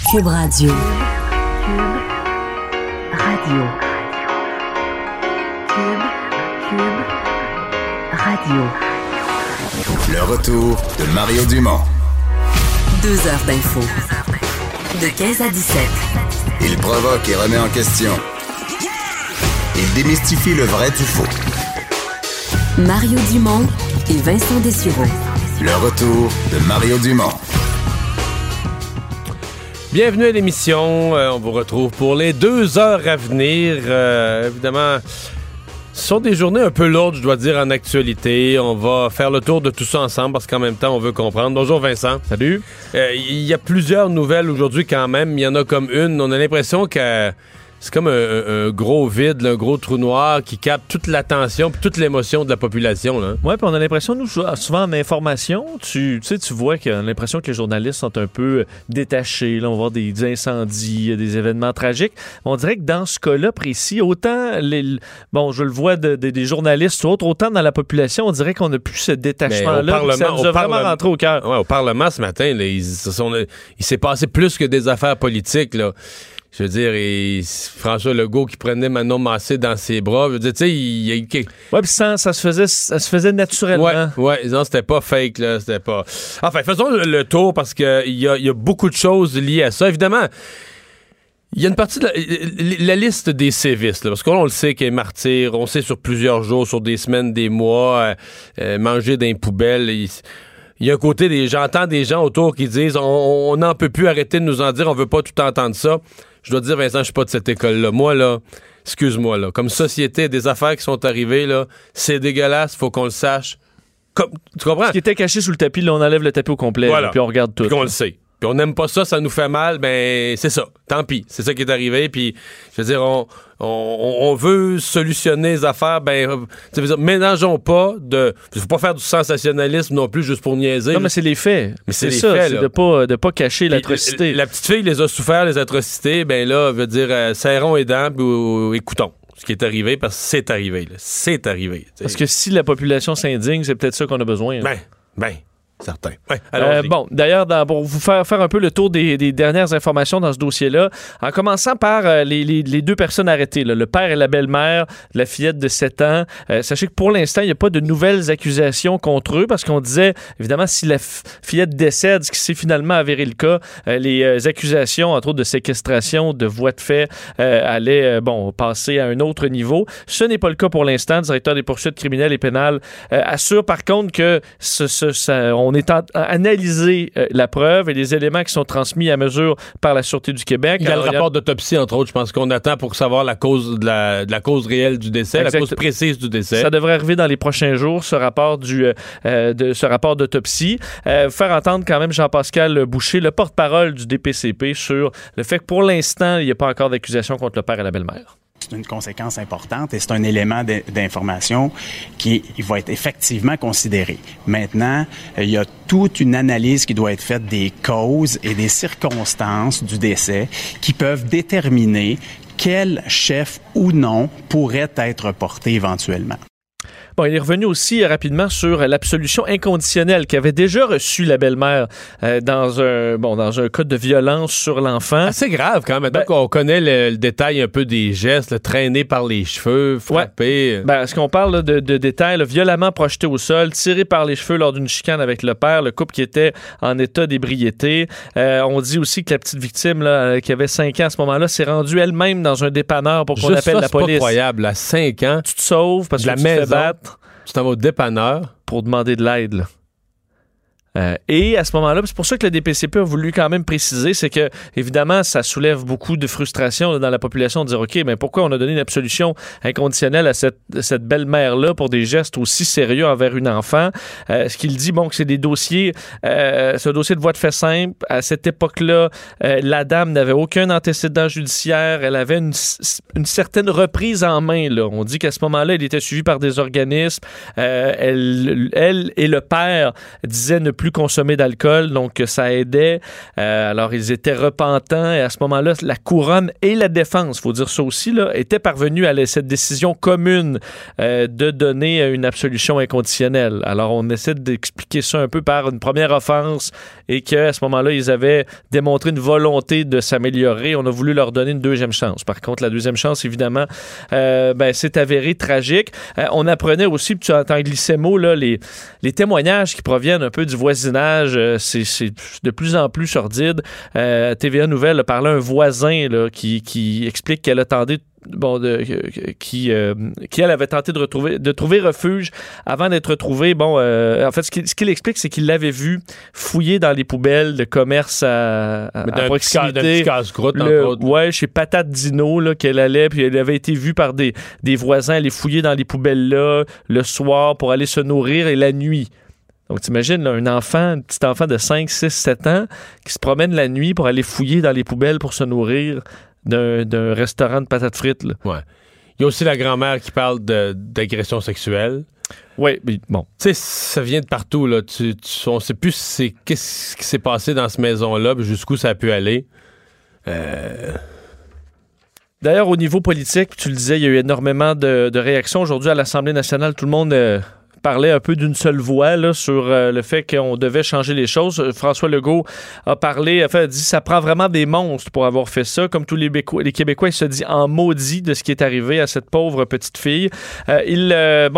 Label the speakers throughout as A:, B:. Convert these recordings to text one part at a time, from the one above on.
A: Cube Radio.
B: Radio. Cube Radio.
C: Le retour de Mario Dumont.
A: 2 heures d'info. De 15 à 17.
C: Il provoque et remet en question. Il démystifie le vrai du faux.
A: Mario Dumont et Vincent Dessureau.
C: Le retour de Mario Dumont.
D: Bienvenue à l'émission. On vous retrouve pour les 2 heures à venir. Évidemment, ce sont des journées un peu lourdes, je dois dire, en actualité. On va faire le tour de tout ça ensemble parce qu'en même temps, on veut comprendre. Bonjour Vincent.
E: Salut.
D: Il y a plusieurs nouvelles aujourd'hui quand même. Il y en a comme une. On a l'impression que c'est comme un gros vide, là, un gros trou noir qui capte toute l'attention et toute l'émotion de la population.
E: Oui, puis on a l'impression, nous, souvent en information, tu vois qu'on a l'impression que les journalistes sont un peu détachés. Là, on va voir des incendies, des événements tragiques. On dirait que dans ce cas-là précis, autant, je le vois des journalistes, autant dans la population, on dirait qu'on n'a plus ce détachement-là. Ça nous a vraiment rentré au cœur.
D: Ouais, au Parlement ce matin, là, il s'est passé plus que des affaires politiques, là. Je veux dire, François Legault qui prenait Manon Massé dans ses bras, je veux dire, tu sais, il y a eu...
E: Ouais, puis ça se faisait naturellement.
D: Ouais, non, c'était pas fake, là, c'était pas... Enfin, faisons le tour, parce qu'il y a beaucoup de choses liées à ça. Évidemment, il y a une partie de la liste des sévices, là, parce qu'on le sait qu'elle est martyr, on sait sur plusieurs jours, sur des semaines, des mois, manger dans les poubelles... Il y a un côté j'entends des gens autour qui disent on n'en peut plus, arrêter de nous en dire, on veut pas tout entendre ça. Je dois te dire, Vincent, je suis pas de cette école-là. Moi, là, excuse-moi, là, comme société, des affaires qui sont arrivées, là, c'est dégueulasse, faut qu'on le sache. Tu comprends?
E: Ce qui était caché sous le tapis, là, on enlève le tapis au complet,
D: voilà.
E: Là, puis on regarde tout.
D: Puis on le sait. Puis on n'aime pas ça, ça nous fait mal, ben c'est ça. Tant pis, c'est ça qui est arrivé. Puis, je veux dire, on veut solutionner les affaires, ben, ça veut dire, mélangeons pas faut pas faire du sensationnalisme non plus juste pour niaiser.
E: Non, mais c'est les faits.
D: Mais c'est
E: ça,
D: faits,
E: c'est de pas cacher l'atrocité.
D: La petite fille les a souffert, les atrocités, ben là, veut dire, serrons les dents, puis écoutons ce qui est arrivé, parce que c'est arrivé, là. C'est arrivé. T'sais.
E: Parce que si la population s'indigne, c'est peut-être ça qu'on a besoin. Hein.
D: Ben. Certain. Ouais,
E: d'ailleurs, pour vous faire un peu le tour des dernières informations dans ce dossier-là, en commençant par les 2 personnes arrêtées, là, le père et la belle-mère de la fillette de 7 ans. Sachez que pour l'instant, il n'y a pas de nouvelles accusations contre eux parce qu'on disait, évidemment, si la fillette décède, ce qui s'est finalement avéré le cas, les accusations, entre autres de séquestration, de voies de fait, allaient passer à un autre niveau. Ce n'est pas le cas pour l'instant. Le directeur des poursuites criminelles et pénales assure par contre que on est analysé la preuve et les éléments qui sont transmis à mesure par la Sûreté du Québec.
D: Il y a le rapport d'autopsie, entre autres, je pense qu'on attend pour savoir la cause de la cause réelle du décès, la cause précise du décès.
E: Ça devrait arriver dans les prochains jours, ce rapport ce rapport d'autopsie. Faire entendre quand même Jean-Pascal Boucher, le porte-parole du DPCP, sur le fait que pour l'instant, il n'y a pas encore d'accusation contre le père et la belle-mère.
F: C'est une conséquence importante et c'est un élément d'information qui va être effectivement considéré. Maintenant, il y a toute une analyse qui doit être faite des causes et des circonstances du décès qui peuvent déterminer quel chef ou non pourrait être porté éventuellement.
E: Bon, il est revenu aussi rapidement sur l'absolution inconditionnelle qu'avait déjà reçue la belle-mère dans un cas de violence sur l'enfant.
D: Assez grave quand même. Maintenant qu'on connaît le détail un peu des gestes, le traîné par les cheveux, frappé.
E: Ouais. Est-ce qu'on parle là, de détails là, violemment projeté au sol, tiré par les cheveux lors d'une chicane avec le père, le couple qui était en état d'ébriété. On dit aussi que la petite victime là, qui avait 5 ans à ce moment-là s'est rendue elle-même dans un dépanneur pour qu'on appelle la police.
D: C'est pas croyable. À 5 ans,
E: tu te sauves parce que tu te fais battre.
D: Tu t'en vas au dépanneur
E: pour demander de l'aide, là. Et à ce moment-là, c'est pour ça que le DPCP a voulu quand même préciser, c'est que, évidemment, ça soulève beaucoup de frustration là, dans la population de dire, OK, mais pourquoi on a donné une absolution inconditionnelle à cette belle-mère-là pour des gestes aussi sérieux envers une enfant? Ce qu'il dit, que c'est des dossiers, c'est un dossier de voie de fait simple. À cette époque-là, la dame n'avait aucun antécédent judiciaire. Elle avait une certaine reprise en main, là. On dit qu'à ce moment-là, elle était suivie par des organismes. Elle et le père disaient ne plus consommer d'alcool, donc ça aidait. Alors, ils étaient repentants et à ce moment-là, la couronne et la défense, il faut dire ça aussi, là, étaient parvenus à cette décision commune de donner une absolution inconditionnelle. Alors, on essaie d'expliquer ça un peu par une première offense et qu'à ce moment-là, ils avaient démontré une volonté de s'améliorer. On a voulu leur donner une deuxième chance. Par contre, la deuxième chance, évidemment, c'est avéré tragique. On apprenait aussi, puis tu entends glisser mot, là, les témoignages qui proviennent un peu du voisinage, c'est de plus en plus sordide. TVA Nouvelle a parlé à un voisin là, qui explique qu'elle attendait qui elle avait tenté de trouver refuge avant d'être retrouvée. En fait, ce qu'il explique, c'est qu'il l'avait vu fouiller dans les poubelles de commerce à proximité.
D: D'un petit casse-croûte, entre autres.
E: Ouais, chez Patate Dino, là, qu'elle allait, puis elle avait été vue par des voisins aller fouiller dans les poubelles là, le soir pour aller se nourrir et la nuit. Donc, t'imagines, là, un petit enfant de 5, 6, 7 ans qui se promène la nuit pour aller fouiller dans les poubelles pour se nourrir d'un restaurant de patates frites. Là.
D: Ouais. Il y a aussi la grand-mère qui parle d'agression sexuelle.
E: Oui, mais bon.
D: Tu sais, ça vient de partout, là. On ne sait plus qu'est-ce qui s'est passé dans cette maison-là, puis jusqu'où ça a pu aller.
E: D'ailleurs, au niveau politique, tu le disais, il y a eu énormément de réactions. Aujourd'hui, à l'Assemblée nationale, tout le monde parlait un peu d'une seule voix là, sur le fait qu'on devait changer les choses. François Legault a dit ça prend vraiment des monstres pour avoir fait ça. Comme tous les Québécois, il se dit en maudit de ce qui est arrivé à cette pauvre petite fille. Il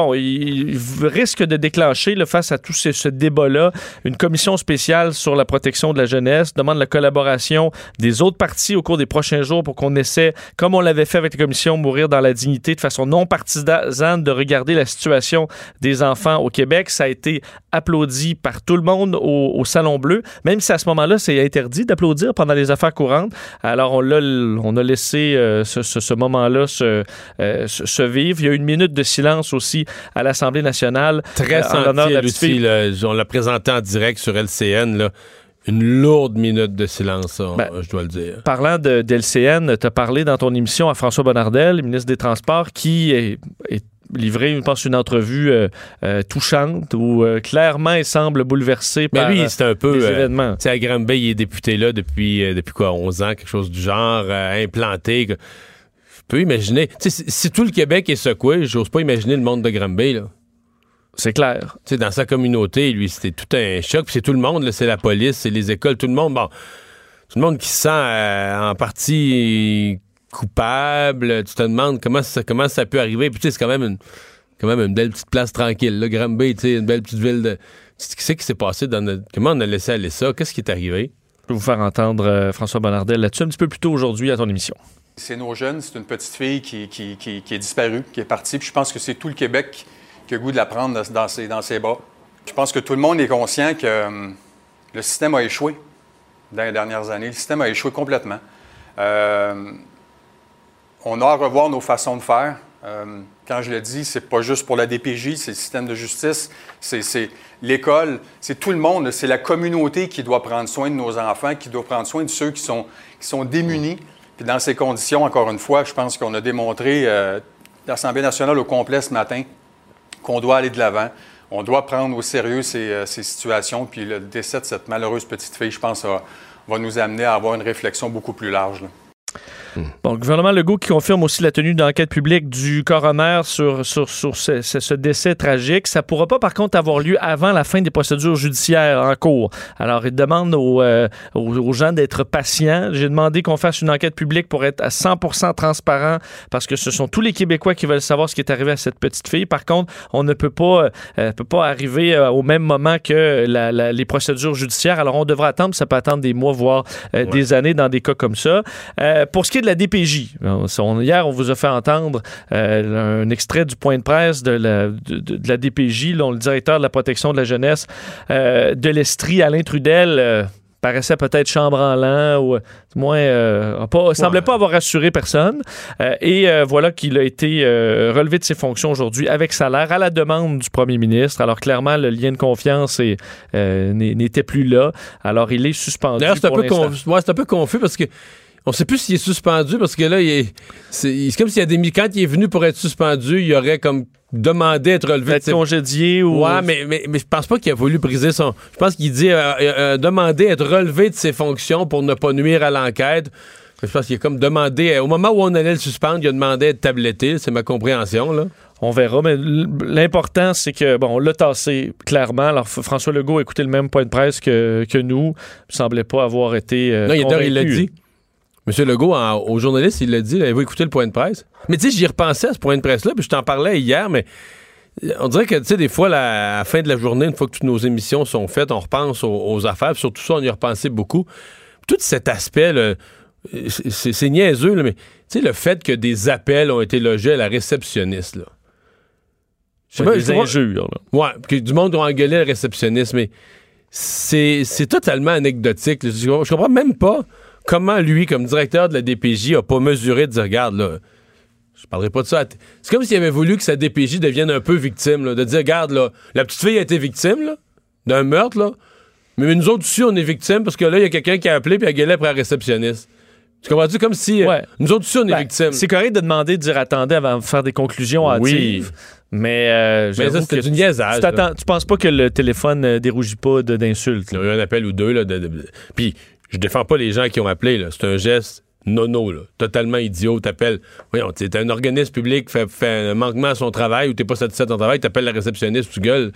E: risque de déclencher là, face à tout ce débat-là une commission spéciale sur la protection de la jeunesse, demande la collaboration des autres partis au cours des prochains jours pour qu'on essaie, comme on l'avait fait avec la commission Mourir dans la dignité, de façon non partisane, de regarder la situation des enfants au Québec. Ça a été applaudi par tout le monde au Salon Bleu, même si à ce moment-là, c'est interdit d'applaudir pendant les affaires courantes. Alors, on a laissé ce moment-là se vivre. Il y a eu une minute de silence aussi à l'Assemblée nationale.
D: Très senti, Lucie. On l'a présenté en direct sur LCN, là. Une lourde minute de silence, je dois le dire. Parlant
E: d'LCN, tu as parlé dans ton émission à François Bonnardel, le ministre des Transports, qui est livré, je pense, une entrevue touchante où clairement il semble bouleversé par
D: lui, c'est un peu,
E: les événements.
D: À Granby, il est député là depuis 11 ans, quelque chose du genre, implanté. Je peux imaginer. Si tout le Québec est secoué, j'ose pas imaginer le monde de Granby, là.
E: C'est clair.
D: Dans sa communauté, lui, c'était tout un choc. Puis c'est tout le monde, là, c'est la police, c'est les écoles, tout le monde. Bon, tout le monde qui se sent en partie coupable. Tu te demandes comment ça peut arriver. Puis c'est quand même une belle petite place tranquille. Là, Granby, une belle petite ville de... Qu'est-ce qui s'est passé comment on a laissé aller ça? Qu'est-ce qui est arrivé?
E: Je peux vous faire entendre François Bonnardel là-dessus un petit peu plus tôt aujourd'hui à ton émission.
G: C'est nos jeunes. C'est une petite fille qui est disparue, qui est partie. Puis je pense que c'est tout le Québec qui a le goût de la prendre dans ses bras. Je pense que tout le monde est conscient que le système a échoué dans les dernières années. Le système a échoué complètement. On a à revoir nos façons de faire. Quand je le dis, c'est pas juste pour la DPJ, c'est le système de justice, c'est l'école, c'est tout le monde. C'est la communauté qui doit prendre soin de nos enfants, qui doit prendre soin de ceux qui sont démunis. Puis dans ces conditions, encore une fois, je pense qu'on a démontré, l'Assemblée nationale au complet ce matin, qu'on doit aller de l'avant. On doit prendre au sérieux ces situations. Puis le décès de cette malheureuse petite fille, je pense, va nous amener à avoir une réflexion beaucoup plus large, là.
E: Bon, le gouvernement Legault qui confirme aussi la tenue d'enquête publique du coroner sur ce décès tragique. Ça ne pourra pas, par contre, avoir lieu avant la fin des procédures judiciaires en cours. Alors, il demande aux gens d'être patients. J'ai demandé qu'on fasse une enquête publique pour être à 100% transparent parce que ce sont tous les Québécois qui veulent savoir ce qui est arrivé à cette petite fille. Par contre, on ne peut pas arriver au même moment que les procédures judiciaires. Alors, on devra attendre. Ça peut attendre des mois, voire des années dans des cas comme ça. Pour ce qui est de la DPJ, hier, on vous a fait entendre un extrait du point de presse de la DPJ, le directeur de la protection de la jeunesse de l'Estrie, Alain Trudel, paraissait peut-être chambranlant ou du moins semblait pas avoir rassuré personne. Et voilà qu'il a été relevé de ses fonctions aujourd'hui avec salaire à la demande du premier ministre. Alors clairement, le lien de confiance n'était plus là. Alors il est suspendu.
D: D'ailleurs, c'est un peu confus parce que on sait plus s'il est suspendu parce que là, c'est comme s'il y a quand il est venu pour être suspendu, il aurait comme demandé à être relevé
E: de ses... congédié ou...
D: Ouais, mais je pense pas qu'il a voulu briser son... Je pense qu'il dit demander à être relevé de ses fonctions pour ne pas nuire à l'enquête. Je pense qu'il a comme demandé... Au moment où on allait le suspendre, il a demandé à être tabletté. C'est ma compréhension, là.
E: On verra, mais l'important, c'est que, bon, on l'a tassé, clairement. Alors, François Legault a écouté le même point de presse que nous. Il semblait pas avoir été
D: non,
E: convaincu.
D: Il l'a dit. M. Legault, aux journalistes, il l'a dit, avez-vous écouté le point de presse? Mais tu sais, j'y repensais à ce point de presse-là, puis je t'en parlais hier, mais on dirait que, tu sais, des fois, à la fin de la journée, une fois que toutes nos émissions sont faites, on repense aux affaires, puis surtout ça, on y a repensé beaucoup. Tout cet aspect, là, c'est niaiseux, là, mais tu sais, le fait que des appels ont été logés à la réceptionniste, là.
E: Des injures, là.
D: Ouais, que du monde a engueulé le réceptionniste, mais c'est totalement anecdotique. Je comprends même pas comment lui, comme directeur de la DPJ, a pas mesuré de dire, regarde, là, je parlerai pas de ça. C'est comme s'il avait voulu que sa DPJ devienne un peu victime, là, de dire, regarde, là, la petite fille a été victime, là, d'un meurtre, là, mais nous autres aussi, on est victimes parce que là, il y a quelqu'un qui a appelé puis a gueulé après la réceptionniste. Tu comprends-tu? Comme si nous autres aussi, on est victimes.
E: C'est correct de demander, de dire attendez avant de faire des conclusions hâtives. Mais
D: ça, c'était du niaisage.
E: Tu penses pas que le téléphone dérougit pas d'insultes?
D: Il y a eu un appel ou deux. Là, puis, je défends pas les gens qui ont appelé. Là. C'est un geste nono, là, totalement idiot. T'appelles. Voyons, t'es un organisme public qui fait un manquement à son travail ou t'es pas satisfait de ton travail, t'appelles la réceptionniste, tu gueules.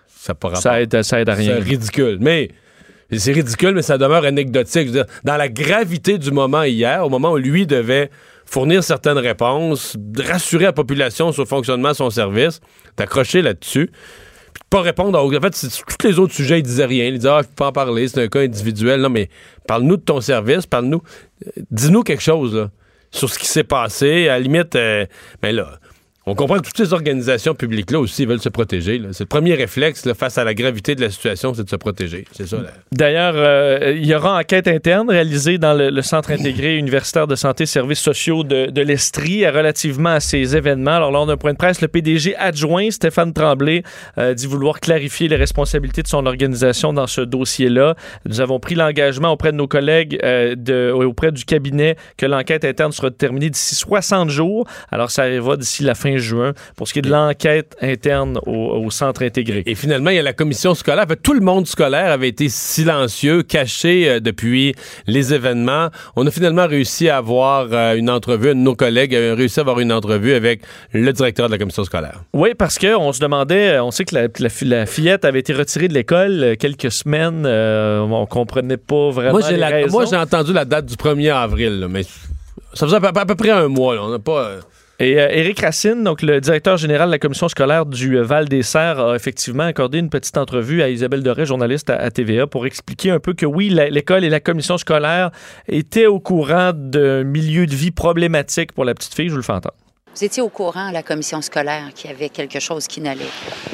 D: Ça aide à rien. C'est ridicule. Mais. C'est ridicule, mais ça demeure anecdotique. Je veux dire, dans la gravité du moment hier, au moment où lui devait fournir certaines réponses, rassurer la population sur le fonctionnement de son service, t'accrocher là-dessus, puis pas répondre en fait, tous les autres sujets, il disait rien. Il disait, je peux pas en parler, c'est un cas individuel. Non, mais parle-nous de ton service, dis-nous quelque chose, là, sur ce qui s'est passé. À la limite, mais là... On comprend que toutes ces organisations publiques-là aussi veulent se protéger. Là. C'est le premier réflexe là, face à la gravité de la situation, c'est de se protéger. C'est ça. Là.
E: D'ailleurs, il y aura enquête interne réalisée dans le Centre intégré universitaire de santé et services sociaux de l'Estrie relativement à ces événements. Alors, lors d'un point de presse, le PDG adjoint, Stéphane Tremblay, dit vouloir clarifier les responsabilités de son organisation dans ce dossier-là. Nous avons pris l'engagement auprès de nos collègues auprès du cabinet que l'enquête interne sera terminée d'ici 60 jours. Alors, ça arrivera d'ici la fin juin pour ce qui est de l'enquête interne au centre intégré.
D: Et finalement, il y a la commission scolaire. En fait, tout le monde scolaire avait été silencieux, caché depuis les événements. On a finalement réussi à avoir une entrevue. Nos collègues avaient réussi à avoir une entrevue avec le directeur de la commission scolaire.
E: Oui, parce qu'on se demandait, on sait que la fillette avait été retirée de l'école quelques semaines. On comprenait pas vraiment les raisons.
D: Moi, j'ai entendu la date du 1er avril, là, mais ça faisait à peu près un mois. Là. On n'a pas...
E: Et Éric Racine, donc le directeur général de la commission scolaire du Val-des-Serres, a effectivement accordé une petite entrevue à Isabelle Doré, journaliste à TVA, pour expliquer un peu que oui, l'école et la commission scolaire étaient au courant d'un milieu de vie problématique pour la petite fille. Je vous le fais entendre.
H: Vous étiez au courant à la commission scolaire qu'il y avait quelque chose qui n'allait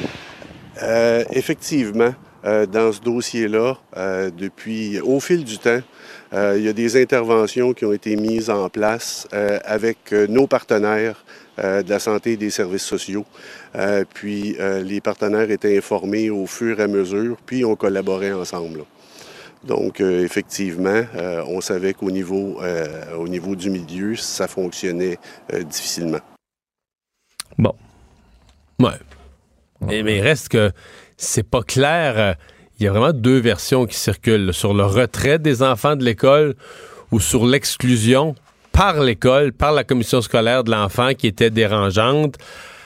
H: pas?
I: Effectivement, dans ce dossier-là, au fil du temps, il y a des interventions qui ont été mises en place avec nos partenaires de la santé et des services sociaux. Puis les partenaires étaient informés au fur et à mesure, puis on collaborait ensemble. Là. Donc, effectivement, on savait qu'au niveau du milieu, ça fonctionnait difficilement.
E: Bon.
D: Ouais. Mais il reste que c'est pas clair... Il y a vraiment deux versions qui circulent, sur le retrait des enfants de l'école ou sur l'exclusion par l'école, par la commission scolaire de l'enfant qui était dérangeante.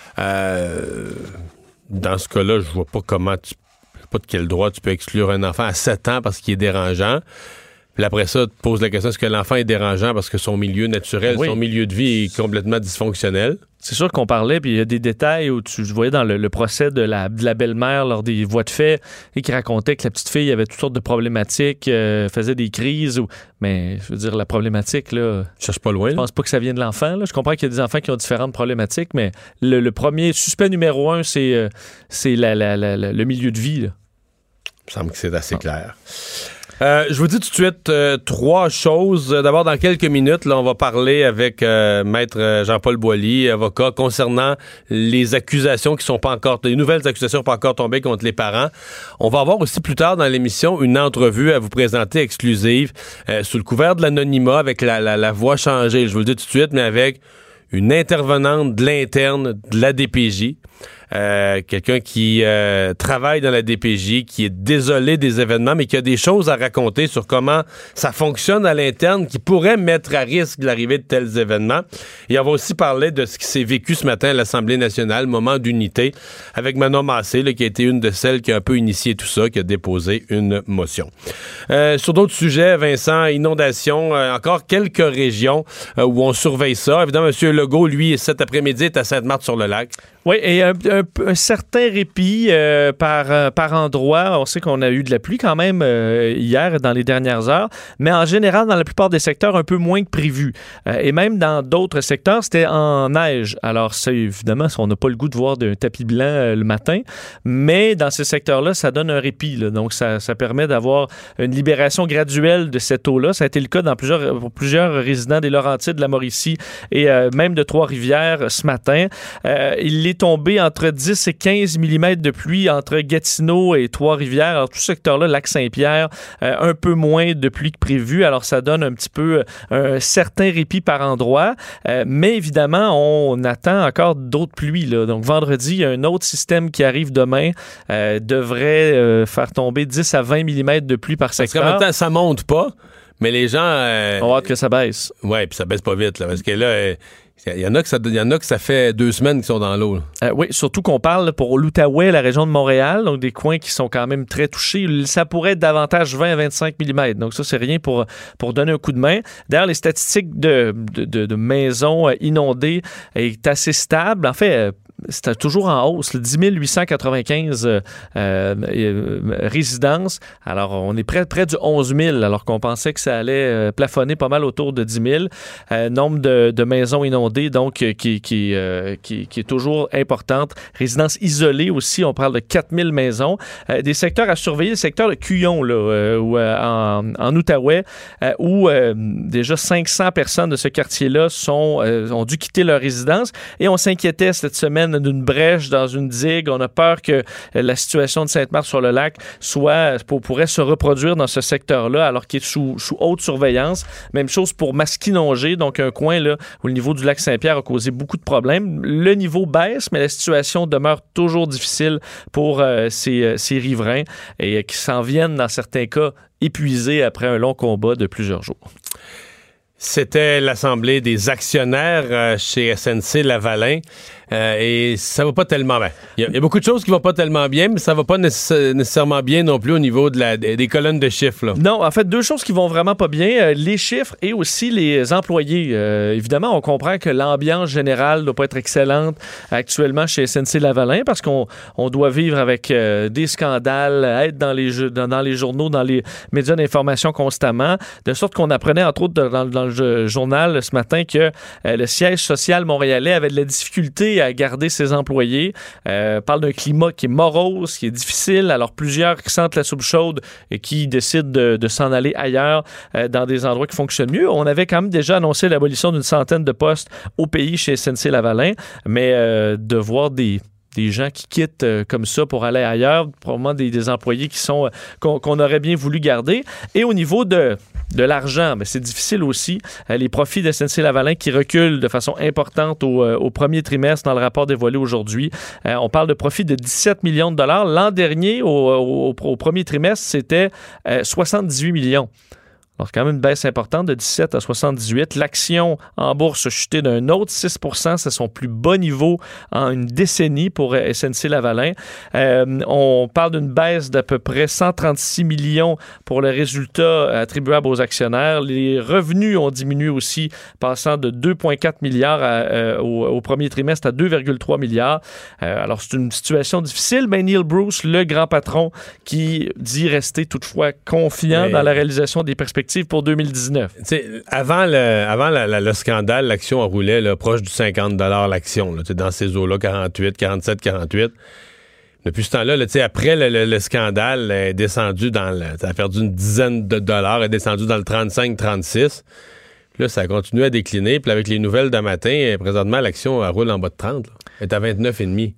D: Dans ce cas-là, je vois pas comment je sais pas de quel droit tu peux exclure un enfant à 7 ans parce qu'il est dérangeant. Puis après ça, tu te poses la question, est-ce que l'enfant est dérangeant parce que son milieu naturel, son milieu de vie est complètement dysfonctionnel?
E: C'est sûr qu'on parlait, puis il y a des détails où tu voyais dans le procès de la belle-mère lors des voies de fait et qui racontait que la petite fille avait toutes sortes de problématiques, faisait des crises. Mais je veux dire, la problématique, là...
D: Je cherche pas loin.
E: Je pense pas que ça vient de l'enfant. Là. Je comprends qu'il y a des enfants qui ont différentes problématiques, mais le premier suspect numéro 1, c'est le milieu de vie. Là.
D: Il me semble que c'est assez clair. Je vous dis tout de suite trois choses. D'abord, dans quelques minutes, là, on va parler avec Maître Jean-Paul Boilly, avocat, concernant les accusations qui sont pas encore, les nouvelles accusations pas encore tombées contre les parents. On va avoir aussi plus tard dans l'émission une entrevue à vous présenter exclusive sous le couvert de l'anonymat avec la voix changée. Je vous le dis tout de suite, mais avec une intervenante de l'interne de la DPJ. Quelqu'un qui travaille dans la DPJ, qui est désolé des événements, mais qui a des choses à raconter sur comment ça fonctionne à l'interne, qui pourrait mettre à risque l'arrivée de tels événements. Et on va aussi parler de ce qui s'est vécu ce matin à l'Assemblée nationale, moment d'unité, avec Manon Massé, là, qui a été une de celles qui a un peu initié tout ça, qui a déposé une motion. Sur d'autres sujets, Vincent, inondations, encore quelques régions où on surveille ça. Évidemment, M. Legault, lui, cet après-midi, est à Sainte-Marthe-sur-le-Lac.
E: Oui, et un certain répit par endroit. On sait qu'on a eu de la pluie quand même hier, dans les dernières heures, mais en général, dans la plupart des secteurs, un peu moins que prévu. Et même dans d'autres secteurs, c'était en neige. Alors, ça, évidemment, on n'a pas le goût de voir d'un tapis blanc le matin, mais dans ces secteurs-là, ça donne un répit. Là. Donc, ça permet d'avoir une libération graduelle de cette eau-là. Ça a été le cas pour plusieurs résidents des Laurentides, de la Mauricie et même de Trois-Rivières ce matin. Il est tombé entre 10 et 15 mm de pluie entre Gatineau et Trois-Rivières. Alors, tout ce secteur-là, Lac-Saint-Pierre, un peu moins de pluie que prévu. Alors, ça donne un petit peu un certain répit par endroit. Mais évidemment, on attend encore d'autres pluies. Là. Donc, vendredi, il y a un autre système qui arrive demain. Devrait faire tomber 10 à 20 mm de pluie par secteur.
D: Parce qu'en même temps, ça monte pas, mais les gens...
E: On va hâte que ça baisse.
D: Oui, puis ça baisse pas vite. Là, parce que là... Il y en a que ça fait 2 semaines qu'ils sont dans l'eau.
E: Oui, surtout qu'on parle pour l'Outaouais, la région de Montréal, donc des coins qui sont quand même très touchés. Ça pourrait être davantage 20 à 25 mm. Donc ça, c'est rien pour donner un coup de main. D'ailleurs, les statistiques de maisons inondées est assez stable. En fait, c'est toujours en hausse, 10 895 résidences. Alors, on est près du 11 000, alors qu'on pensait que ça allait plafonner pas mal autour de 10 000. Nombre de maisons inondées, donc, qui est toujours importante. Résidences isolées aussi, on parle de 4 000 maisons. Des secteurs à surveiller, le secteur de Cuyon, là, en Outaouais, où déjà 500 personnes de ce quartier-là ont dû quitter leur résidence. Et on s'inquiétait cette semaine d'une brèche dans une digue. On a peur que la situation de Sainte-Marthe-sur-le-Lac pourrait se reproduire dans ce secteur-là, alors qu'il est sous haute surveillance. Même chose pour Masquinongé, donc un coin là où le niveau du lac Saint-Pierre a causé beaucoup de problèmes. Le niveau baisse, mais la situation demeure toujours difficile pour ces riverains et qui s'en viennent, dans certains cas, épuisés après un long combat de plusieurs jours.
D: C'était l'Assemblée des actionnaires chez SNC-Lavalin. Et ça va pas tellement bien. Il y a beaucoup de choses qui vont pas tellement bien, mais ça va pas nécessairement bien non plus au niveau des colonnes de chiffres. Là.
E: Non, en fait, deux choses qui vont vraiment pas bien, les chiffres et aussi les employés. Évidemment, on comprend que l'ambiance générale doit pas être excellente actuellement chez SNC-Lavalin parce qu'on doit vivre avec des scandales, être dans les journaux, dans les médias d'information constamment, de sorte qu'on apprenait, entre autres, dans le journal ce matin que le siège social montréalais avait de la difficulté à garder ses employés. Parle d'un climat qui est morose, qui est difficile. Alors, plusieurs qui sentent la soupe chaude et qui décident de s'en aller ailleurs dans des endroits qui fonctionnent mieux. On avait quand même déjà annoncé l'abolition d'une centaine de postes au pays chez SNC-Lavalin, mais de voir des gens qui quittent comme ça pour aller ailleurs, probablement des employés qu'on aurait bien voulu garder. Et au niveau de l'argent, mais c'est difficile aussi. Les profits de SNC-Lavalin qui reculent de façon importante au premier trimestre dans le rapport dévoilé aujourd'hui. On parle de profits de 17 millions de dollars. L'an dernier, au premier trimestre, c'était 78 millions. Alors, quand même une baisse importante de 17 à 78. L'action en bourse a chuté d'un autre 6 %. C'est son plus bas niveau en une décennie pour SNC-Lavalin. On parle d'une baisse d'à peu près 136 millions pour le résultat attribuable aux actionnaires. Les revenus ont diminué aussi, passant de 2,4 milliards au premier trimestre à 2,3 milliards. Alors, c'est une situation difficile, mais Neil Bruce, le grand patron, qui dit rester toutefois confiant dans la réalisation des perspectives pour 2019.
D: Avant le scandale, l'action roulait là, proche du 50 $ l'action, là, dans ces eaux-là, 47, 48. Depuis ce temps-là, après le scandale, elle est descendue ça a perdu une dizaine de dollars, elle est descendue dans le 35-36. Là, ça a continué à décliner. Puis avec les nouvelles d'un matin, présentement, l'action elle roule en bas de 30. Là. Elle est à 29,5.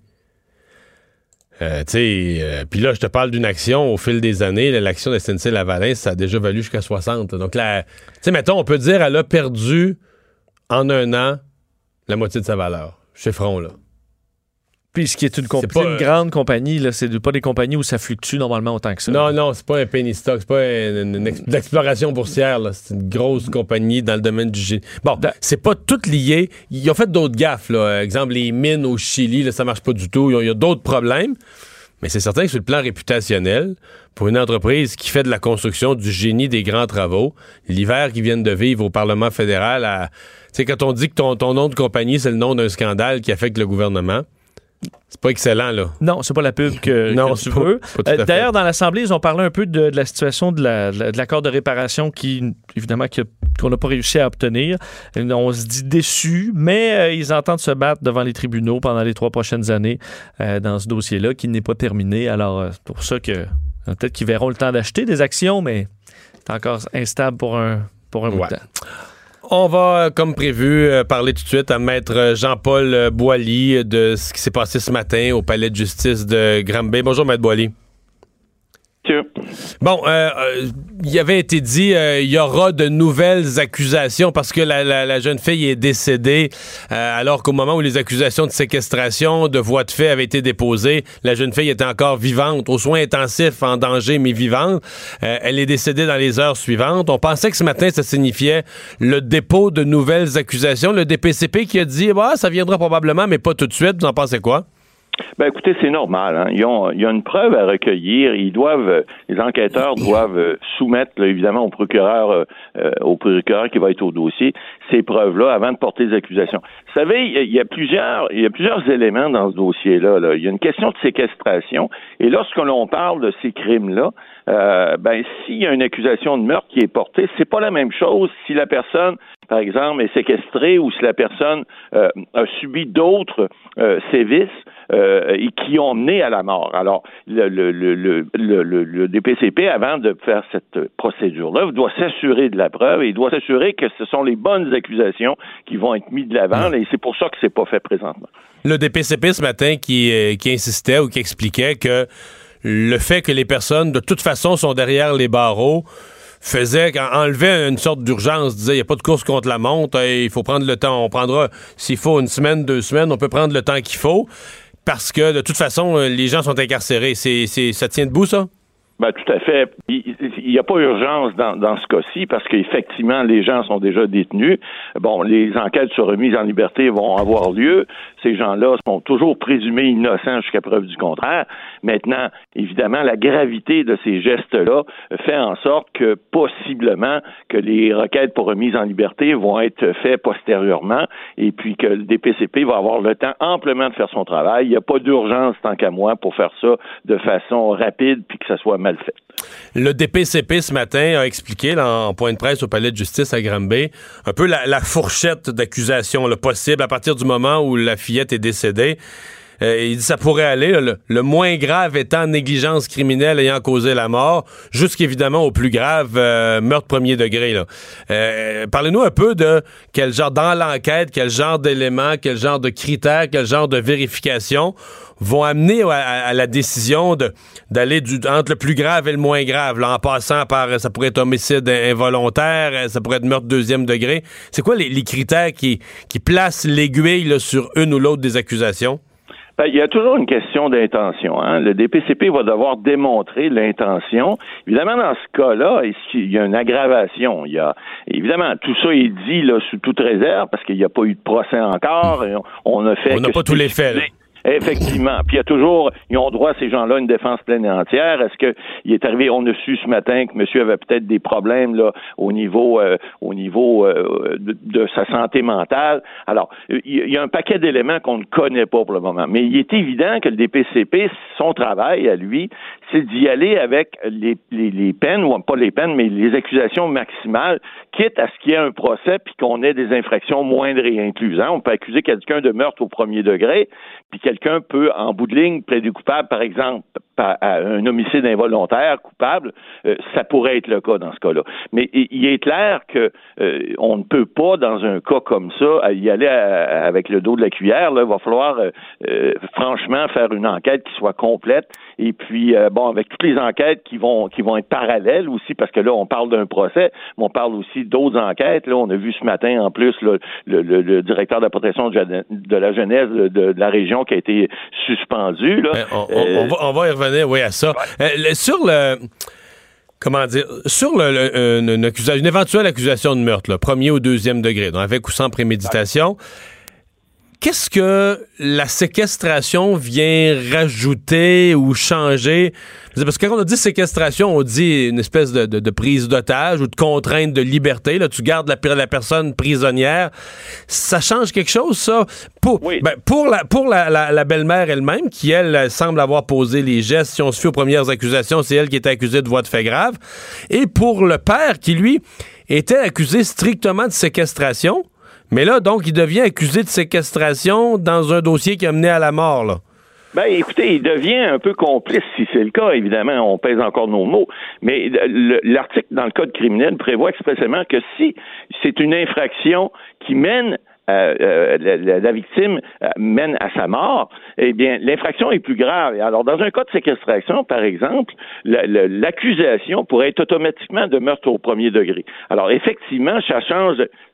D: Puis là, je te parle d'une action au fil des années. L'action de SNC-Lavalin, ça a déjà valu jusqu'à 60. Là. Donc là, mettons, on peut dire qu'elle a perdu en un an la moitié de sa valeur. Chez Front, là.
E: Puis ce qui est une grande compagnie, là, c'est pas des compagnies où ça fluctue normalement autant que ça.
D: Non, c'est pas un penny stock, c'est pas une exploration boursière, là. C'est une grosse compagnie dans le domaine du génie. Bon, c'est pas tout lié. Ils ont fait d'autres gaffes, là. Exemple, les mines au Chili, là, ça marche pas du tout. Il y a d'autres problèmes. Mais c'est certain que sur le plan réputationnel, pour une entreprise qui fait de la construction, du génie, des grands travaux, l'hiver qu'ils viennent de vivre au Parlement fédéral, quand on dit que ton nom de compagnie, c'est le nom d'un scandale qui affecte le gouvernement, c'est pas excellent, là.
E: Non, c'est pas la pub que tu veux. D'ailleurs, dans l'Assemblée, ils ont parlé un peu de la situation de l'accord de réparation qu'on n'a pas réussi à obtenir. On se dit déçus, mais ils entendent se battre devant les tribunaux pendant les 3 prochaines années dans ce dossier-là qui n'est pas terminé. Alors, c'est pour ça que peut-être qu'ils verront le temps d'acheter des actions, mais c'est encore instable pour un bout de temps.
D: On va, comme prévu, parler tout de suite à Maître Jean-Paul Boily de ce qui s'est passé ce matin au Palais de justice de Granby. Bonjour, Maître Boily. Bon, il avait été dit il y aura de nouvelles accusations parce que la jeune fille est décédée alors qu'au moment où les accusations de séquestration, de voies de fait avaient été déposées, la jeune fille était encore vivante, aux soins intensifs, en danger, mais vivante. Elle est décédée dans les heures suivantes. On pensait que ce matin, ça signifiait le dépôt de nouvelles accusations. Le DPCP qui a dit ça viendra probablement, mais pas tout de suite. Vous en pensez quoi?
J: Ben écoutez, c'est normal. Hein? Il y a une preuve à recueillir. Les enquêteurs doivent soumettre, là, évidemment, au procureur qui va être au dossier, ces preuves-là avant de porter des accusations. Vous savez, il y a plusieurs éléments dans ce dossier-là. Là. Il y a une question de séquestration. Et lorsque l'on parle de ces crimes-là, s'il y a une accusation de meurtre qui est portée, c'est pas la même chose si la personne, par exemple, est séquestrée ou si la personne a subi d'autres sévices et qui ont mené à la mort. Alors, le DPCP, avant de faire cette procédure-là, doit s'assurer de la preuve et il doit s'assurer que ce sont les bonnes accusations qui vont être mises de l'avant et c'est pour ça que c'est pas fait présentement. Le
D: DPCP, ce matin, qui insistait ou qui expliquait que le fait que les personnes, de toute façon, sont derrière les barreaux, enlevait une sorte d'urgence, disait il n'y a pas de course contre la montre, il faut prendre le temps, on prendra, s'il faut, 1 semaine, 2 semaines, on peut prendre le temps qu'il faut, parce que de toute façon, les gens sont incarcérés. Ça tient debout, ça?
J: Ben, tout à fait. Il n'y a pas urgence dans ce cas-ci parce qu'effectivement, les gens sont déjà détenus. Bon, les enquêtes sur remise en liberté vont avoir lieu. Ces gens-là sont toujours présumés innocents jusqu'à preuve du contraire. Maintenant, évidemment, la gravité de ces gestes-là fait en sorte que possiblement que les requêtes pour remise en liberté vont être faites postérieurement et puis que le DPCP va avoir le temps amplement de faire son travail. Il n'y a pas d'urgence, tant qu'à moi, pour faire ça de façon rapide puis que ça soit mal fait.
D: Le DPCP, ce matin, a expliqué là, en point de presse au Palais de justice à Granby un peu la fourchette d'accusation possible à partir du moment où la fillette est décédée. Il dit que ça pourrait aller, là, le moins grave étant négligence criminelle ayant causé la mort, jusqu'évidemment au plus grave, meurtre premier degré. Là. Parlez-nous un peu de quel genre, dans l'enquête, quel genre d'éléments, quel genre de critères, quel genre de vérifications vont amener à la décision d'aller entre le plus grave et le moins grave, là, en passant par, ça pourrait être homicide involontaire, ça pourrait être meurtre 2e degré. C'est quoi les critères qui placent l'aiguille là, sur une ou l'autre des accusations?
J: Ben, il y a toujours une question d'intention. Hein? Le DPCP va devoir démontrer l'intention. Évidemment, dans ce cas-là, il y a une aggravation. Évidemment, tout ça est dit là, sous toute réserve parce qu'il n'y a pas eu de procès encore. Et on n'a
D: pas tous les faits. Là.
J: Effectivement. Puis il y a toujours, ils ont droit, ces gens-là, une défense pleine et entière. Est-ce que il est arrivé, on a su ce matin que monsieur avait peut-être des problèmes là au niveau de sa santé mentale. Alors, il y a un paquet d'éléments qu'on ne connaît pas pour le moment. Mais il est évident que le DPCP, son travail à lui, c'est d'y aller avec les peines, ou pas les peines, mais les accusations maximales, quitte à ce qu'il y ait un procès puis qu'on ait des infractions moindres et incluses. On peut accuser quelqu'un de meurtre au 1er degré, puis quelqu'un peut, en bout de ligne, plaider coupable, par exemple, à un homicide involontaire coupable, ça pourrait être le cas dans ce cas-là. Mais il est clair que on ne peut pas, dans un cas comme ça, y aller avec le dos de la cuillère. Là, il va falloir franchement faire une enquête qui soit complète. Et puis, avec toutes les enquêtes qui vont être parallèles aussi, parce que là, on parle d'un procès, mais on parle aussi d'autres enquêtes. Là, on a vu ce matin, en plus, le directeur de la protection de la jeunesse de la région qui a été suspendu. Là.
D: On va y revenir, oui, à ça. Sur une éventuelle accusation de meurtre, là, premier ou deuxième degré, donc avec ou sans préméditation, qu'est-ce que la séquestration vient rajouter ou changer? Parce que quand on dit séquestration, on dit une espèce de prise d'otage ou de contrainte de liberté. Là, tu gardes la personne prisonnière. Ça change quelque chose, ça? Pour la belle-mère elle-même, qui, elle, semble avoir posé les gestes. Si on se fie aux premières accusations, c'est elle qui était accusée de voies de fait grave. Et pour le père, qui, lui, était accusé strictement de séquestration. Mais là, donc, il devient accusé de séquestration dans un dossier qui a mené à la mort, là.
J: Ben, écoutez, il devient un peu complice si c'est le cas. Évidemment, on pèse encore nos mots. Mais l'article dans le Code criminel prévoit expressément que si c'est une infraction qui mène la victime mène à sa mort, eh bien, l'infraction est plus grave. Alors, dans un cas de séquestration, par exemple, l'accusation pourrait être automatiquement de meurtre au premier degré. Alors, effectivement, ça change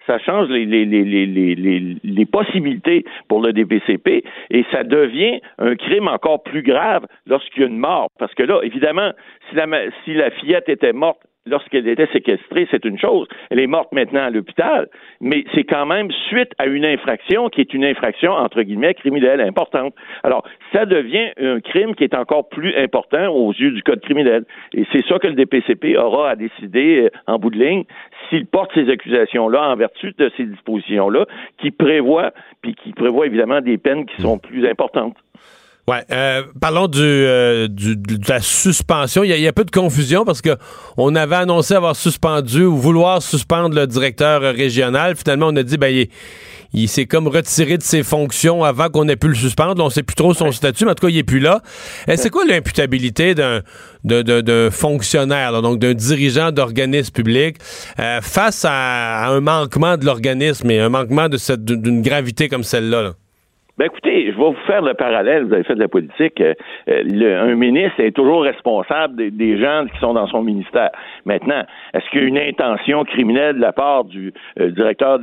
J: les possibilités pour le DPCP et ça devient un crime encore plus grave lorsqu'il y a une mort. Parce que là, évidemment, si la fillette était morte lorsqu'elle était séquestrée, c'est une chose. Elle est morte maintenant à l'hôpital, mais c'est quand même suite à une infraction qui est une infraction, entre guillemets, criminelle importante. Alors, ça devient un crime qui est encore plus important aux yeux du Code criminel. Et c'est ça que le DPCP aura à décider en bout de ligne s'il porte ces accusations-là en vertu de ces dispositions-là qui prévoient évidemment des peines qui sont plus importantes.
D: Ouais, parlons de la suspension. Il y a peu de confusion parce que on avait annoncé avoir suspendu ou vouloir suspendre le directeur régional. Finalement, on a dit il s'est comme retiré de ses fonctions avant qu'on ait pu le suspendre. Là, on sait plus trop son statut, mais en tout cas, il est plus là. C'est quoi l'imputabilité d'un fonctionnaire, là, donc d'un dirigeant d'organisme public face à un manquement de l'organisme et un manquement d'une gravité comme celle-là, là?
J: Ben écoutez, je vais vous faire le parallèle, vous avez fait de la politique. Un ministre est toujours responsable des gens qui sont dans son ministère. Maintenant, est-ce qu'il y a une intention criminelle de la part du directeur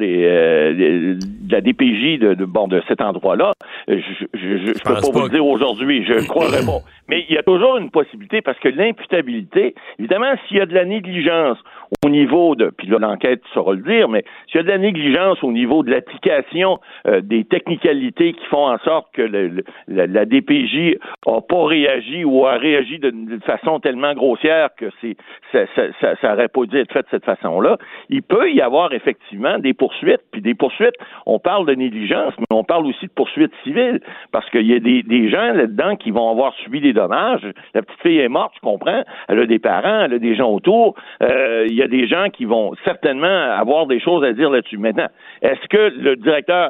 J: de la DPJ de cet endroit-là? Je peux pas vous le dire aujourd'hui, je ne croirais pas. Mais il y a toujours une possibilité parce que l'imputabilité, évidemment, s'il y a de la négligence au niveau puis là l'enquête saura le dire, mais s'il y a de la négligence au niveau de l'application des technicalités qui font en sorte que la DPJ n'a pas réagi ou a réagi d'une façon tellement grossière que ça n'aurait pas dû être fait de cette façon-là, il peut y avoir effectivement des poursuites. Puis des poursuites, on parle de négligence, mais on parle aussi de poursuites civiles parce qu'il y a des gens là-dedans qui vont avoir subi des dommages. La petite fille est morte, je comprends. Elle a des parents, elle a des gens autour. Il y a des gens qui vont certainement avoir des choses à dire là-dessus. Maintenant, est-ce que le directeur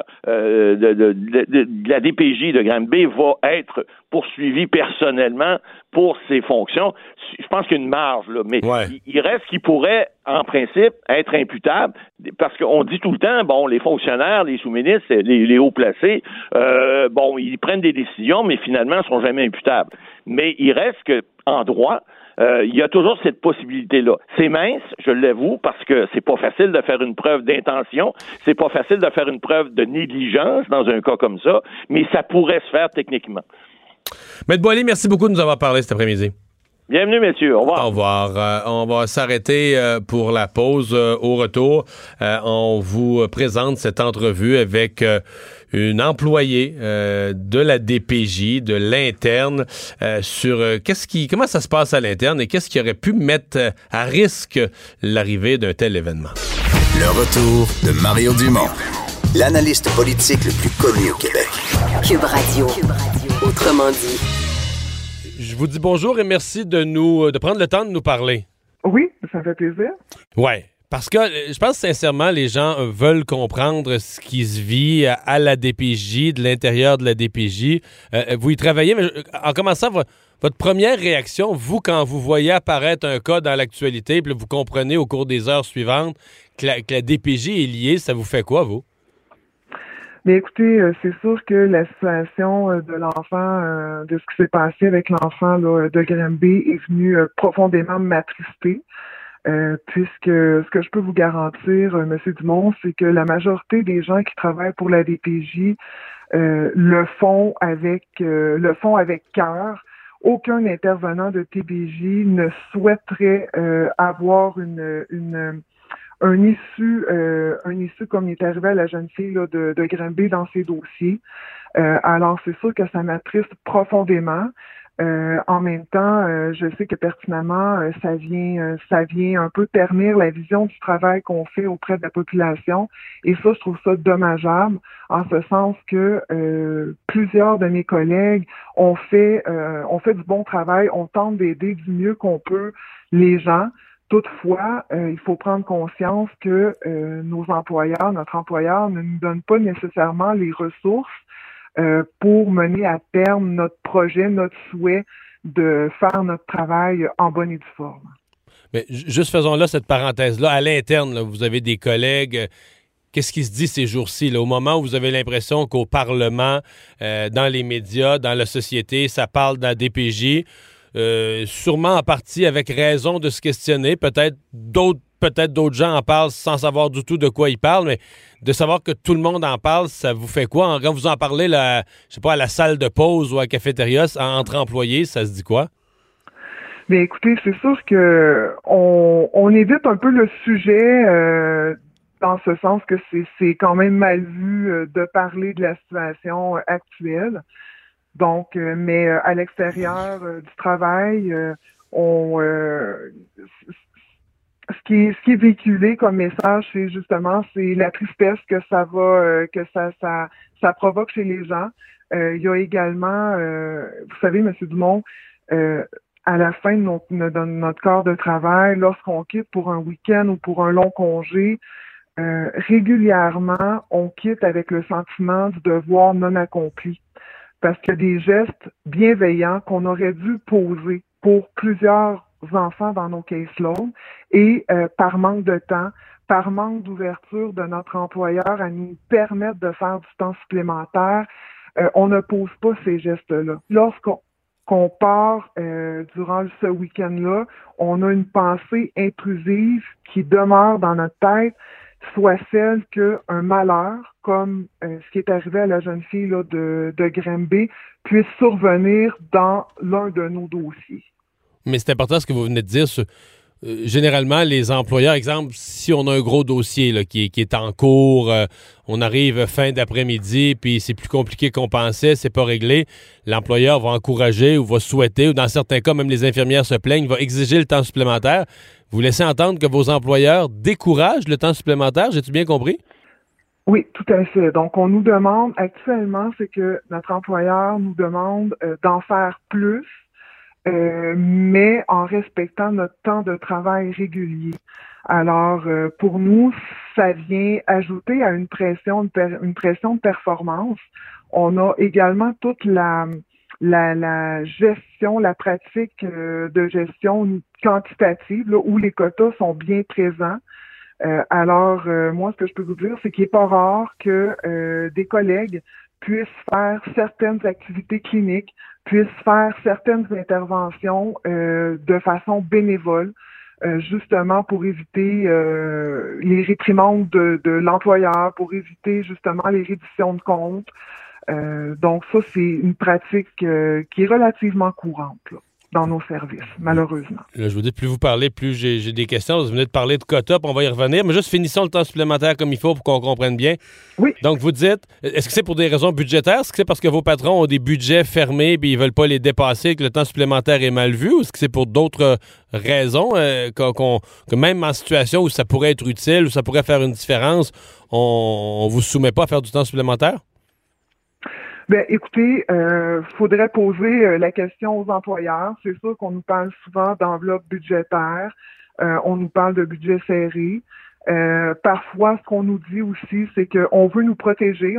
J: de la DPJ de Granby va être poursuivi personnellement pour ses fonctions? Je pense qu'il y a une marge, là, mais il reste qu'il pourrait, en principe, être imputable, parce qu'on dit tout le temps, les fonctionnaires, les sous-ministres, les hauts placés, ils prennent des décisions, mais finalement, ils ne sont jamais imputables. Mais il reste que, en droit, il y a toujours cette possibilité-là. C'est mince, je l'avoue, parce que c'est pas facile de faire une preuve d'intention, c'est pas facile de faire une preuve de négligence dans un cas comme ça, mais ça pourrait se faire techniquement.
D: Maître Boily, merci beaucoup de nous avoir parlé cet après-midi.
J: Bienvenue, messieurs. Au revoir.
D: Au revoir. On va s'arrêter pour la pause. Au retour, on vous présente cette entrevue avec une employée de la DPJ, de l'interne, sur comment ça se passe à l'interne et qu'est-ce qui aurait pu mettre à risque l'arrivée d'un tel événement.
C: Le retour de Mario Dumont, l'analyste politique le plus connu au Québec.
A: Cube Radio. Autrement dit.
D: Je vous dis bonjour et merci de prendre le temps de nous parler.
K: Oui, ça fait plaisir.
D: Ouais, Parce que je pense sincèrement, les gens veulent comprendre ce qui se vit à la DPJ, de l'intérieur de la DPJ. Vous y travaillez, mais en commençant, votre première réaction, vous, quand vous voyez apparaître un cas dans l'actualité, puis vous comprenez au cours des heures suivantes que la DPJ est liée, ça vous fait quoi, vous?
K: Mais écoutez, c'est sûr que la situation de l'enfant, de ce qui s'est passé avec l'enfant là, de Granby est venue profondément m'attrister. Puisque ce que je peux vous garantir, M. Dumont, c'est que la majorité des gens qui travaillent pour la DPJ le font avec cœur. Aucun intervenant de TPJ ne souhaiterait avoir un issue comme il est arrivé à la jeune fille là, de Granby dans ses dossiers. Alors c'est sûr que ça m'attriste profondément. En même temps, je sais que pertinemment, ça vient un peu ternir la vision du travail qu'on fait auprès de la population. Et ça, je trouve ça dommageable, en ce sens que plusieurs de mes collègues ont fait du bon travail, on tente d'aider du mieux qu'on peut les gens. Toutefois, il faut prendre conscience que notre employeur ne nous donne pas nécessairement les ressources pour mener à terme notre projet, notre souhait de faire notre travail en bonne et due forme.
D: Mais juste faisons là cette parenthèse-là. À l'interne, là, vous avez des collègues. Qu'est-ce qui se dit ces jours-ci, là, au moment où vous avez l'impression qu'au Parlement, dans les médias, dans la société, ça parle de la DPJ, sûrement en partie avec raison de se questionner. Peut-être d'autres gens en parlent sans savoir du tout de quoi ils parlent, mais de savoir que tout le monde en parle, ça vous fait quoi? Quand vous en parlez, je sais pas, à la salle de pause ou à la cafétéria, entre employés, ça se dit quoi?
K: Mais écoutez, c'est sûr que on évite un peu le sujet dans ce sens que c'est quand même mal vu de parler de la situation actuelle. Donc, mais à l'extérieur du travail, ce qui est véhiculé comme message, c'est la tristesse que ça provoque chez les gens. Il y a également, vous savez, M. Dumont, à la fin de notre corps de travail, lorsqu'on quitte pour un week-end ou pour un long congé, régulièrement, on quitte avec le sentiment du devoir non accompli. Parce qu'il y a des gestes bienveillants qu'on aurait dû poser pour plusieurs enfants dans nos caseloads et par manque de temps, par manque d'ouverture de notre employeur à nous permettre de faire du temps supplémentaire, on ne pose pas ces gestes-là. Lorsqu'on part durant ce week-end-là, on a une pensée intrusive qui demeure dans notre tête, soit celle qu'un malheur, comme ce qui est arrivé à la jeune fille là, de Granby, puisse survenir dans l'un de nos dossiers.
D: Mais c'est important ce que vous venez de dire. Généralement, les employeurs, exemple, si on a un gros dossier là, qui est en cours, on arrive fin d'après-midi, puis c'est plus compliqué qu'on pensait, c'est pas réglé, l'employeur va encourager ou va souhaiter, ou dans certains cas, même les infirmières se plaignent, va exiger le temps supplémentaire. Vous laissez entendre que vos employeurs découragent le temps supplémentaire, j'ai-tu bien compris?
K: Oui, tout à fait. Donc, on nous demande, actuellement, c'est que notre employeur nous demande d'en faire plus, mais en respectant notre temps de travail régulier. Alors, pour nous, ça vient ajouter à une pression de performance. On a également toute la gestion, la pratique de gestion quantitative, là, où les quotas sont bien présents. Alors, moi, ce que je peux vous dire, c'est qu'il n'est pas rare que des collègues puissent faire certaines activités cliniques, puissent faire certaines interventions de façon bénévole, justement pour éviter les réprimandes de l'employeur, pour éviter justement les redditions de comptes. Donc ça, c'est une pratique qui est relativement courante là, dans nos services, malheureusement.
D: Là, je vous dis, plus vous parlez, plus j'ai des questions. Vous venez de parler de quota, puis on va y revenir. Mais juste finissons le temps supplémentaire comme il faut pour qu'on comprenne bien.
K: Oui.
D: Donc, vous dites, est-ce que c'est pour des raisons budgétaires? Est-ce que c'est parce que vos patrons ont des budgets fermés puis ils veulent pas les dépasser, que le temps supplémentaire est mal vu? Ou est-ce que c'est pour d'autres raisons que même en situation où ça pourrait être utile, où ça pourrait faire une différence, on vous soumet pas à faire du temps supplémentaire?
K: Ben, écoutez, faudrait poser la question aux employeurs. C'est sûr qu'on nous parle souvent d'enveloppe budgétaire. On nous parle de budget serré. Parfois, ce qu'on nous dit aussi, c'est qu'on veut nous protéger,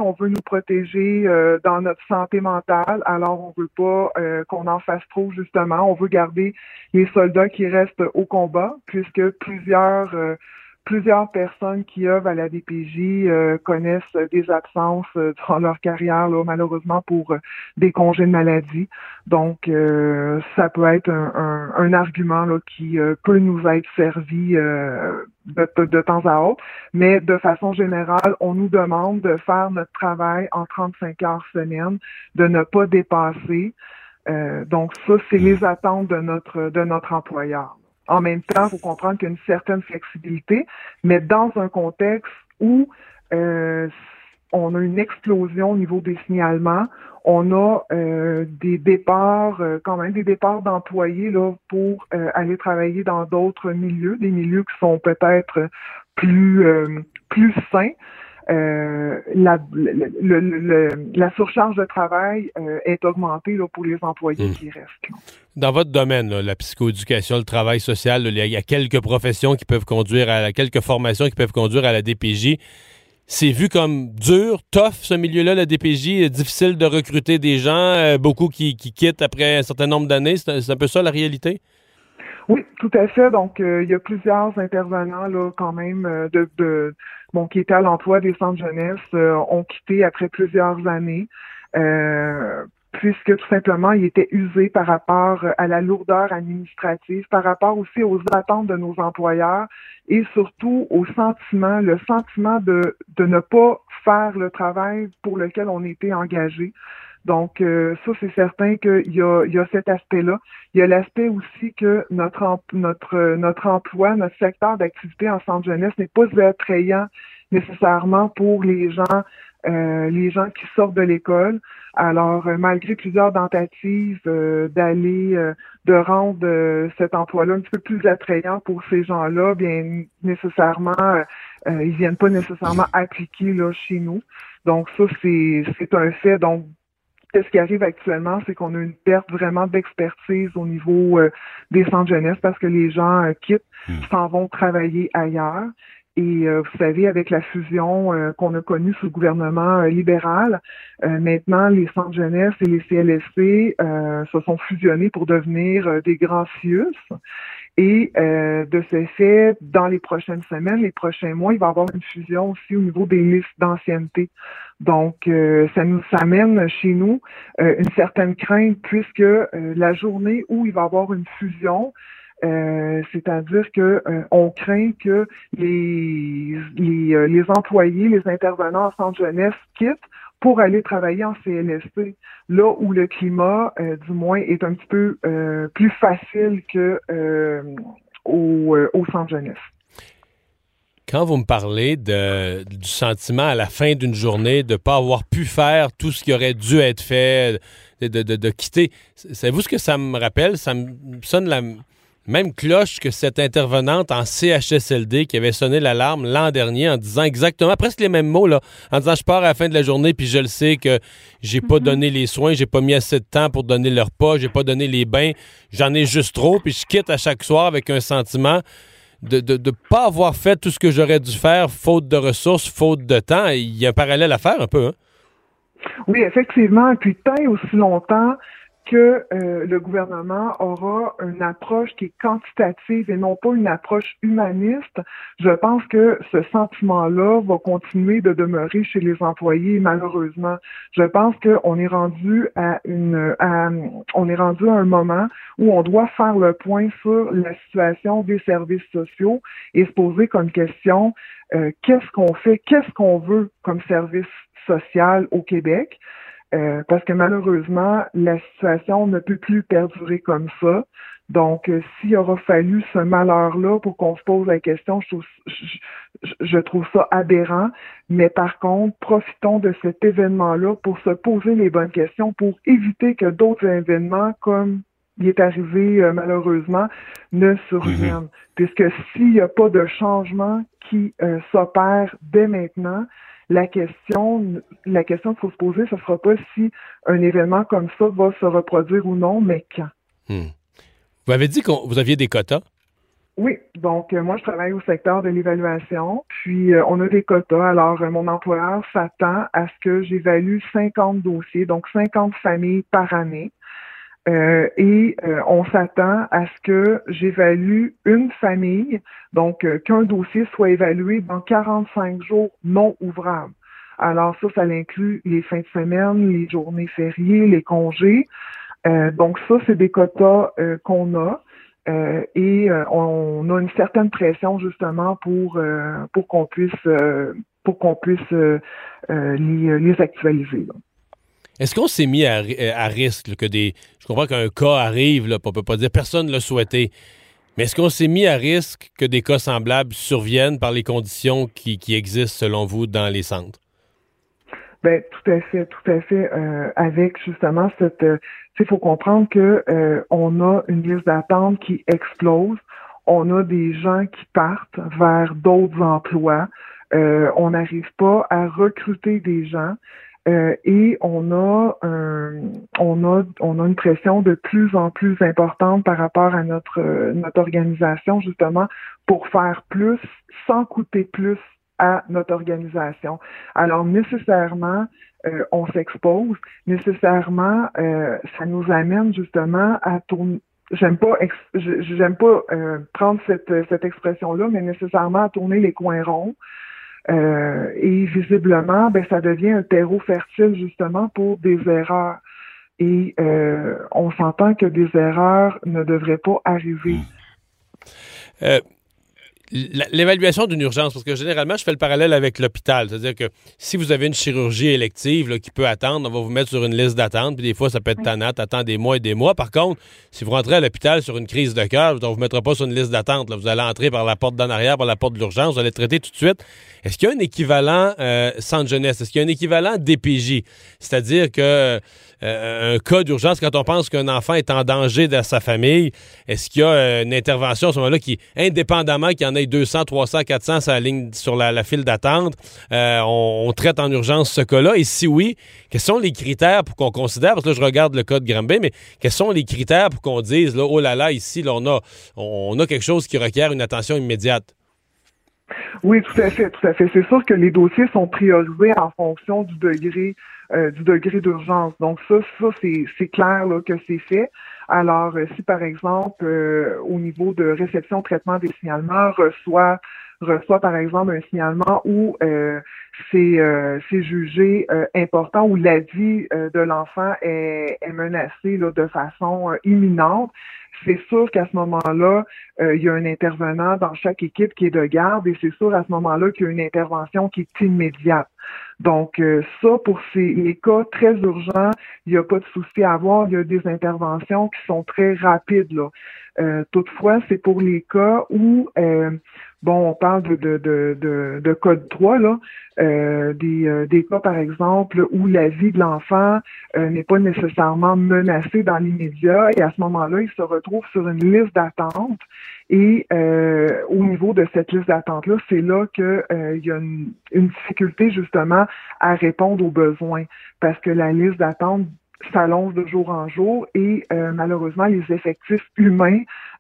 K: dans notre santé mentale, alors on veut pas qu'on en fasse trop, justement. On veut garder les soldats qui restent au combat, puisque plusieurs personnes qui œuvrent à la DPJ connaissent des absences durant leur carrière, là, malheureusement pour des congés de maladie. Donc, ça peut être un argument là, qui peut nous être servi de temps à autre. Mais de façon générale, on nous demande de faire notre travail en 35 heures semaine, de ne pas dépasser. Donc, ça, c'est les attentes de notre employeur. En même temps, il faut comprendre qu'il y a une certaine flexibilité, mais dans un contexte où on a une explosion au niveau des signalements, on a des départs, quand même des départs d'employés là pour aller travailler dans d'autres milieux, des milieux qui sont peut-être plus sains. La surcharge de travail est augmentée là, pour les employés qui restent. Là.
D: Dans votre domaine, là, la psychoéducation, le travail social, là, il y a quelques professions qui peuvent conduire quelques formations qui peuvent conduire à la DPJ. C'est vu comme dur, tough, ce milieu-là, la DPJ, difficile de recruter des gens, beaucoup qui quittent après un certain nombre d'années. C'est un peu ça la réalité?
K: Oui, tout à fait. Donc, il y a plusieurs intervenants là, quand même, qui étaient à l'emploi des centres jeunesse, ont quitté après plusieurs années, puisque tout simplement, ils étaient usés par rapport à la lourdeur administrative, par rapport aussi aux attentes de nos employeurs et surtout le sentiment de ne pas faire le travail pour lequel on était engagé. Donc, ça, c'est certain qu'il y a cet aspect-là. Il y a l'aspect aussi que notre emploi, notre secteur d'activité en centre jeunesse n'est pas attrayant nécessairement pour les gens qui sortent de l'école. Alors, malgré plusieurs tentatives de rendre cet emploi-là un petit peu plus attrayant pour ces gens-là, bien nécessairement, ils viennent pas nécessairement appliquer là chez nous. Donc, ça, c'est un fait. Donc, ce qui arrive actuellement, c'est qu'on a une perte vraiment d'expertise au niveau des centres jeunesse parce que les gens quittent, s'en vont travailler ailleurs. Et vous savez, avec la fusion qu'on a connue sous le gouvernement libéral, maintenant, les centres jeunesse et les CLSC se sont fusionnés pour devenir des grands CIUS. Et de ce fait, dans les prochaines semaines, les prochains mois, il va y avoir une fusion aussi au niveau des listes d'ancienneté. Donc, ça nous amène chez nous une certaine crainte puisque la journée où il va y avoir une fusion, c'est-à-dire que on craint que les employés, les intervenants en centre jeunesse quittent pour aller travailler en CLSC, là où le climat, du moins, est un petit peu plus facile que au centre jeunesse.
D: Quand vous me parlez du sentiment à la fin d'une journée de ne pas avoir pu faire tout ce qui aurait dû être fait, de quitter, savez-vous ce que ça me rappelle? Ça me sonne la même cloche que cette intervenante en CHSLD qui avait sonné l'alarme l'an dernier en disant exactement, presque les mêmes mots, là, en disant « Je pars à la fin de la journée, puis je le sais que j'ai pas donné les soins, j'ai pas mis assez de temps pour donner le repas, j'ai pas donné les bains, j'en ai juste trop, puis je quitte à chaque soir avec un sentiment de pas avoir fait tout ce que j'aurais dû faire, faute de ressources, faute de temps. » Il y a un parallèle à faire un peu, hein?
K: Oui, effectivement. Et puis tant et aussi longtemps que le gouvernement aura une approche qui est quantitative et non pas une approche humaniste, je pense que ce sentiment-là va continuer de demeurer chez les employés, malheureusement. Je pense qu'on est rendu à un moment où on doit faire le point sur la situation des services sociaux et se poser comme question qu'est-ce qu'on fait, qu'est-ce qu'on veut comme service social au Québec. Parce que malheureusement, la situation ne peut plus perdurer comme ça. Donc, s'il aura fallu ce malheur-là pour qu'on se pose la question, je trouve ça aberrant. Mais par contre, profitons de cet événement-là pour se poser les bonnes questions, pour éviter que d'autres événements, comme il est arrivé malheureusement, ne surviennent. Puisque s'il n'y a pas de changement qui s'opère dès maintenant, la question qu'il faut se poser, ce ne sera pas si un événement comme ça va se reproduire ou non, mais quand.
D: Vous avez dit que vous aviez des quotas?
K: Oui, donc moi je travaille au secteur de l'évaluation, puis on a des quotas. Alors mon employeur s'attend à ce que j'évalue 50 dossiers, donc 50 familles par année. Et on s'attend à ce que j'évalue une famille, donc qu'un dossier soit évalué dans 45 jours non ouvrables. Alors ça inclut les fins de semaine, les journées fériées, les congés. Donc ça, c'est des quotas qu'on a. Et on a une certaine pression justement pour qu'on puisse les actualiser. Là.
D: Est-ce qu'on s'est mis à risque là, je comprends qu'un cas arrive, là, on peut pas dire personne ne l'a souhaité, mais est-ce qu'on s'est mis à risque que des cas semblables surviennent par les conditions qui existent selon vous dans les centres?
K: Ben tout à fait. Avec justement il faut comprendre que on a une liste d'attente qui explose. On a des gens qui partent vers d'autres emplois. On n'arrive pas à recruter des gens. Et on a une pression de plus en plus importante par rapport à notre organisation, justement, pour faire plus sans coûter plus à notre organisation. Alors, nécessairement, on s'expose. Nécessairement, ça nous amène justement à tourner. J'aime pas prendre cette expression-là, mais nécessairement à tourner les coins ronds. Et visiblement, ça devient un terreau fertile justement pour des erreurs. Et on s'entend que des erreurs ne devraient pas arriver.
D: L'évaluation d'une urgence, parce que généralement, je fais le parallèle avec l'hôpital. C'est-à-dire que si vous avez une chirurgie élective là, qui peut attendre, on va vous mettre sur une liste d'attente, puis des fois, ça peut être tannant, t'attends des mois et des mois. Par contre, si vous rentrez à l'hôpital sur une crise de cœur, on ne vous mettra pas sur une liste d'attente. Là. Vous allez entrer par la porte d'en arrière, par la porte de l'urgence, vous allez être traité tout de suite. Est-ce qu'il y a un équivalent centre jeunesse? Est-ce qu'il y a un équivalent DPJ? C'est-à-dire que un cas d'urgence, quand on pense qu'un enfant est en danger dans sa famille, est-ce qu'il y a une intervention à ce moment-là qui, indépendamment qu'il y en ait 200, 300, 400 sur la file d'attente, on traite en urgence ce cas-là? Et si oui, quels sont les critères pour qu'on considère, parce que là, je regarde le cas de Granby, mais quels sont les critères pour qu'on dise, là, oh là là, ici, là, on a quelque chose qui requiert une attention immédiate?
K: Oui, tout à fait. C'est sûr que les dossiers sont priorisés en fonction du degré d'urgence. Donc ça c'est clair là, que c'est fait. Alors, si par exemple, au niveau de réception, traitement des signalements, reçoit par exemple un signalement où c'est jugé important, où la vie de l'enfant est menacée là, de façon imminente, c'est sûr qu'à ce moment-là, il y a un intervenant dans chaque équipe qui est de garde et c'est sûr à ce moment-là qu'il y a une intervention qui est immédiate. Donc ça, pour les cas très urgents, il n'y a pas de souci à avoir. Il y a des interventions qui sont très rapides là. Toutefois, c'est pour les cas où on parle de code 3 là, des cas par exemple où la vie de l'enfant n'est pas nécessairement menacée dans l'immédiat et à ce moment-là, il se retrouve sur une liste d'attente et au niveau de cette liste d'attente-là, c'est là que il y a une difficulté justement à répondre aux besoins parce que la liste d'attente s'allonge de jour en jour et malheureusement les effectifs humains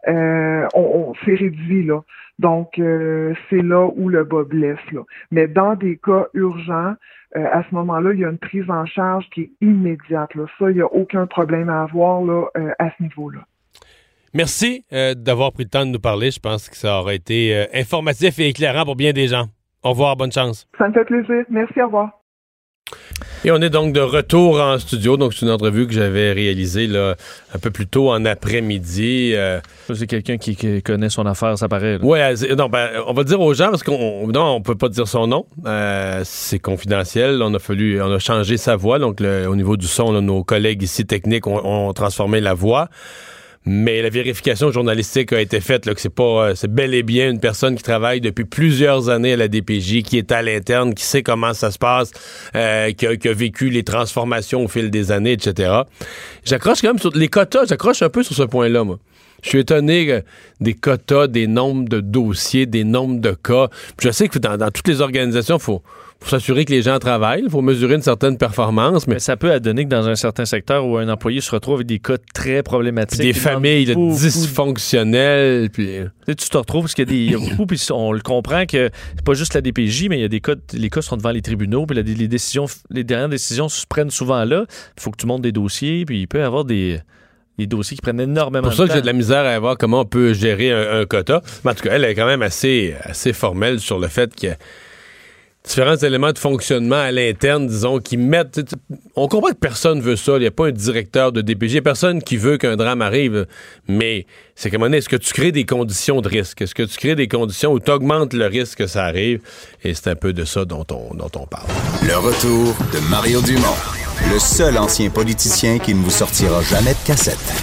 K: s'est réduit là. Donc c'est là où le bas blesse là. Mais dans des cas urgents, à ce moment-là, il y a une prise en charge qui est immédiate là. Ça, il n'y a aucun problème à avoir là à ce niveau-là.
D: Merci d'avoir pris le temps de nous parler. Je pense que ça aurait été informatif et éclairant pour bien des gens. Au revoir, bonne chance.
K: Ça me fait plaisir. Merci, au revoir.
D: Et on est donc de retour en studio. Donc, c'est une entrevue que j'avais réalisée là, un peu plus tôt en après-midi.
E: C'est quelqu'un qui connaît son affaire, ça paraît.
D: Oui, on va le dire aux gens parce qu'on peut pas dire son nom. C'est confidentiel. On a changé sa voix. Donc, au niveau du son, là, nos collègues ici techniques ont transformé la voix. Mais la vérification journalistique a été faite, là, que c'est bel et bien une personne qui travaille depuis plusieurs années à la DPJ, qui est à l'interne, qui sait comment ça se passe, qui a vécu les transformations au fil des années, etc. J'accroche quand même sur les quotas, j'accroche un peu sur ce point-là, moi. Je suis étonné des quotas, des nombres de dossiers, des nombres de cas. Puis je sais que dans toutes les organisations, il faut s'assurer que les gens travaillent, il faut mesurer une certaine performance. Mais
E: ça peut adonner que dans un certain secteur où un employé se retrouve avec des cas très problématiques.
D: Des familles dysfonctionnelles. Puis
E: tu te retrouves parce qu'il y a beaucoup, puis on le comprend que c'est pas juste la DPJ, mais il y a des cas, les cas sont devant les tribunaux, puis les dernières décisions se prennent souvent là. Il faut que tu montes des dossiers, puis il peut y avoir des dossiers qui prennent énormément de temps.
D: C'est pour ça que j'ai de la misère à voir comment on peut gérer un quota. Mais en tout cas, elle est quand même assez formelle sur le fait qu'il y a différents éléments de fonctionnement à l'interne, disons, qui mettent... On comprend que personne veut ça. Il n'y a pas un directeur de DPJ. Il n'y a personne qui veut qu'un drame arrive. Mais c'est qu'à un moment donné, est-ce que tu crées des conditions de risque? Est-ce que tu crées des conditions où tu augmentes le risque que ça arrive? Et c'est un peu de ça dont on parle.
C: Le retour de Mario Dumont. Le seul ancien politicien qui ne vous sortira jamais de cassette.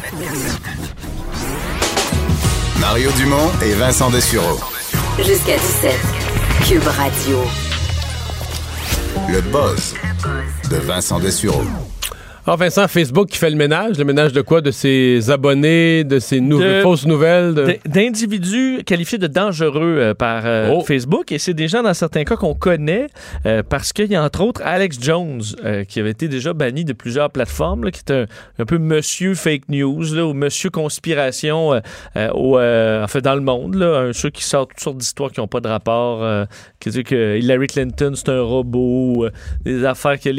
C: Mario Dumont et Vincent Dessureau.
A: Jusqu'à 17. Cube Radio.
C: Le buzz de Vincent Dessureau.
D: Alors Vincent, Facebook qui fait le ménage de quoi? De ses abonnés, de ses fausses nouvelles?
E: D'individus qualifiés de dangereux par Facebook. Et c'est des gens, dans certains cas, qu'on connaît parce qu'il y a entre autres Alex Jones qui avait été déjà banni de plusieurs plateformes, là, qui est un peu monsieur fake news là, ou monsieur conspiration en fait dans le monde. Là, ceux qui sortent toutes sortes d'histoires qui n'ont pas de rapport. Qui disent que Hillary Clinton, c'est un robot. Des affaires que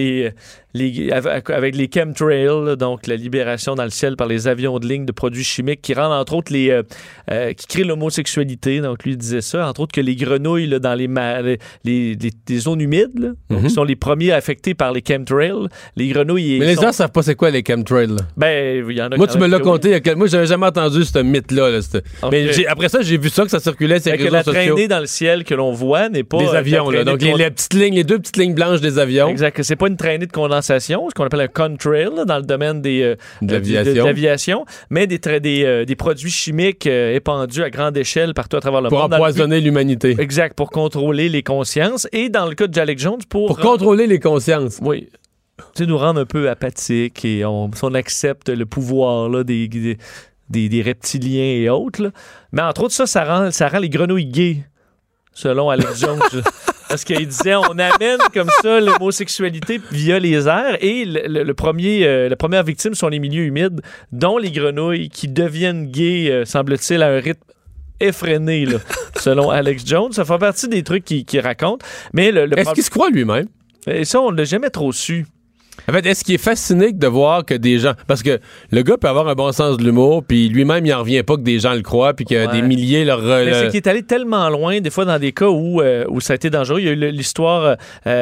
E: avec les chemtrails, là, donc la libération dans le ciel par les avions de ligne de produits chimiques qui rendent entre autres qui créent l'homosexualité. Donc lui il disait ça, entre autres que les grenouilles là, dans les zones humides, là, donc, qui sont les premiers affectés par les chemtrails. Les grenouilles.
D: Mais les gens savent pas c'est quoi les chemtrails. Là.
E: Ben il y en a.
D: Moi tu me l'as conté. Moi j'avais jamais entendu ce mythe-là. Là, mais après ça j'ai vu ça que ça circulait sur les réseaux sociaux.
E: La traînée dans le ciel que l'on voit n'est pas
D: des avions. Là, donc les deux petites lignes blanches des avions.
E: Exact. C'est pas une traînée de condensation. Ce qu'on appelle un contrail dans le domaine de l'aviation, mais des produits chimiques épandus à grande échelle partout à travers le monde.
D: Pour empoisonner l'humanité.
E: Exact, pour contrôler les consciences. Et dans le cas de Alex Jones, pour
D: contrôler les consciences.
E: Oui. Tu sais, nous rendre un peu apathiques et on accepte le pouvoir là, des reptiliens et autres. Là. Mais entre autres, ça rend les grenouilles gays, selon Alex Jones. Parce qu'il disait, on amène comme ça l'homosexualité via les airs et la première victime sont les milieux humides, dont les grenouilles qui deviennent gays, semble-t-il, à un rythme effréné, là, selon Alex Jones. Ça fait partie des trucs qu'il raconte. Mais
D: est-ce qu'il se croit lui-même?
E: Et ça, on ne l'a jamais trop su.
D: En fait, est-ce qu'il est fasciné de voir que des gens... Parce que le gars peut avoir un bon sens de l'humour, puis lui-même, il n'en revient pas que des gens le croient, puis que des milliers
E: Mais c'est qu'il est allé tellement loin, des fois, dans des cas où ça a été dangereux. Il y a eu l'histoire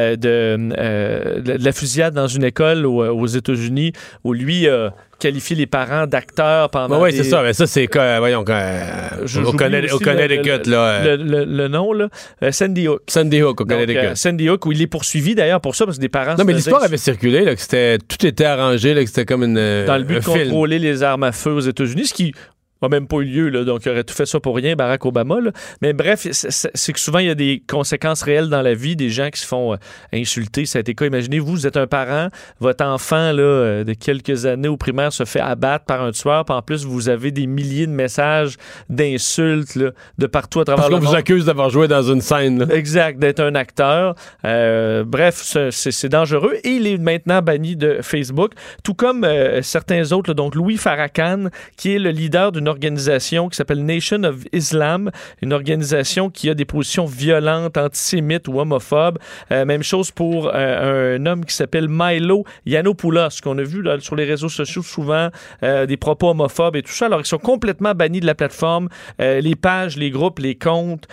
E: de la fusillade dans une école aux États-Unis, où lui... qualifier les parents d'acteurs pendant
D: oui, c'est ça. Mais ça, c'est... voyons, au Connecticut, là.
E: Le nom, là. Sandy Hook.
D: Sandy Hook, au Connecticut.
E: Sandy Hook, où il est poursuivi, d'ailleurs, pour ça, parce que des parents...
D: Non, mais l'histoire avait circulé, là, que tout était arrangé, là, que c'était comme
E: dans le but de contrôler les armes à feu aux États-Unis, ce qui... n'a même pas eu lieu, là, donc il aurait tout fait ça pour rien, Barack Obama. Là. Mais bref, c'est que souvent, il y a des conséquences réelles dans la vie, des gens qui se font insulter. Ça a été quoi? Imaginez, vous êtes un parent, votre enfant là, de quelques années au primaire se fait abattre par un tueur, puis en plus, vous avez des milliers de messages d'insultes là, de partout à travers le monde.
D: Parce qu'on vous accuse d'avoir joué dans une scène. Là.
E: Exact, d'être un acteur. Bref, c'est dangereux. Et il est maintenant banni de Facebook, tout comme certains autres. Là, donc, Louis Farrakhan, qui est le leader d'une organisation qui s'appelle Nation of Islam, une organisation qui a des positions violentes, antisémites ou homophobes. Même chose pour un homme qui s'appelle Milo Yiannopoulos, qu'on a vu là, sur les réseaux sociaux souvent, des propos homophobes et tout ça. Alors, ils sont complètement bannis de la plateforme. Les pages, les groupes, les comptes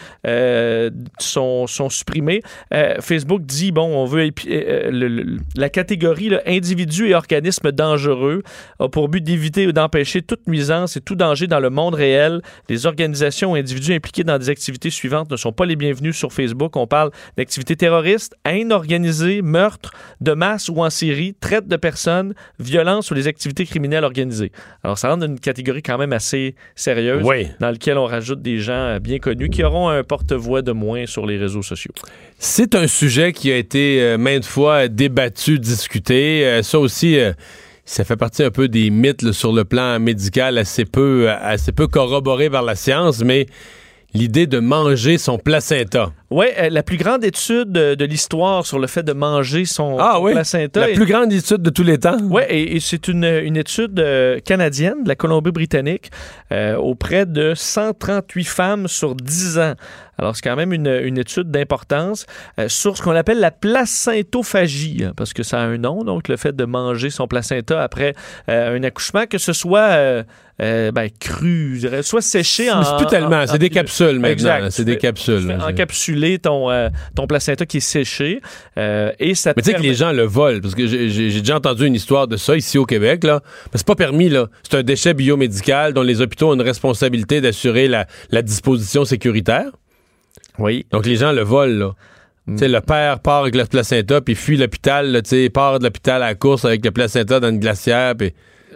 E: sont supprimés. Facebook dit, on veut la catégorie là, individus et organismes dangereux a pour but d'éviter ou d'empêcher toute nuisance et tout danger dans le monde réel. Les organisations ou individus impliqués dans des activités suivantes ne sont pas les bienvenus sur Facebook. On parle d'activités terroristes, haine organisée, meurtre de masse ou en série, traite de personnes, violence ou les activités criminelles organisées. Alors, ça rentre dans une catégorie quand même assez sérieuse, dans laquelle on rajoute des gens bien connus qui auront un porte-voix de moins sur les réseaux sociaux.
D: C'est un sujet qui a été maintes fois débattu, discuté. Ça aussi... ça fait partie un peu des mythes là, sur le plan médical, assez peu corroborés par la science, mais l'idée de manger son placenta.
E: Oui, la plus grande étude de l'histoire sur le fait de manger son placenta.
D: La plus grande étude de tous les temps.
E: Oui, et c'est une étude canadienne de la Colombie-Britannique auprès de 138 femmes sur 10 ans. Alors, c'est quand même une étude d'importance sur ce qu'on appelle la placentophagie, parce que ça a un nom, donc le fait de manger son placenta après un accouchement, que ce soit cru, je dirais, soit séché en...
D: C'est plus tellement, c'est des capsules maintenant.
E: Exact.
D: C'est des capsules.
E: Encapsuler ton placenta qui est séché. Et ça
D: mais tu sais que les gens le volent, parce que j'ai déjà entendu une histoire de ça ici au Québec, là. Mais c'est pas permis, là. C'est un déchet biomédical dont les hôpitaux ont une responsabilité d'assurer la disposition sécuritaire.
E: Oui.
D: Donc les gens le volent, là. Tu sais, le père part avec le placenta, puis fuit l'hôpital, là, tu sais, part de l'hôpital à la course avec le placenta dans une glacière, puis...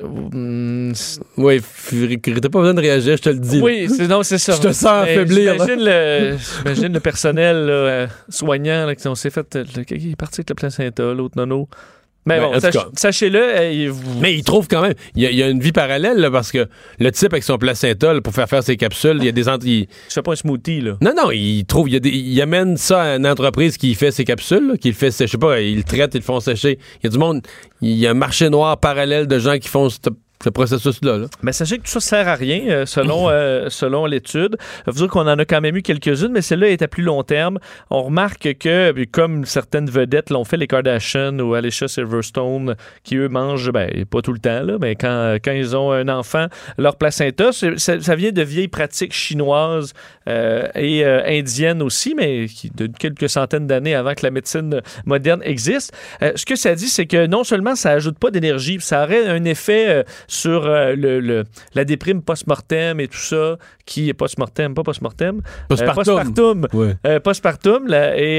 D: Oui, t'as pas besoin de réagir, je te le dis.
E: Oui, c'est ça.
D: Je te sens affaiblir.
E: J'imagine le personnel là, soignant là, qui s'est fait... qui est parti avec le placenta, l'autre nono. Mais bon, sachez-le.
D: Mais il trouve quand même. Il y a une vie parallèle, là, parce que le type avec son placenta, là, pour faire ses capsules, il y a des...
E: Je fais pas un smoothie, là.
D: Non, il amène ça à une entreprise qui fait ses capsules, là, qui le fait sécher. Je sais pas, ils le traitent, ils le font sécher. Il y a du monde, il y a un marché noir parallèle de gens qui font ce processus-là. Là.
E: Mais sachez que tout ça sert à rien, selon l'étude. Vous dire qu'on en a quand même eu quelques-unes, mais celle-là est à plus long terme. On remarque que, comme certaines vedettes l'ont fait, les Kardashians ou Alicia Silverstone, qui eux mangent, pas tout le temps, là, mais quand ils ont un enfant, leur placenta, ça vient de vieilles pratiques chinoises et indiennes aussi, mais de quelques centaines d'années avant que la médecine moderne existe. Ce que ça dit, c'est que non seulement ça ajoute pas d'énergie, ça aurait un effet sur la déprime post-mortem et tout ça, qui est post-mortem. Postpartum.
D: Ouais.
E: Postpartum, là, et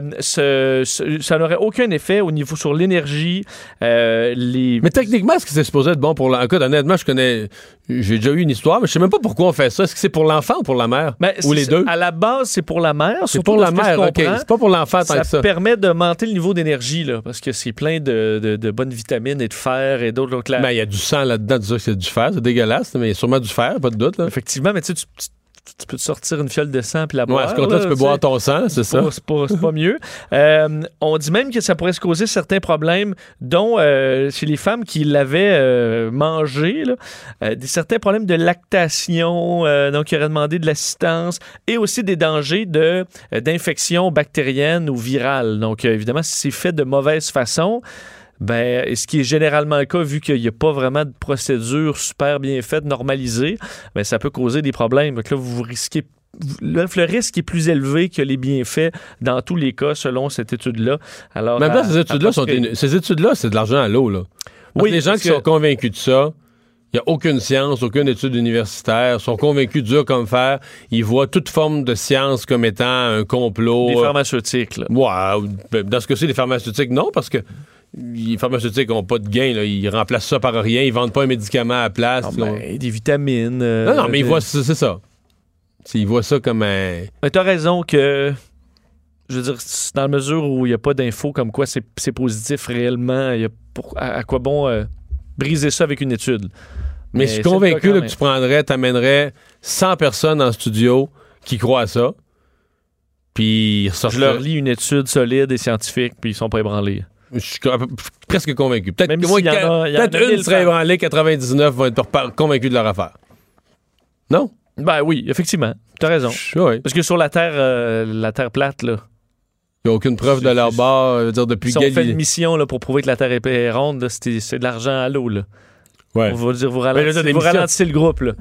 E: ça n'aurait aucun effet au niveau sur l'énergie.
D: Mais techniquement, est-ce que c'est supposé être bon pour l'enfant? Honnêtement, j'ai déjà eu une histoire, mais je sais même pas pourquoi on fait ça. Est-ce que c'est pour l'enfant ou pour la mère? Ou les deux?
E: À la base, c'est pour la mère.
D: C'est pour la mère, OK. C'est pas pour l'enfant tant que ça.
E: Ça permet d'augmenter le niveau d'énergie, là, parce que c'est plein de bonnes vitamines et de fer et d'autres.
D: Mais il y a du sang là-dedans, dire que c'est du fer, c'est dégueulasse, mais il y a sûrement du fer, pas de doute. Là.
E: Effectivement, mais tu peux te sortir une fiole de sang puis la boire.
D: À ce compte-là, tu peux boire ton sang, c'est ça.
E: C'est pas mieux. On dit même que ça pourrait se causer certains problèmes, dont chez les femmes qui l'avaient mangé, certains problèmes de lactation, donc qui auraient demandé de l'assistance, et aussi des dangers d'infection bactérienne ou virale. Donc, évidemment, si c'est fait de mauvaise façon, ce qui est généralement le cas, vu qu'il n'y a pas vraiment de procédure super bien faite, normalisée, ça peut causer des problèmes. Donc là, vous risquez... Le risque est plus élevé que les bienfaits dans tous les cas, selon cette étude-là. Alors,
D: même là, ces études-là, c'est de l'argent à l'eau. Là. Oui, les gens qui sont convaincus de ça, il n'y a aucune science, aucune étude universitaire, sont convaincus dur comme fer. Ils voient toute forme de science comme étant un complot.
E: Des pharmaceutiques. Là.
D: Ouais, dans ce cas-ci, les pharmaceutiques, non, parce que les pharmaceutiques n'ont pas de gain. Là. Ils remplacent ça par rien. Ils ne vendent pas un médicament à la place.
E: Des vitamines.
D: Non, mais ils voient c'est ça. Ils voient ça comme un...
E: Mais tu as raison que... Je veux dire, dans la mesure où il n'y a pas d'infos comme quoi c'est positif réellement, à quoi bon briser ça avec une étude?
D: Mais je suis convaincu que tu t'amènerais 100 personnes en studio qui croient à ça. Puis
E: je leur lis une étude solide et scientifique, puis ils sont pas ébranlés.
D: Je suis presque convaincu. Peut-être
E: même
D: peut-être une serait ébranlée, 99 vont être convaincus de leur affaire. Non?
E: Oui, effectivement. T'as raison.
D: Oui.
E: Parce que sur la Terre plate, là,
D: il n'y a aucune preuve de leur bord, depuis
E: si on fait une mission là, pour prouver que la Terre est ronde, là, c'est de l'argent à l'eau, là. Ouais. On va dire, vous ralentissez le groupe, là.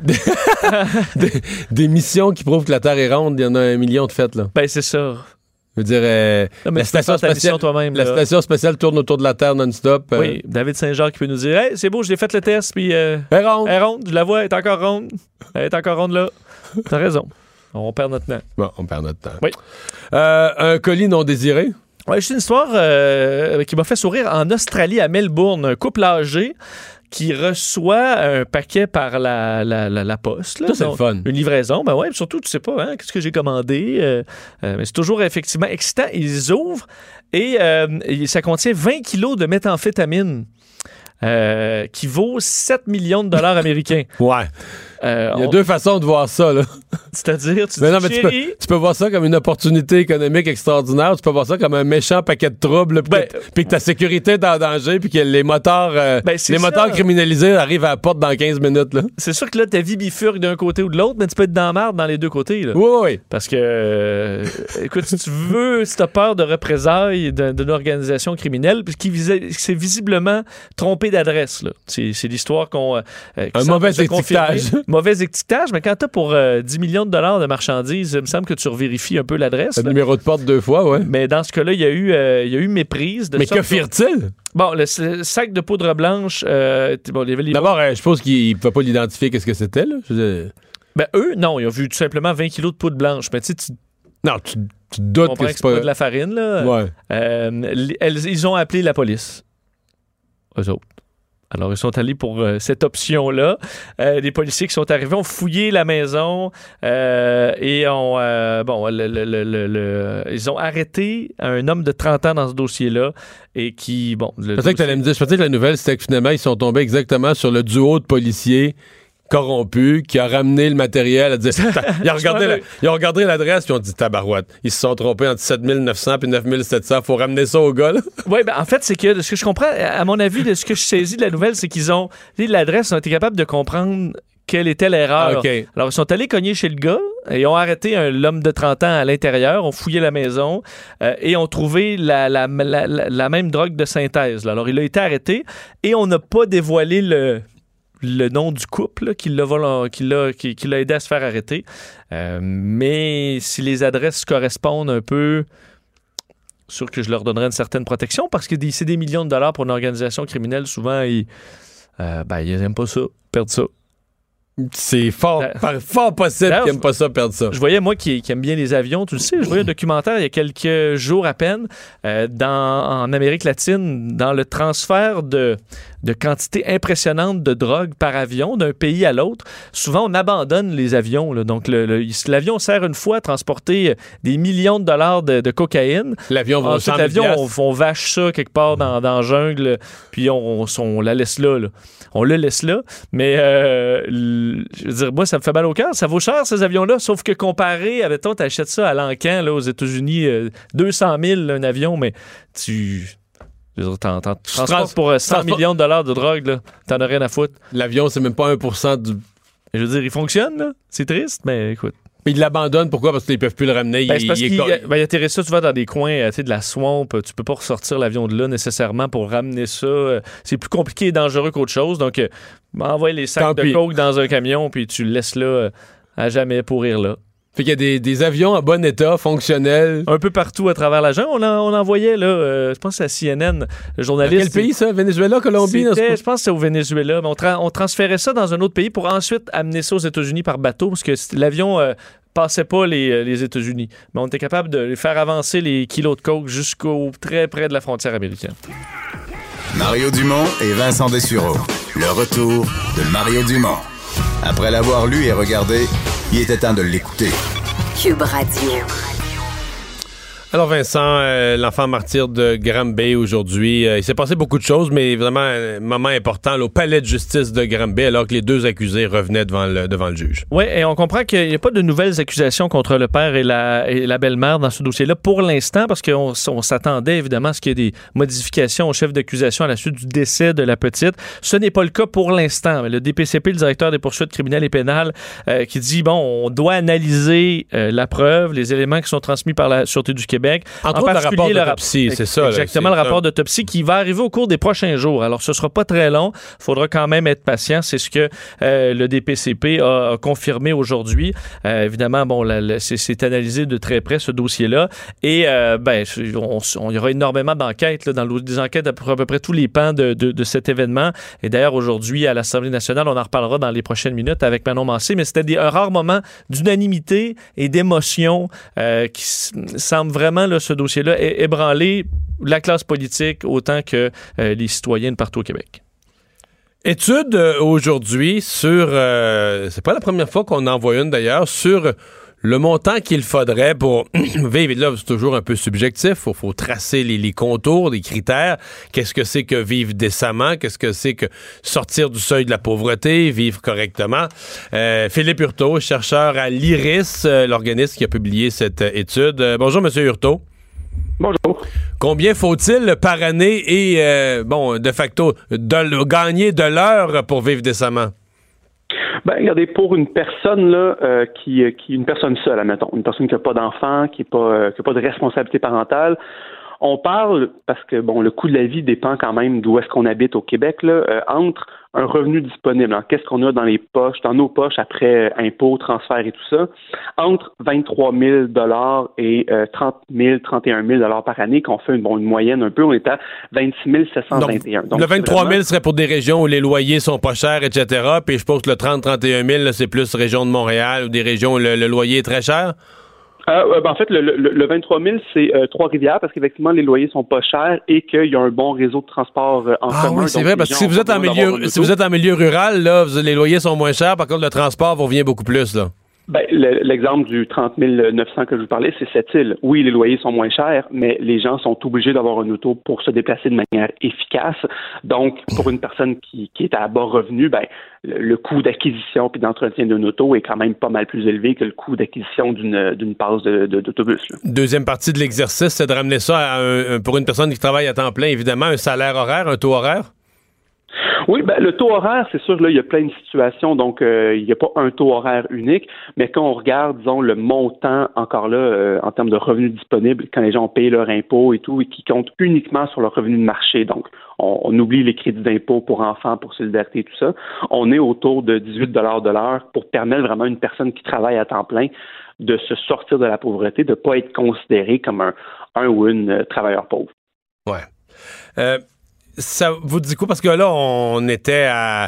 D: des missions qui prouvent que la Terre est ronde, il y en a 1 million de faites, là.
E: C'est ça.
D: Je veux dire, la station spatiale tourne autour de la Terre non-stop.
E: Oui, David Saint-Jacques qui peut nous dire « Hey, c'est beau, j'ai fait le test, puis elle est ronde, je la vois, elle est encore ronde. Elle est encore ronde là. » T'as raison. On perd notre temps.
D: Bon, on perd notre temps.
E: Oui.
D: Un colis non désiré?
E: Oui, c'est une histoire qui m'a fait sourire en Australie, à Melbourne. Un couple âgé qui reçoit un paquet par la poste. Là.
D: Ça, c'est le fun.
E: Une livraison. Surtout, tu sais pas, qu'est-ce que j'ai commandé. Mais c'est toujours effectivement excitant. Ils ouvrent et ça contient 20 kilos de méthamphétamine. qui vaut 7 millions de dollars américains.
D: Ouais. Il y a deux façons de voir ça, là.
E: C'est-à-dire,
D: tu peux voir ça comme une opportunité économique extraordinaire, tu peux voir ça comme un méchant paquet de troubles, puis que ta sécurité est en danger, puis que les moteurs criminalisés arrivent à la porte dans 15 minutes, là. C'est
E: sûr que là, ta vie bifurque d'un côté ou de l'autre, mais tu peux être dans la merde dans les deux côtés, là.
D: Oui.
E: Parce que, écoute, si t'as peur de représailles d'une organisation criminelle, qui s'est visiblement trompé d'adresse, là. C'est l'histoire qu'on...
D: un mauvais étiquetage.
E: Mauvais étiquetage, mais quand t'as pour 10 millions de dollars de marchandises, il me semble que tu revérifies un peu l'adresse.
D: Le numéro de porte 2 fois, ouais.
E: Mais dans ce cas-là, il y a eu méprise.
D: Mais que firent-ils?
E: Bon, le sac de poudre blanche...
D: D'abord, je suppose qu'ils ne pouvaient pas l'identifier qu'est-ce que c'était, là.
E: Ben, eux, non, ils ont vu tout simplement 20 kilos de poudre blanche. Mais tu sais,
D: tu doutes que c'est pas...
E: de la farine, là.
D: Ouais.
E: Ils ont appelé la police. Eux autres. Alors, ils sont allés pour cette option-là. Les policiers qui sont arrivés ont fouillé la maison et ont... ils ont arrêté un homme de 30 ans dans ce dossier-là et qui...
D: Peut-être que tu allais me dire, je pensais que la nouvelle, c'était que finalement, ils sont tombés exactement sur le duo de policiers corrompu, qui a ramené le matériel à dire... Ils ont regardé l'adresse, puis ils ont dit tabarouette. Ils se sont trompés entre 7900 et 9700. Faut ramener ça au gars, là.
E: Oui, ben en fait, c'est que ce que je comprends, à mon avis, de ce que je saisis de la nouvelle, c'est qu'ils ont... L'adresse, ils ont été capables de comprendre quelle était l'erreur.
D: Okay.
E: Alors, ils sont allés cogner chez le gars et ont arrêté l'homme de 30 ans à l'intérieur, ont fouillé la maison et ont trouvé la même drogue de synthèse, là. Alors, il a été arrêté et on n'a pas dévoilé le nom du couple là, qui l'a aidé à se faire arrêter. Mais si les adresses correspondent un peu, sûr que je leur donnerais une certaine protection parce que c'est des millions de dollars pour une organisation criminelle. Souvent, ils n'aiment pas ça, perdre ça.
D: C'est fort possible qu'ils n'aiment pas ça, perdre ça.
E: Je voyais, moi, qui aime bien les avions, tu le sais, je voyais un documentaire il y a quelques jours à peine en Amérique latine, dans le transfert de quantités impressionnantes de drogue par avion d'un pays à l'autre. Souvent, on abandonne les avions, là. Donc, l'avion sert une fois à transporter des millions de dollars de cocaïne.
D: L'avion va
E: Ensuite, l'avion, on vache ça quelque part dans la jungle, puis on la laisse là. On le laisse là, mais je veux dire, moi, ça me fait mal au cœur. Ça vaut cher, ces avions-là, sauf que comparé, admettons, t'achètes ça à l'Ancan, là, aux États-Unis, 200 000 un avion, mais t'en transportes pour 100 millions de dollars de drogue, là. T'en as rien à foutre.
D: L'avion, c'est même pas 1% du...
E: Je veux dire, il fonctionne, là. C'est triste, mais écoute.
D: Mais ils l'abandonnent, pourquoi? Parce qu'ils peuvent plus le ramener.
E: Il atterrit ça souvent dans des coins de la swamp. Tu peux pas ressortir l'avion de là nécessairement pour ramener ça. C'est plus compliqué et dangereux qu'autre chose. Donc, envoie les sacs de coke dans un camion puis tu le laisses là à jamais pourrir là.
D: Fait qu'il y a des avions en bon état, fonctionnels.
E: Un peu partout à travers la jungle. On envoyait, là, je pense que c'est à CNN, le journaliste.
D: Quel pays, ça? Venezuela, Colombie?
E: Je pense que c'est au Venezuela. Mais on transférait ça dans un autre pays pour ensuite amener ça aux États-Unis par bateau, parce que l'avion passait pas les États-Unis. Mais on était capable de faire avancer les kilos de coke jusqu'au très près de la frontière américaine.
C: Mario Dumont et Vincent Dessureau. Le retour de Mario Dumont. Après l'avoir lu et regardé, il était temps de l'écouter.
A: Cube Radio.
D: Alors Vincent, l'enfant martyr de Granby aujourd'hui, il s'est passé beaucoup de choses, mais vraiment un moment important là, au palais de justice de Granby, alors que les deux accusés revenaient devant le juge.
E: Oui, et on comprend qu'il n'y a pas de nouvelles accusations contre le père et la belle-mère dans ce dossier-là pour l'instant, parce qu'on s'attendait évidemment à ce qu'il y ait des modifications au chef d'accusation à la suite du décès de la petite. Ce n'est pas le cas pour l'instant. Le DPCP, le directeur des poursuites criminelles et pénales, qui dit, on doit analyser la preuve, les éléments qui sont transmis par la Sûreté du Québec.
D: Entre autres, le rapport d'autopsie, c'est ça.
E: Exactement, le rapport d'autopsie qui va arriver au cours des prochains jours. Alors, ce sera pas très long. Il faudra quand même être patient. C'est ce que le DPCP a confirmé aujourd'hui. Évidemment, c'est analysé de très près, ce dossier-là. Et, il y aura énormément d'enquêtes, là, des enquêtes pour à peu près tous les pans de cet événement. Et d'ailleurs, aujourd'hui, à l'Assemblée nationale, on en reparlera dans les prochaines minutes avec Manon Massé, mais c'était un rare moment d'unanimité et d'émotion qui semble vraiment, là, ce dossier-là, ébranler la classe politique autant que les citoyens partout au Québec.
D: Étude aujourd'hui sur, c'est pas la première fois qu'on en voit une d'ailleurs, sur le montant qu'il faudrait pour vivre, et là, c'est toujours un peu subjectif, il faut tracer les contours, les critères. Qu'est-ce que c'est que vivre décemment? Qu'est-ce que c'est que sortir du seuil de la pauvreté, vivre correctement? Philippe Hurtaud, chercheur à l'IRIS, l'organisme qui a publié cette étude. Bonjour, M. Hurtaud.
L: Bonjour.
D: Combien faut-il par année et, de facto, gagner de l'heure pour vivre décemment?
L: Ben, regardez, pour une personne là, qui une personne seule, admettons, une personne qui n'a pas d'enfant, qui n'a pas de responsabilité parentale, on parle, parce que bon, le coût de la vie dépend quand même d'où est-ce qu'on habite au Québec, là, entre un revenu disponible, hein, qu'est-ce qu'on a dans nos poches après impôts, transferts et tout ça, entre 23 000 et 30 000, 31 000 par année, qu'on fait une moyenne un peu, on est à 26 721. Donc,
D: le 23 000 serait pour des régions où les loyers sont pas chers, etc. Puis je pense que le 30-31 000, là, c'est plus région de Montréal ou des régions où le loyer est très cher.
L: En fait, le 23 000, c'est Trois-Rivières, parce qu'effectivement, les loyers sont pas chers et qu'il y a un bon réseau de transport en commun.
D: Oui, c'est vrai, parce que si vous êtes en milieu rural, là, les loyers sont moins chers, par contre, le transport vous revient beaucoup plus, là.
L: Ben, l'exemple du 30 900 que je vous parlais, c'est cette île. Oui, les loyers sont moins chers, mais les gens sont obligés d'avoir un auto pour se déplacer de manière efficace. Donc, pour une personne qui est à bas revenu, ben, le coût d'acquisition puis d'entretien d'une auto est quand même pas mal plus élevé que le coût d'acquisition d'une passe d'autobus. Là.
D: Deuxième partie de l'exercice, c'est de ramener ça pour une personne qui travaille à temps plein, évidemment, un salaire horaire, un taux horaire?
L: Oui, ben le taux horaire, c'est sûr, là, il y a plein de situations, donc il n'y a pas un taux horaire unique, mais quand on regarde, disons, le montant, encore là, en termes de revenus disponibles, quand les gens ont payé leur impôt et tout, et qui comptent uniquement sur leur revenu de marché, donc on oublie les crédits d'impôt pour enfants, pour solidarité et tout ça, on est autour de 18 $ de l'heure pour permettre vraiment à une personne qui travaille à temps plein de se sortir de la pauvreté, de ne pas être considéré comme un ou une travailleur pauvre.
D: Ouais. Ça vous dit quoi? Parce que là, on est à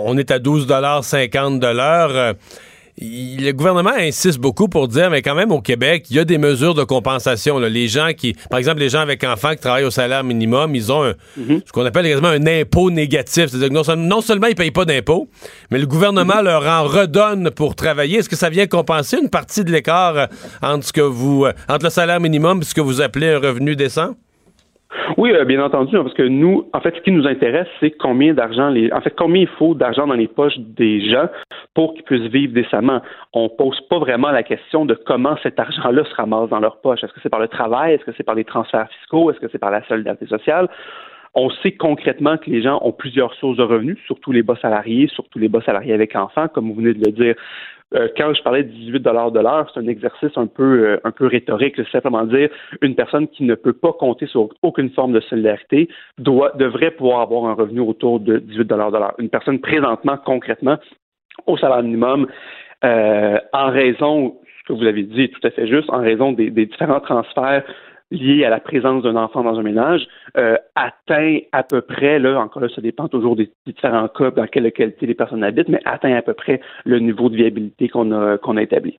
D: 12,50 $ de l'heure. Le gouvernement insiste beaucoup pour dire, mais quand même, au Québec, il y a des mesures de compensation. Là. Les gens par exemple, les gens avec enfants qui travaillent au salaire minimum, ils ont ce qu'on appelle quasiment un impôt négatif. C'est-à-dire que non seulement ils ne payent pas d'impôt, mais le gouvernement leur en redonne pour travailler. Est-ce que ça vient compenser une partie de l'écart entre le salaire minimum et ce que vous appelez un revenu décent?
L: Oui, bien entendu, parce que nous, en fait, ce qui nous intéresse, c'est combien il faut d'argent dans les poches des gens pour qu'ils puissent vivre décemment. On pose pas vraiment la question de comment cet argent-là se ramasse dans leur poche. Est-ce que c'est par le travail? Est-ce que c'est par des transferts fiscaux? Est-ce que c'est par la solidarité sociale? On sait concrètement que les gens ont plusieurs sources de revenus, surtout les bas salariés avec enfants, comme vous venez de le dire. Quand je parlais de 18 $ de l'heure, c'est un exercice un peu rhétorique, c'est simplement dire une personne qui ne peut pas compter sur aucune forme de solidarité devrait pouvoir avoir un revenu autour de 18 $ de l'heure. Une personne présentement, concrètement, au salaire minimum, en raison, ce que vous avez dit est tout à fait juste, en raison des différents transferts lié à la présence d'un enfant dans un ménage, atteint à peu près, là, encore là, ça dépend toujours des différents cas, dans quelle localité les personnes habitent, mais atteint à peu près le niveau de viabilité qu'on a établi.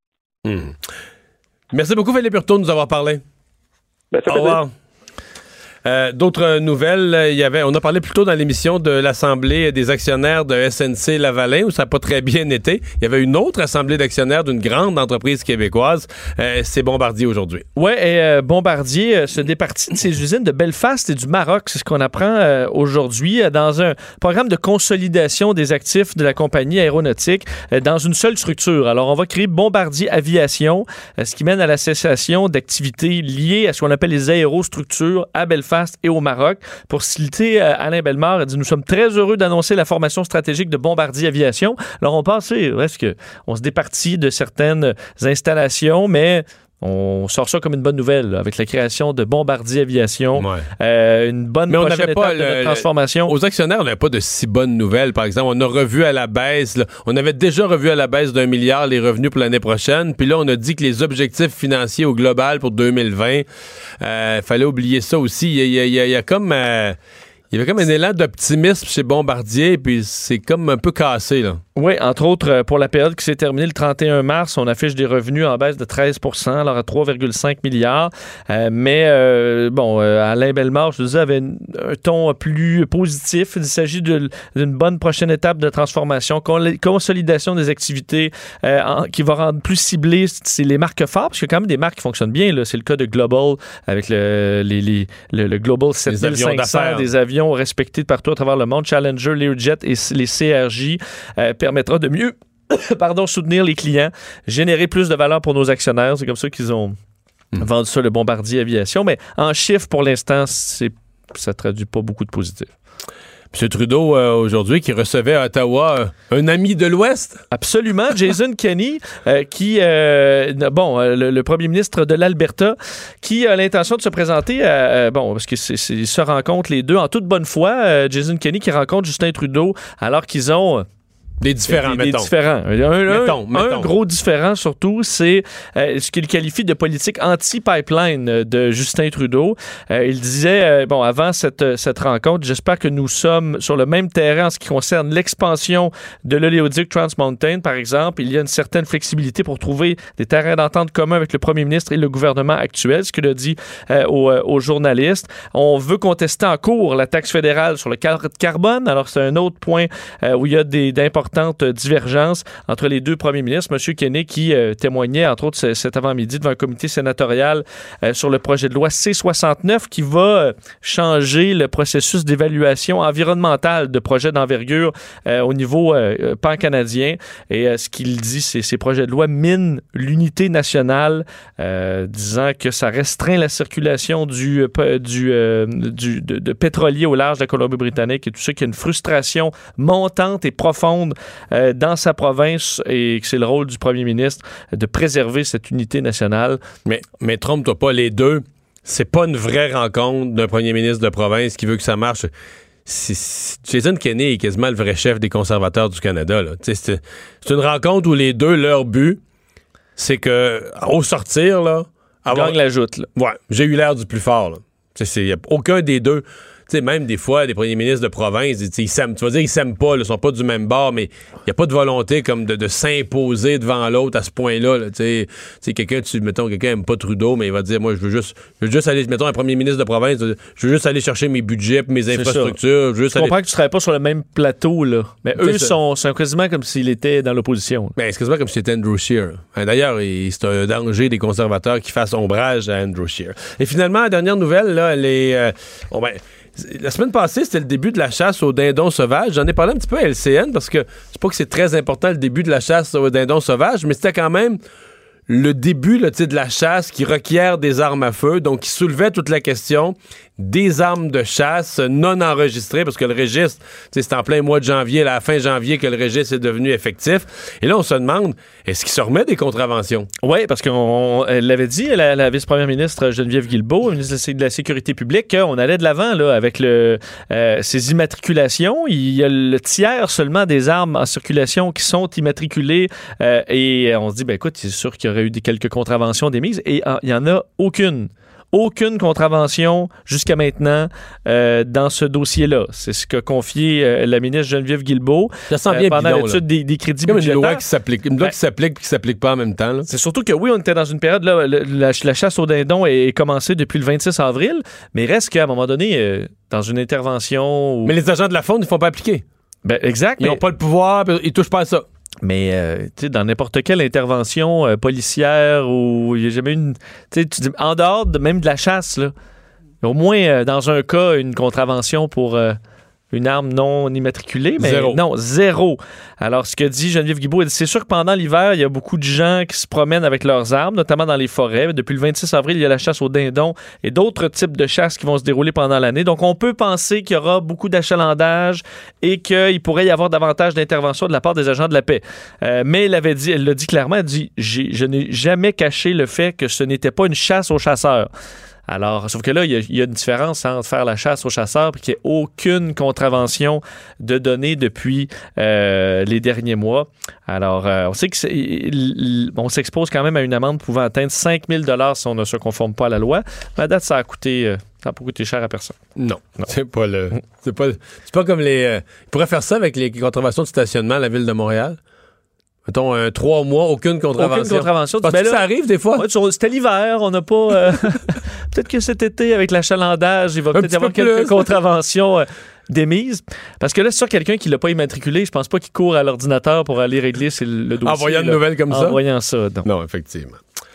D: Merci beaucoup, Philippe Hurtaud, de nous avoir parlé.
L: Au revoir.
D: D'autres nouvelles, on a parlé plus tôt dans l'émission de l'Assemblée des actionnaires de SNC Lavalin, où ça n'a pas très bien été. Il y avait une autre assemblée d'actionnaires d'une grande entreprise québécoise. C'est Bombardier aujourd'hui.
E: Oui, et Bombardier se départit de ses usines de Belfast et du Maroc. C'est ce qu'on apprend aujourd'hui dans un programme de consolidation des actifs de la compagnie aéronautique dans une seule structure. Alors, on va créer Bombardier Aviation, ce qui mène à la cessation d'activités liées à ce qu'on appelle les aérostructures à Belfast et au Maroc. Pour citer Alain Bellemare, il dit « Nous sommes très heureux d'annoncer la formation stratégique de Bombardier Aviation. » Alors, on pensait, on se départit de certaines installations, mais on sort ça comme une bonne nouvelle, là, avec la création de Bombardier Aviation. Ouais. Une bonne prochaine étape de notre transformation.
D: Aux actionnaires, on n'avait pas de si bonnes nouvelles. Par exemple, on a revu à la baisse, on avait déjà revu à la baisse d'1 milliard les revenus pour l'année prochaine. Puis là, on a dit que les objectifs financiers au global pour 2020, fallait oublier ça aussi. Il y a comme... Il y avait comme un élan d'optimisme chez Bombardier, puis c'est comme un peu cassé, là.
E: Oui, entre autres, pour la période qui s'est terminée le 31 mars, on affiche des revenus en baisse de 13 % alors à 3,5 milliards. Alain Bellemare, je te disais, avait un ton plus positif. Il s'agit d'une bonne prochaine étape de transformation, consolidation des activités qui va rendre plus ciblées les marques fortes, parce qu'il y a quand même des marques qui fonctionnent bien. Là. C'est le cas de Global, avec le Global 7500, des avions respectés de partout à travers le monde. Challenger, Learjet et les CRJ permettra de mieux soutenir les clients, générer plus de valeur pour nos actionnaires. C'est comme ça qu'ils ont vendu ça, le Bombardier Aviation. Mais en chiffres, pour l'instant, ça traduit pas beaucoup de positif.
D: M. Trudeau, aujourd'hui, qui recevait à Ottawa un ami de l'Ouest.
E: Absolument. Jason Kenney, le premier ministre de l'Alberta, qui a l'intention de se présenter, parce qu'ils se rencontrent les deux en toute bonne foi. Jason Kenney qui rencontre Justin Trudeau alors qu'ils ont...
D: Des différents, mettons.
E: Un gros différent, surtout, c'est ce qu'il qualifie de politique anti-pipeline de Justin Trudeau. Il disait, avant cette rencontre, j'espère que nous sommes sur le même terrain en ce qui concerne l'expansion de l'oléoduc Trans Mountain, par exemple. Il y a une certaine flexibilité pour trouver des terrains d'entente communs avec le premier ministre et le gouvernement actuel, ce qu'il a dit aux journalistes. On veut contester en cours la taxe fédérale sur le carbone. Alors, c'est un autre point où il y a d'importantes divergences entre les deux premiers ministres. M. Kenney qui témoignait, entre autres, cet avant-midi devant un comité sénatorial sur le projet de loi C-69 qui va changer le processus d'évaluation environnementale de projets d'envergure au niveau pan-canadien. Et ce qu'il dit, c'est ces projets de loi minent l'unité nationale, disant que ça restreint la circulation de pétroliers au large de la Colombie-Britannique et tout ça, qu'il y a une frustration montante et profonde dans sa province et que c'est le rôle du premier ministre de préserver cette unité nationale.
D: Mais trompe-toi pas, les deux, c'est pas une vraie rencontre d'un premier ministre de province qui veut que ça marche. Jason Kenney est quasiment le vrai chef des conservateurs du Canada. Là. C'est une rencontre où les deux, leur but, c'est que au sortir, là,
E: gagne la joute. Là.
D: Ouais, j'ai eu l'air du plus fort. Il n'y a aucun des deux. T'sais, même des fois, des premiers ministres de province, ils s'aiment, tu vas dire ils s'aiment pas, ils sont pas du même bord, mais il n'y a pas de volonté comme de s'imposer devant l'autre à ce point-là. Là, quelqu'un aime pas Trudeau, mais il va dire, moi, je veux juste aller, mettons, un premier ministre de province, je veux juste aller chercher mes budgets, mes infrastructures.
E: Je comprends que tu ne travailles pas sur le même plateau, là. Mais eux sont quasiment comme s'il était dans l'opposition.
D: Ben, c'est quasiment comme si c'était Andrew Scheer. D'ailleurs, c'est un danger des conservateurs qui fassent ombrage à Andrew Scheer. Et finalement, la dernière nouvelle, là, la semaine passée, c'était le début de la chasse aux dindons sauvages. J'en ai parlé un petit peu à LCN parce que c'est pas que c'est très important le début de la chasse aux dindons sauvages, mais c'était quand même le début là, de la chasse qui requiert des armes à feu, donc qui soulevait toute la question des armes de chasse non enregistrées, parce que le registre, c'est en plein mois de janvier, à la fin janvier, que le registre est devenu effectif. Et là, on se demande, est-ce qu'il se remet des contraventions?
E: Oui, parce elle l'avait dit, la vice-première ministre Geneviève Guilbeault, ministre de la Sécurité publique, qu'on allait de l'avant là, avec ces immatriculations. Il y a le tiers seulement des armes en circulation qui sont immatriculées et on se dit, écoute, c'est sûr qu'il y aurait eu quelques contraventions d'émises et il n'y en a aucune. Aucune contravention jusqu'à maintenant dans ce dossier-là. C'est ce qu'a confié la ministre Geneviève Guilbeault pendant l'étude des crédits budgétaires.
D: Une loi qui s'applique et qui s'applique pas en même temps. Là.
E: C'est surtout que oui, on était dans une période, là, la chasse aux dindons est commencée depuis le 26 avril, mais reste qu'à un moment donné, dans une intervention...
D: Mais les agents de la faune, ils ne font pas appliquer.
E: Exact.
D: Ils n'ont pas le pouvoir, ils touchent pas à ça.
E: Mais dans n'importe quelle intervention policière où il n'y a jamais une... Tu dis, en dehors même de la chasse, là, au moins dans un cas, une contravention pour une arme non immatriculée. Mais zéro. Alors, ce que dit Geneviève Guilbeault, c'est sûr que pendant l'hiver, il y a beaucoup de gens qui se promènent avec leurs armes, notamment dans les forêts. Depuis le 26 avril, il y a la chasse aux dindons et d'autres types de chasses qui vont se dérouler pendant l'année. Donc, on peut penser qu'il y aura beaucoup d'achalandage et qu'il pourrait y avoir davantage d'intervention de la part des agents de la paix. Mais elle l'a dit clairement, elle dit « Je n'ai jamais caché le fait que ce n'était pas une chasse aux chasseurs ». Alors, sauf que là, il y a une différence entre faire la chasse aux chasseurs et qu'il n'y ait aucune contravention de données depuis les derniers mois. Alors, on sait on s'expose quand même à une amende pouvant atteindre 5 000 $ si on ne se conforme pas à la loi. Mais à date, ça a coûté Ça n'a pas coûté cher à personne.
D: Non. C'est pas comme les... ils pourraient faire ça avec les contraventions de stationnement à la Ville de Montréal. Mettons, 3 mois, aucune contravention.
E: Aucune contravention.
D: Parce que ça arrive des fois.
E: Ouais, c'était l'hiver, on n'a pas... peut-être que cet été, avec l'achalandage, il va peut-être y avoir quelques contraventions d'émises. Parce que là, c'est sûr, quelqu'un qui ne l'a pas immatriculé, je pense pas qu'il court à l'ordinateur pour aller régler le dossier.
D: En voyant une nouvelle comme ça?
E: En voyant ça, donc.
D: Non, effectivement.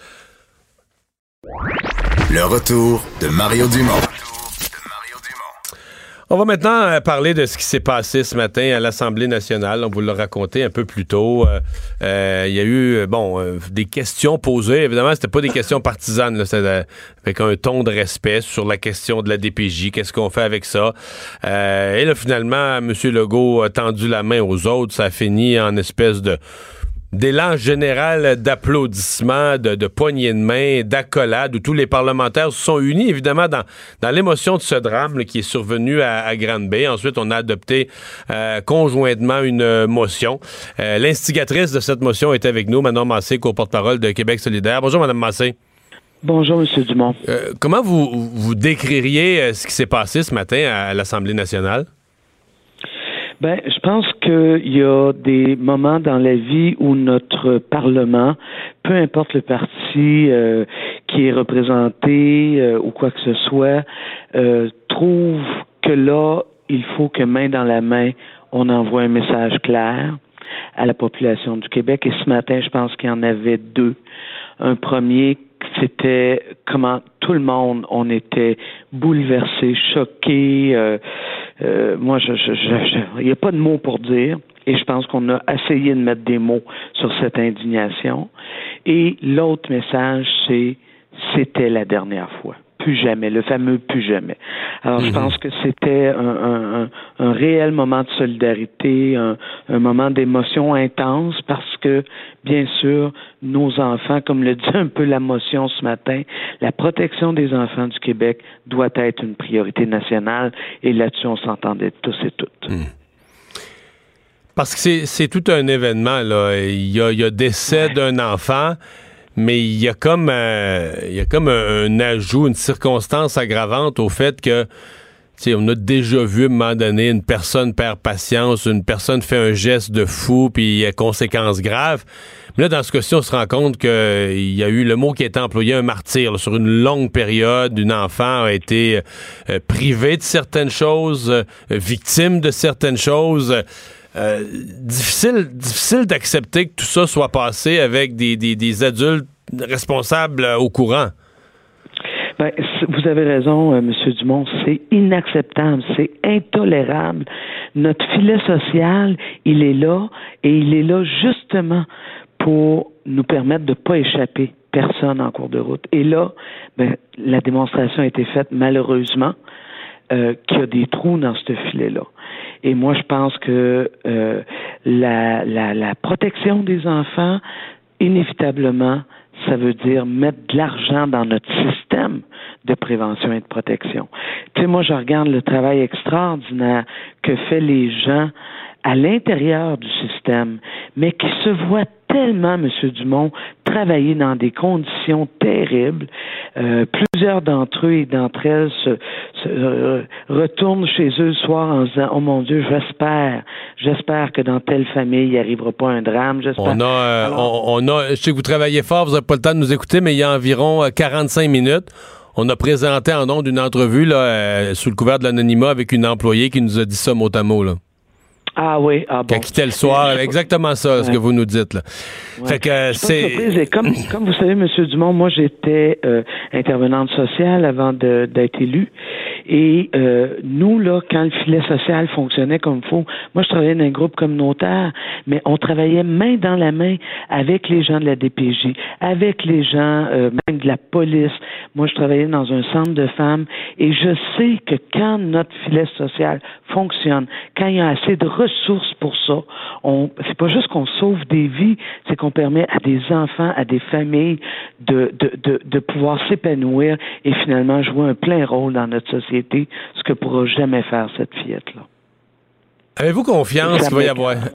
C: Le retour de Mario Dumont.
D: On va maintenant parler de ce qui s'est passé ce matin à l'Assemblée nationale. On vous l'a raconté un peu plus tôt. Il y a eu des questions posées. Évidemment, c'était pas des questions partisanes. Là. C'était avec un ton de respect sur la question de la DPJ. Qu'est-ce qu'on fait avec ça? Et là, finalement, M. Legault a tendu la main aux autres. Ça a fini en espèce d'élan général d'applaudissements, de poignées de main, d'accolades, où tous les parlementaires se sont unis, évidemment, dans l'émotion de ce drame là, qui est survenu à Granby. Ensuite, on a adopté conjointement une motion. L'instigatrice de cette motion est avec nous, Manon Massé, co-porte-parole de Québec solidaire. Bonjour, Mme Massé.
M: Bonjour, M. Dumont.
D: Comment vous décririez ce qui s'est passé ce matin à l'Assemblée nationale?
M: Ben, je pense qu'il y a des moments dans la vie où notre Parlement, peu importe le parti qui est représenté ou quoi que ce soit, trouve que là, il faut que main dans la main, on envoie un message clair à la population du Québec. Et ce matin, je pense qu'il y en avait 2. Un premier, c'était comment tout le monde, on était bouleversés, choqués. Moi, il n'y a pas de mots pour dire. Et je pense qu'on a essayé de mettre des mots sur cette indignation. Et l'autre message, c'était la dernière fois. Plus jamais, le fameux plus jamais. Alors, je pense que c'était un réel moment de solidarité, un moment d'émotion intense parce que, bien sûr, nos enfants, comme le dit un peu la motion ce matin, la protection des enfants du Québec doit être une priorité nationale et là-dessus, on s'entendait tous et toutes.
D: Parce que c'est tout un événement, là. Il y a décès d'un enfant. Mais il y a comme un ajout, une circonstance aggravante au fait que, tu sais, on a déjà vu à un moment donné une personne perd patience, une personne fait un geste de fou, puis il y a conséquences graves. Mais là, dans ce cas-ci, on se rend compte qu'il y a eu le mot qui a été employé, un martyr. Là, sur une longue période, une enfant a été privée de certaines choses, victime de certaines choses. Difficile d'accepter que tout ça soit passé avec des adultes responsables au courant.
M: Ben, vous avez raison, M. Dumont, c'est inacceptable, c'est intolérable. Notre filet social, il est là, et il est là justement pour nous permettre de ne pas échapper personne en cours de route. Et là, ben, la démonstration a été faite malheureusement qu'il y a des trous dans ce filet-là. Et moi, je pense que la protection des enfants, inévitablement, ça veut dire mettre de l'argent dans notre système de prévention et de protection. Tu sais, moi, je regarde le travail extraordinaire que fait les gens à l'intérieur du système, mais qui se voient tellement, M. Dumont, travailler dans des conditions terribles. Plusieurs d'entre eux et d'entre elles se retournent chez eux le soir en se disant « Oh mon Dieu, j'espère que dans telle famille, il n'y arrivera pas un drame. »
D: Je sais que vous travaillez fort, vous n'avez pas le temps de nous écouter, mais il y a environ 45 minutes, on a présenté en ondes une entrevue là, sous le couvert de l'anonymat avec une employée qui nous a dit ça mot à mot, là.
M: Ah oui, ah bon.
D: Qui a quitté le soir, exactement ça, ce que vous nous dites, là.
M: Ouais.
D: Fait que c'est...
M: Et comme vous savez, M. Dumont, moi, j'étais intervenante sociale avant d'être élue. Et nous, là, quand le filet social fonctionnait comme il faut, moi, je travaillais dans un groupe communautaire, mais on travaillait main dans la main avec les gens de la DPJ, avec les gens même de la police. Moi, je travaillais dans un centre de femmes et je sais que quand notre filet social fonctionne, quand il y a assez de ressources pour ça, c'est pas juste qu'on sauve des vies, c'est qu'on permet à des enfants, à des familles de pouvoir s'épanouir et finalement jouer un plein rôle dans notre société, ce que pourra jamais faire cette fillette-là.
D: Avez-vous confiance qu'il va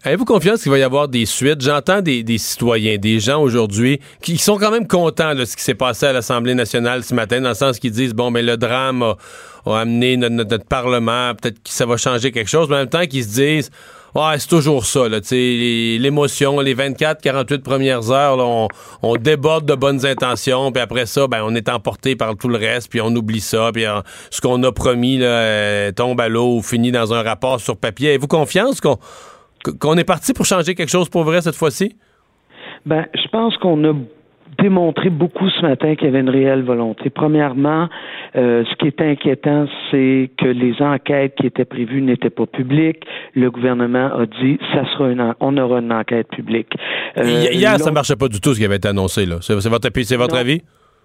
D: y avoir des suites? J'entends des citoyens, des gens aujourd'hui qui sont quand même contents de ce qui s'est passé à l'Assemblée nationale ce matin, dans le sens qu'ils disent, bon, mais le drame a amené notre Parlement, peut-être que ça va changer quelque chose, mais en même temps qu'ils se disent, ouais, c'est toujours ça, là, tu sais, l'émotion, les 24-48 premières heures, là, on déborde de bonnes intentions, puis après ça, ben, on est emporté par tout le reste, puis on oublie ça, puis ce qu'on a promis, là, tombe à l'eau ou finit dans un rapport sur papier. Avez-vous confiance qu'on est parti pour changer quelque chose pour vrai cette fois-ci?
M: Ben, je pense qu'on a démontré beaucoup ce matin qu'il y avait une réelle volonté. Premièrement, ce qui est inquiétant, c'est que les enquêtes qui étaient prévues n'étaient pas publiques. Le gouvernement a dit on aura une enquête publique.
D: Hier, ça marchait pas du tout ce qui avait été annoncé, là. C'est votre avis?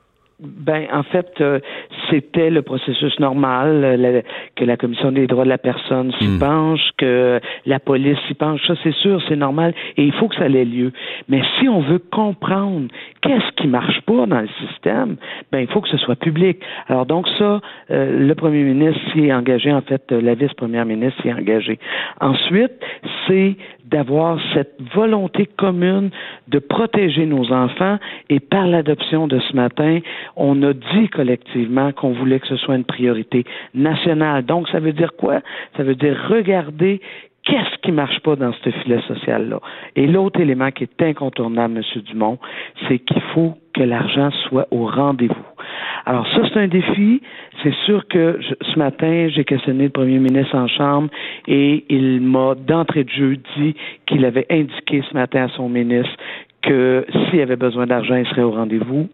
M: Ben, en fait, c'était le processus normal, que la Commission des droits de la personne s'y penche, que la police s'y penche. Ça, c'est sûr, c'est normal, et il faut que ça ait lieu. Mais si on veut comprendre qu'est-ce qui marche pas dans le système, ben, il faut que ce soit public. Alors, donc ça, le premier ministre s'y est engagé, en fait, la vice-première ministre s'y est engagée. Ensuite, c'est d'avoir cette volonté commune de protéger nos enfants, et par l'adoption de ce matin, on a dit collectivement qu'on voulait que ce soit une priorité nationale. Donc, ça veut dire quoi? Ça veut dire regarder qu'est-ce qui marche pas dans ce filet social-là. Et l'autre élément qui est incontournable, M. Dumont, c'est qu'il faut que l'argent soit au rendez-vous. Alors ça, c'est un défi. C'est sûr que ce matin, j'ai questionné le premier ministre en chambre et il m'a d'entrée de jeu dit qu'il avait indiqué ce matin à son ministre que s'il y avait besoin d'argent, il serait au rendez-vous.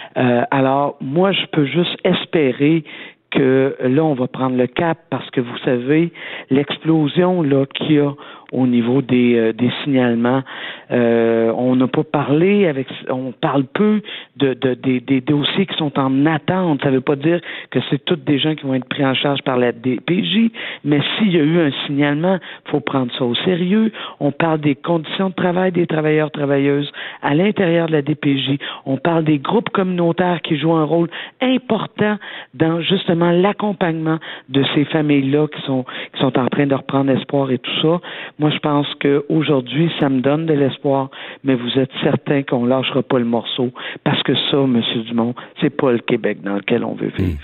M: Alors, moi, je peux juste espérer que là, on va prendre le cap parce que vous savez, l'explosion là qu'il y a au niveau des signalements, on n'a pas parlé on parle peu des dossiers qui sont en attente. Ça veut pas dire que c'est tous des gens qui vont être pris en charge par la DPJ, mais s'il y a eu un signalement, faut prendre ça au sérieux. On parle des conditions de travail des travailleurs, travailleuses à l'intérieur de la DPJ. On parle des groupes communautaires qui jouent un rôle important dans justement l'accompagnement de ces familles-là qui sont en train de reprendre espoir et tout ça. Moi, je pense qu'aujourd'hui, ça me donne de l'espoir, mais vous êtes certain qu'on lâchera pas le morceau, parce que ça, M. Dumont, c'est pas le Québec dans lequel on veut vivre.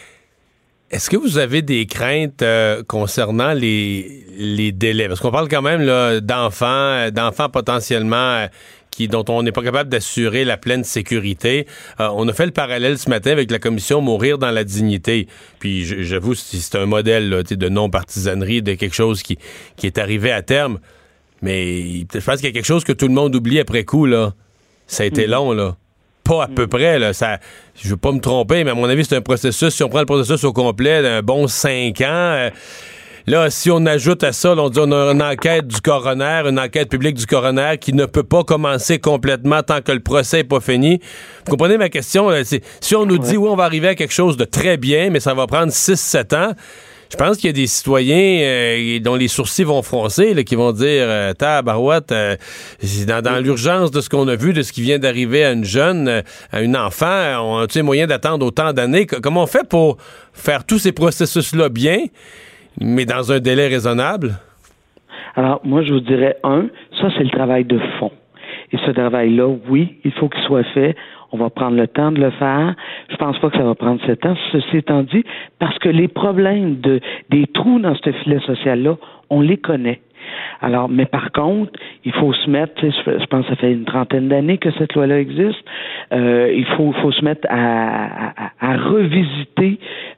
D: Est-ce que vous avez des craintes concernant les délais? Parce qu'on parle quand même là, d'enfants potentiellement dont on n'est pas capable d'assurer la pleine sécurité. On a fait le parallèle ce matin avec la commission Mourir dans la dignité. Puis j'avoue, c'est un modèle là, de non-partisanerie, de quelque chose qui est arrivé à terme. Mais je pense qu'il y a quelque chose que tout le monde oublie après coup, là. Ça a été long, là. Pas à peu près, là. Je veux pas me tromper, mais à mon avis, c'est un processus. Si on prend le processus au complet, d'un bon 5 ans... Là, si on ajoute à ça, là, on dit on a une enquête du coroner, une enquête publique du coroner qui ne peut pas commencer complètement tant que le procès n'est pas fini. Vous comprenez ma question? Là, si on nous dit, oui, on va arriver à quelque chose de très bien, mais ça va prendre 6-7 ans, je pense qu'il y a des citoyens dont les sourcils vont froncer, là, qui vont dire tabarouette, dans l'urgence de ce qu'on a vu, de ce qui vient d'arriver à une jeune, à une enfant, on a-t-il moyen d'attendre autant d'années? Comment on fait pour faire tous ces processus-là bien, mais dans un délai raisonnable?
M: Alors, moi, je vous dirais, ça, c'est le travail de fond. Et ce travail-là, oui, il faut qu'il soit fait. On va prendre le temps de le faire. Je pense pas que ça va prendre 7 ans. Ceci étant dit, parce que les problèmes des trous dans ce filet social-là, on les connaît. Alors, mais par contre, il faut se mettre, je pense que ça fait une trentaine d'années que cette loi-là existe, il faut se mettre à revisiter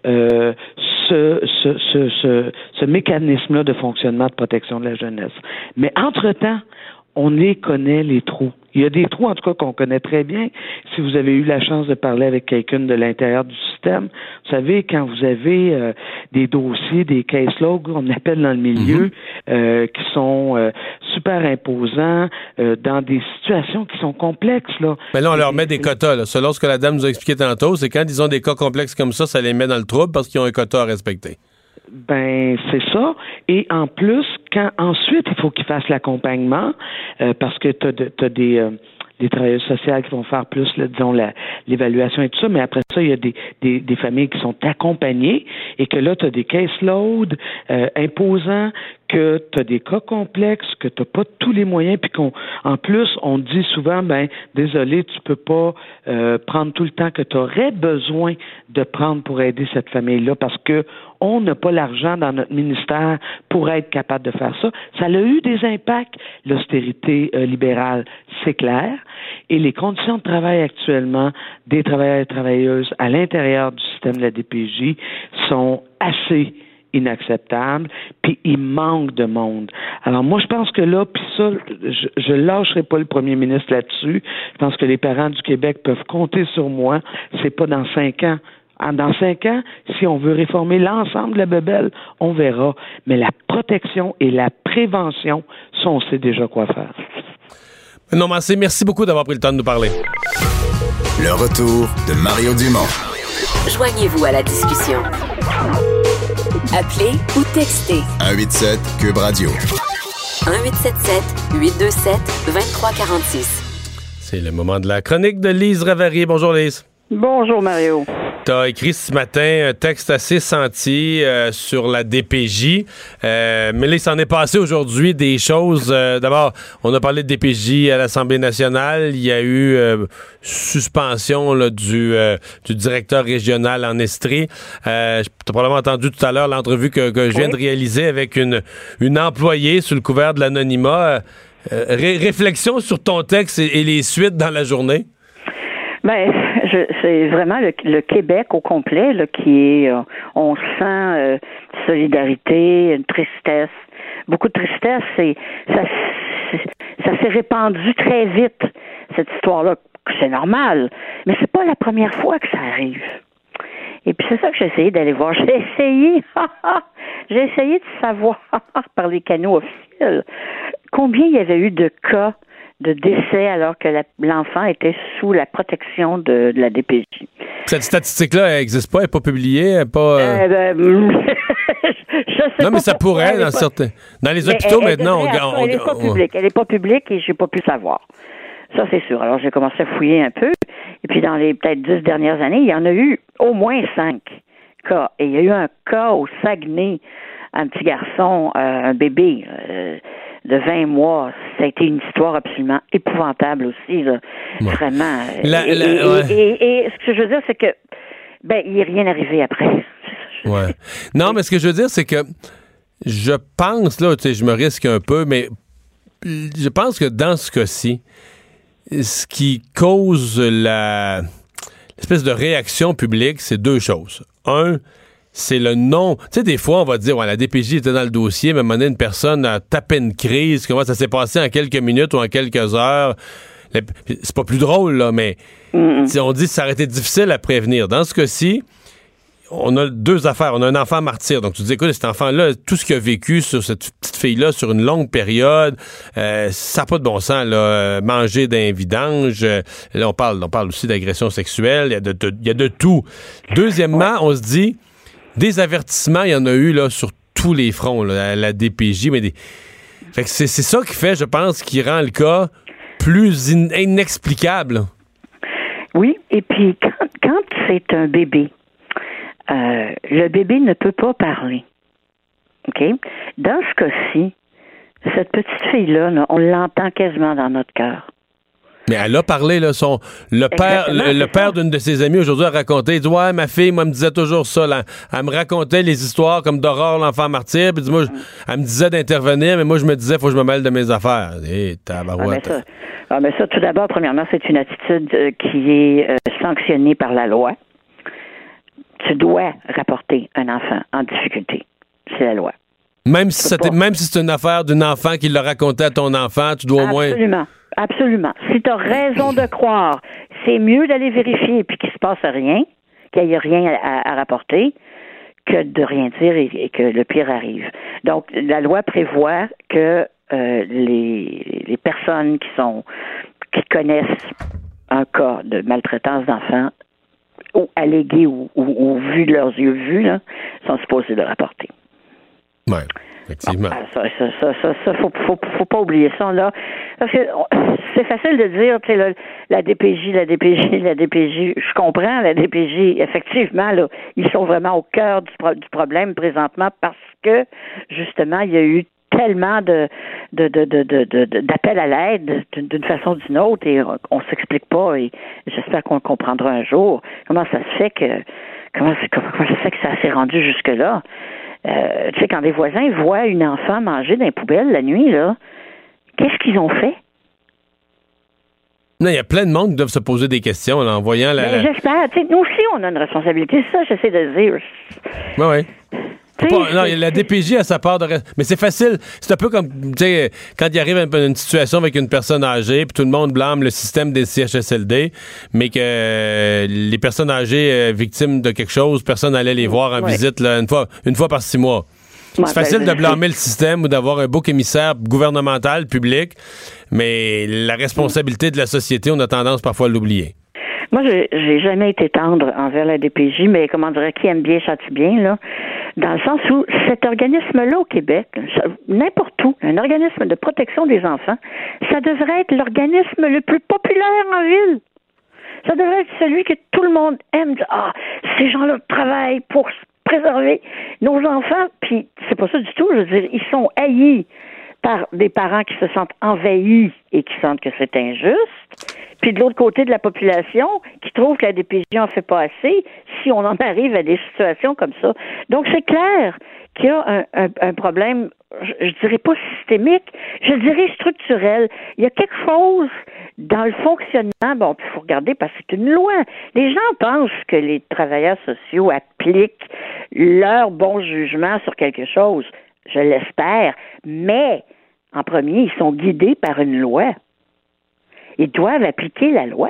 M: ce mécanisme-là de fonctionnement de protection de la jeunesse. Mais entre-temps, on les connaît, les trous. Il y a des trous, en tout cas, qu'on connaît très bien. Si vous avez eu la chance de parler avec quelqu'un de l'intérieur du système, vous savez, quand vous avez des dossiers, des case logs, on appelle dans le milieu, qui sont super imposants, dans des situations qui sont complexes, là.
D: Mais là, on leur met des quotas, là. Selon ce que la dame nous a expliqué tantôt, c'est quand ils ont des cas complexes comme ça les met dans le trouble parce qu'ils ont un quota à respecter.
M: Ben, c'est ça. Et en plus, ensuite, il faut qu'ils fassent l'accompagnement, parce que t'as des travailleurs sociaux qui vont faire plus, là, disons, l'évaluation et tout ça, mais après ça, il y a des familles qui sont accompagnées et que là, tu as des caseloads imposants que tu as des cas complexes, que tu n'as pas tous les moyens, puis qu'en plus, on dit souvent, désolé, tu peux pas prendre tout le temps que tu aurais besoin de prendre pour aider cette famille-là, parce que on n'a pas l'argent dans notre ministère pour être capable de faire ça. Ça a eu des impacts, l'austérité libérale, c'est clair, et les conditions de travail actuellement des travailleurs et travailleuses à l'intérieur du système de la DPJ sont assez inacceptable, puis il manque de monde. Alors moi, je pense que là, puis ça, je lâcherai pas le premier ministre là-dessus. Je pense que les parents du Québec peuvent compter sur moi. C'est pas dans 5 ans. Dans 5 ans, si on veut réformer l'ensemble de la bebelle, on verra. Mais la protection et la prévention, ça, on sait déjà quoi faire.
D: Non, merci beaucoup d'avoir pris le temps de nous parler.
C: Le retour de Mario Dumont.
A: Joignez-vous à la discussion. Appelez ou textez.
C: 187 Cube Radio.
A: 1877-827-2346.
D: C'est le moment de la chronique de Lise Ravary. Bonjour Lise.
N: Bonjour Mario.
D: Tu as écrit ce matin un texte assez senti sur la DPJ. Mais là, il s'en est passé aujourd'hui des choses. D'abord, on a parlé de DPJ à l'Assemblée nationale. Il y a eu suspension là, du directeur régional en Estrie. Tu as probablement entendu tout à l'heure l'entrevue que je viens de réaliser avec une employée sous le couvert de l'anonymat. Réflexion sur ton texte et les suites dans la journée?
N: C'est vraiment le Québec au complet là, qui est, on sent solidarité, une tristesse, beaucoup de tristesse. Ça s'est répandu très vite cette histoire-là. C'est normal, mais c'est pas la première fois que ça arrive. Et puis c'est ça que j'ai essayé d'aller voir. J'ai essayé de savoir par les canaux officiels combien il y avait eu de cas de décès alors que l'enfant était sous la protection de la DPJ.
D: Cette statistique-là, elle n'existe pas, elle n'est pas publiée, elle n'est pas...
N: je sais
D: non, mais ça pourrait dans les hôpitaux maintenant.
N: Elle n'est pas publique et je n'ai pas pu savoir. Ça, c'est sûr. Alors, j'ai commencé à fouiller un peu. Et puis, dans les peut-être 10 dernières années, il y en a eu au moins 5 cas. Et il y a eu un cas au Saguenay, un petit garçon, un bébé de 20 mois. Ça a été une histoire absolument épouvantable aussi, là. Ouais. Vraiment. Et ce que je veux dire, c'est que il n'est rien arrivé après.
D: Ouais. Non, mais ce que je veux dire, c'est que je pense, là, tu sais, je me risque un peu, mais je pense que dans ce cas-ci, ce qui cause l'espèce de réaction publique, c'est 2 choses. Un, c'est le nom. Tu sais, des fois, on va dire, la DPJ était dans le dossier, mais à un moment donné, une personne a tapé une crise. Comment ça s'est passé en quelques minutes ou en quelques heures? C'est pas plus drôle, là, mais on dit que ça aurait été difficile à prévenir. Dans ce cas-ci, on a 2 affaires. On a un enfant martyr. Donc, tu dis, écoute, cet enfant-là, tout ce qu'il a vécu sur cette petite fille-là sur une longue période, ça n'a pas de bon sens, là. Manger d'un vidange. Là, on parle aussi d'agression sexuelle. Il y a de tout. Deuxièmement, on se dit, des avertissements, il y en a eu, là, sur tous les fronts, là, à la DPJ. Fait que c'est ça qui fait, je pense, qui rend le cas plus inexplicable.
N: Oui, et puis, quand c'est un bébé, le bébé ne peut pas parler. OK? Dans ce cas-ci, cette petite fille-là, on l'entend quasiment dans notre cœur.
D: Mais elle a parlé, là, le père d'une de ses amies aujourd'hui a raconté, il dit, ouais, ma fille, moi, me disait toujours ça, là. Elle me racontait les histoires comme d'Aurore, l'enfant martyr, puis moi, elle me disait d'intervenir, mais moi, je me disais, faut que je me mêle de mes affaires. Tabarouette.
N: Mais ça, tout d'abord, premièrement, c'est une attitude qui est sanctionnée par la loi. Tu dois rapporter un enfant en difficulté. C'est la loi.
D: Même si c'est une affaire d'un enfant qui l'a raconté à ton enfant, tu dois au moins...
N: Absolument. Si tu as raison de croire, c'est mieux d'aller vérifier puis qu'il se passe rien, qu'il n'y ait rien à rapporter, que de rien dire et que le pire arrive. Donc, la loi prévoit que les personnes qui connaissent un cas de maltraitance d'enfants ou allégués ou vu de leurs yeux vus, là, sont supposés le rapporter.
D: Ouais. Effectivement.
N: Ça, faut pas oublier ça, là. Parce que c'est facile de dire, tu sais, la DPJ, je comprends, la DPJ, effectivement, là, ils sont vraiment au cœur du problème présentement parce que, justement, il y a eu tellement d'appels à l'aide d'une façon ou d'une autre et on s'explique pas et j'espère qu'on le comprendra un jour. Comment ça se fait que ça s'est rendu jusque-là? Tu sais, quand des voisins voient une enfant manger dans les poubelles la nuit, là, qu'est-ce qu'ils ont fait?
D: Non, il y a plein de monde qui doivent se poser des questions là, en voyant la...
N: J'espère. Tu sais, nous aussi, on a une responsabilité. C'est ça, j'essaie de dire.
D: Oui. Non, la DPJ a sa part de... Mais c'est facile. C'est un peu comme, tu sais, quand il arrive une situation avec une personne âgée, puis tout le monde blâme le système des CHSLD, mais que les personnes âgées victimes de quelque chose, personne n'allait les voir en visite là, une fois par 6 mois. C'est facile de blâmer le système ou d'avoir un bouc émissaire gouvernemental, public, mais la responsabilité de la société, on a tendance parfois à l'oublier.
N: Moi, j'ai jamais été tendre envers la DPJ, mais comment dire, qui aime bien châtie bien, là, dans le sens où cet organisme-là au Québec, n'importe où, un organisme de protection des enfants, ça devrait être l'organisme le plus populaire en ville. Ça devrait être celui que tout le monde aime. Ces gens-là travaillent pour préserver nos enfants, puis c'est pas ça du tout, je veux dire, ils sont haïs par des parents qui se sentent envahis et qui sentent que c'est injuste, puis de l'autre côté de la population qui trouve que la DPJ en fait pas assez si on en arrive à des situations comme ça. Donc c'est clair qu'il y a un problème, je dirais pas systémique, je dirais structurel. Il y a quelque chose dans le fonctionnement, bon, il faut regarder parce que c'est une loi. Les gens pensent que les travailleurs sociaux appliquent leur bon jugement sur quelque chose. Je l'espère, mais en premier, ils sont guidés par une loi. Ils doivent appliquer la loi.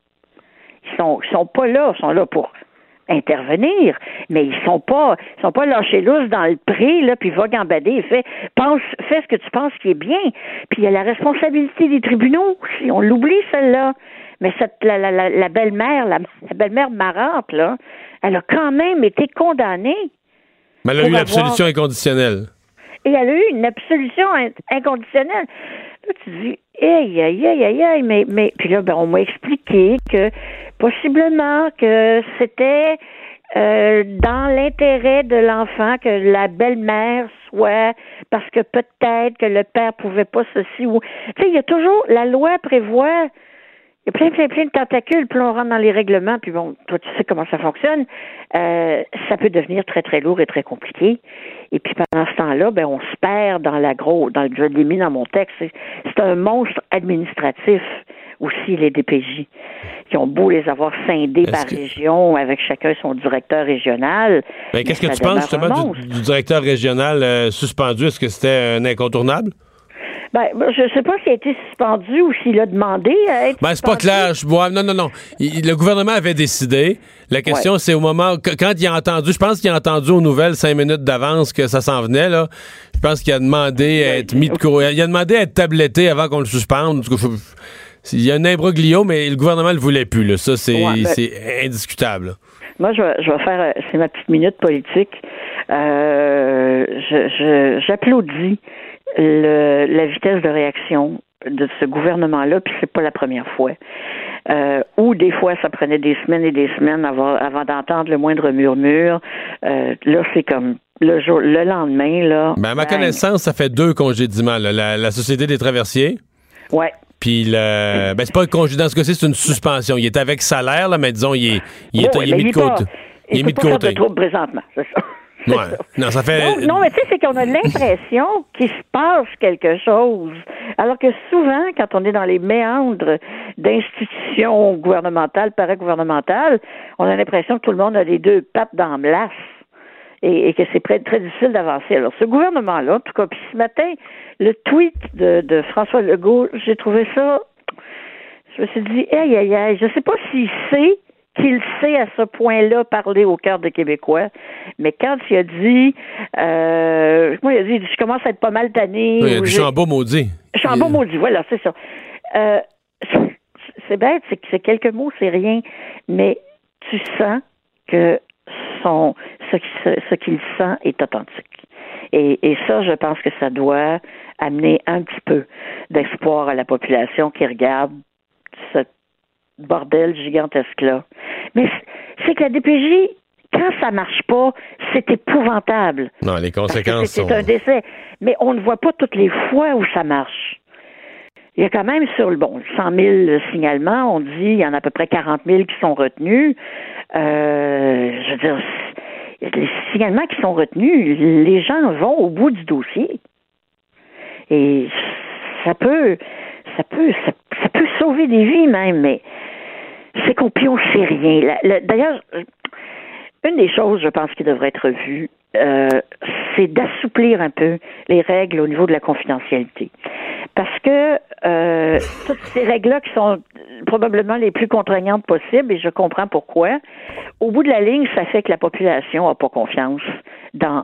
N: Ils sont pas là, ils sont là pour intervenir, mais ils sont pas lâchés lousses dans le pré, là, puis va gambader, fais ce que tu penses qui est bien. Puis il y a la responsabilité des tribunaux aussi, on l'oublie celle-là. Mais la belle-mère, la belle-mère Marante, là, elle a quand même été condamnée.
D: Mais elle a eu l'absolution inconditionnelle.
N: Et elle a eu une absolution inconditionnelle. Là, tu dis, aïe, mais puis là, on m'a expliqué que possiblement que c'était dans l'intérêt de l'enfant que la belle-mère soit, parce que peut-être que le père pouvait pas ceci ou... Tu sais, il y a toujours, la loi prévoit, il y a plein de tentacules, puis on rentre dans les règlements, puis bon, toi, tu sais comment ça fonctionne, ça peut devenir très, très lourd et très compliqué. Et puis pendant ce temps-là, on se perd je l'ai mis dans mon texte, c'est un monstre administratif aussi, les DPJ, qui ont beau les avoir scindés par région, avec chacun son directeur régional.
D: Qu'est-ce que tu penses justement du directeur régional suspendu? Est-ce que c'était un incontournable?
N: Je sais pas s'il a été suspendu ou s'il a demandé à être suspendu.
D: C'est pas clair. Non. Le gouvernement avait décidé. La question, c'est au moment... Quand il a entendu... Je pense qu'il a entendu aux nouvelles 5 minutes d'avance que ça s'en venait, là. Je pense qu'il a demandé à être mis de côté. Il a demandé à être tabletté avant qu'on le suspende. Il y a un imbroglio, mais le gouvernement ne le voulait plus, là. Ça, c'est indiscutable.
N: Moi, je vais faire... C'est ma petite minute politique. J'applaudis la vitesse de réaction de ce gouvernement-là, puis c'est pas la première fois. Ou des fois, ça prenait des semaines et des semaines avant d'entendre le moindre murmure. Là, c'est comme le lendemain, là.
D: À ma connaissance, ça fait 2 congédiements, là. La Société des traversiers.
N: Ouais.
D: Puis c'est pas un congé, dans ce cas-ci, c'est une suspension. Il est avec salaire, là, mais disons, il est mis de côté.
N: Il est mis de côté. Pas de trouble présentement, c'est ça.
D: Ouais. Non, ça fait...
N: Non, mais tu sais, c'est qu'on a l'impression qu'il se passe quelque chose. Alors que souvent, quand on est dans les méandres d'institutions gouvernementales, paragouvernementales, on a l'impression que tout le monde a les 2 pattes dans la glace et que c'est très, très difficile d'avancer. Alors, ce gouvernement-là, en tout cas, puis ce matin, le tweet de François Legault, j'ai trouvé ça... Je me suis dit, aïe, je sais pas s'il sait qu'il sait à ce point-là parler au cœur des Québécois. Mais quand il a dit, je commence à être pas mal tanné.
D: Oui, il a dit Chambaud maudit.
N: Chambaud maudit, voilà, c'est ça. C'est bête, c'est quelques mots, c'est rien, mais tu sens que ce qu'il sent est authentique. Et ça, je pense que ça doit amener un petit peu d'espoir à la population qui regarde ce bordel gigantesque-là. Mais c'est que la DPJ, quand ça marche pas, c'est épouvantable.
D: Non, les conséquences
N: c'est un décès. Mais on ne voit pas toutes les fois où ça marche. Il y a quand même sur 100 000 signalements, on dit il y en a à peu près 40 000 qui sont retenus. Je veux dire, les signalements qui sont retenus, les gens vont au bout du dossier. Et ça peut sauver des vies même, mais c'est qu'on sait rien. D'ailleurs, une des choses, je pense, qui devrait être vue, c'est d'assouplir un peu les règles au niveau de la confidentialité. Parce que toutes ces règles-là qui sont probablement les plus contraignantes possibles, et je comprends pourquoi, au bout de la ligne, ça fait que la population n'a pas confiance dans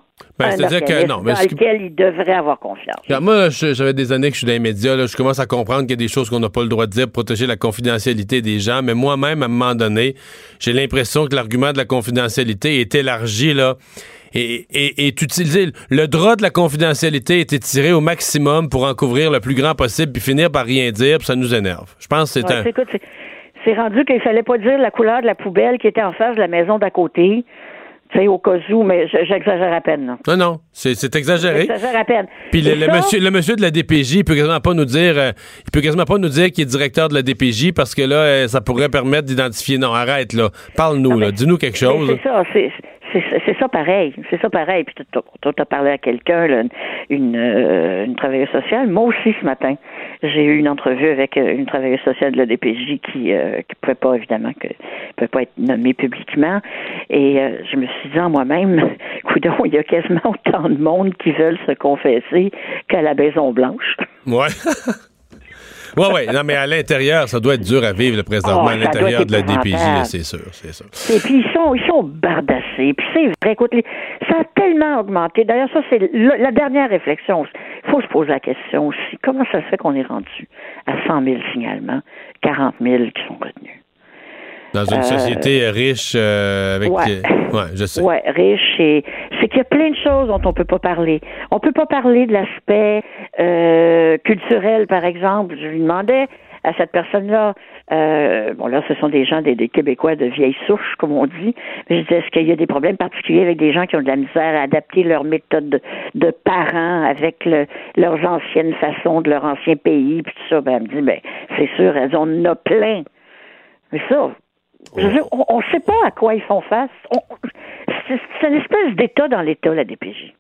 N: lequel il devrait avoir confiance.
D: Moi, j'avais des années que je suis dans les médias, là, je commence à comprendre qu'il y a des choses qu'on n'a pas le droit de dire pour protéger la confidentialité des gens, mais moi-même, à un moment donné, j'ai l'impression que l'argument de la confidentialité est élargi, là, et utilisé. Le drap de la confidentialité est étiré au maximum pour en couvrir le plus grand possible, puis finir par rien dire, puis ça nous énerve. Je pense que
N: c'est rendu qu'il fallait pas dire la couleur de la poubelle qui était en face de la maison d'à côté. Tu sais, au cas où, mais j'exagère à peine. Là.
D: Non, c'est exagéré.
N: J'exagère à peine.
D: Puis le monsieur de la DPJ, il peut quasiment pas nous dire qu'il est directeur de la DPJ parce que là, ça pourrait permettre d'identifier. Non, arrête, là. Parle-nous, là. Dis-nous quelque chose.
N: C'est ça pareil. C'est ça pareil. Puis tu as parlé à quelqu'un, là, une travailleuse sociale. Moi aussi, ce matin, j'ai eu une entrevue avec une travailleuse sociale de la DPJ qui pouvait pas, évidemment, pouvait pas être nommée publiquement. Et je me suis dit en moi-même, coudonc, il y a quasiment autant de monde qui veulent se confesser qu'à la Maison-Blanche.
D: Ouais. Oui. Non, mais à l'intérieur, ça doit être dur à vivre, présentement, à l'intérieur de la DPJ, là, c'est sûr.
N: Et puis, ils sont bardassés. Puis, c'est vrai, écoute, ça a tellement augmenté. D'ailleurs, ça, c'est la dernière réflexion. Il faut se poser la question aussi. Comment ça se fait qu'on est rendu à 100 000 signalements, 40 000 qui sont retenus?
D: Dans une société riche avec... je sais.
N: Oui, riche. Et c'est qu'il y a plein de choses dont on peut pas parler. On peut pas parler de l'aspect culturel, par exemple. Je lui demandais à cette personne-là, là, ce sont des gens, des Québécois de vieille souche, comme on dit. Mais je disais, est-ce qu'il y a des problèmes particuliers avec des gens qui ont de la misère à adapter leur méthode de parents avec leurs anciennes façons de leur ancien pays, puis tout ça? Ben, elle me dit, c'est sûr, elles en ont plein. Mais ça... Je veux dire, on ne sait pas à quoi ils font face. C'est une espèce d'État dans l'État, la DPJ.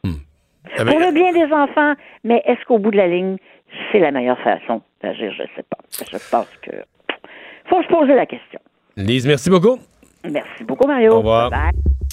N: Pour le bien des enfants, mais est-ce qu'au bout de la ligne, c'est la meilleure façon d'agir? Je ne sais pas. Je pense que faut se poser la question.
D: Lise, merci beaucoup.
N: Merci beaucoup, Mario.
D: Au revoir.
N: Bye.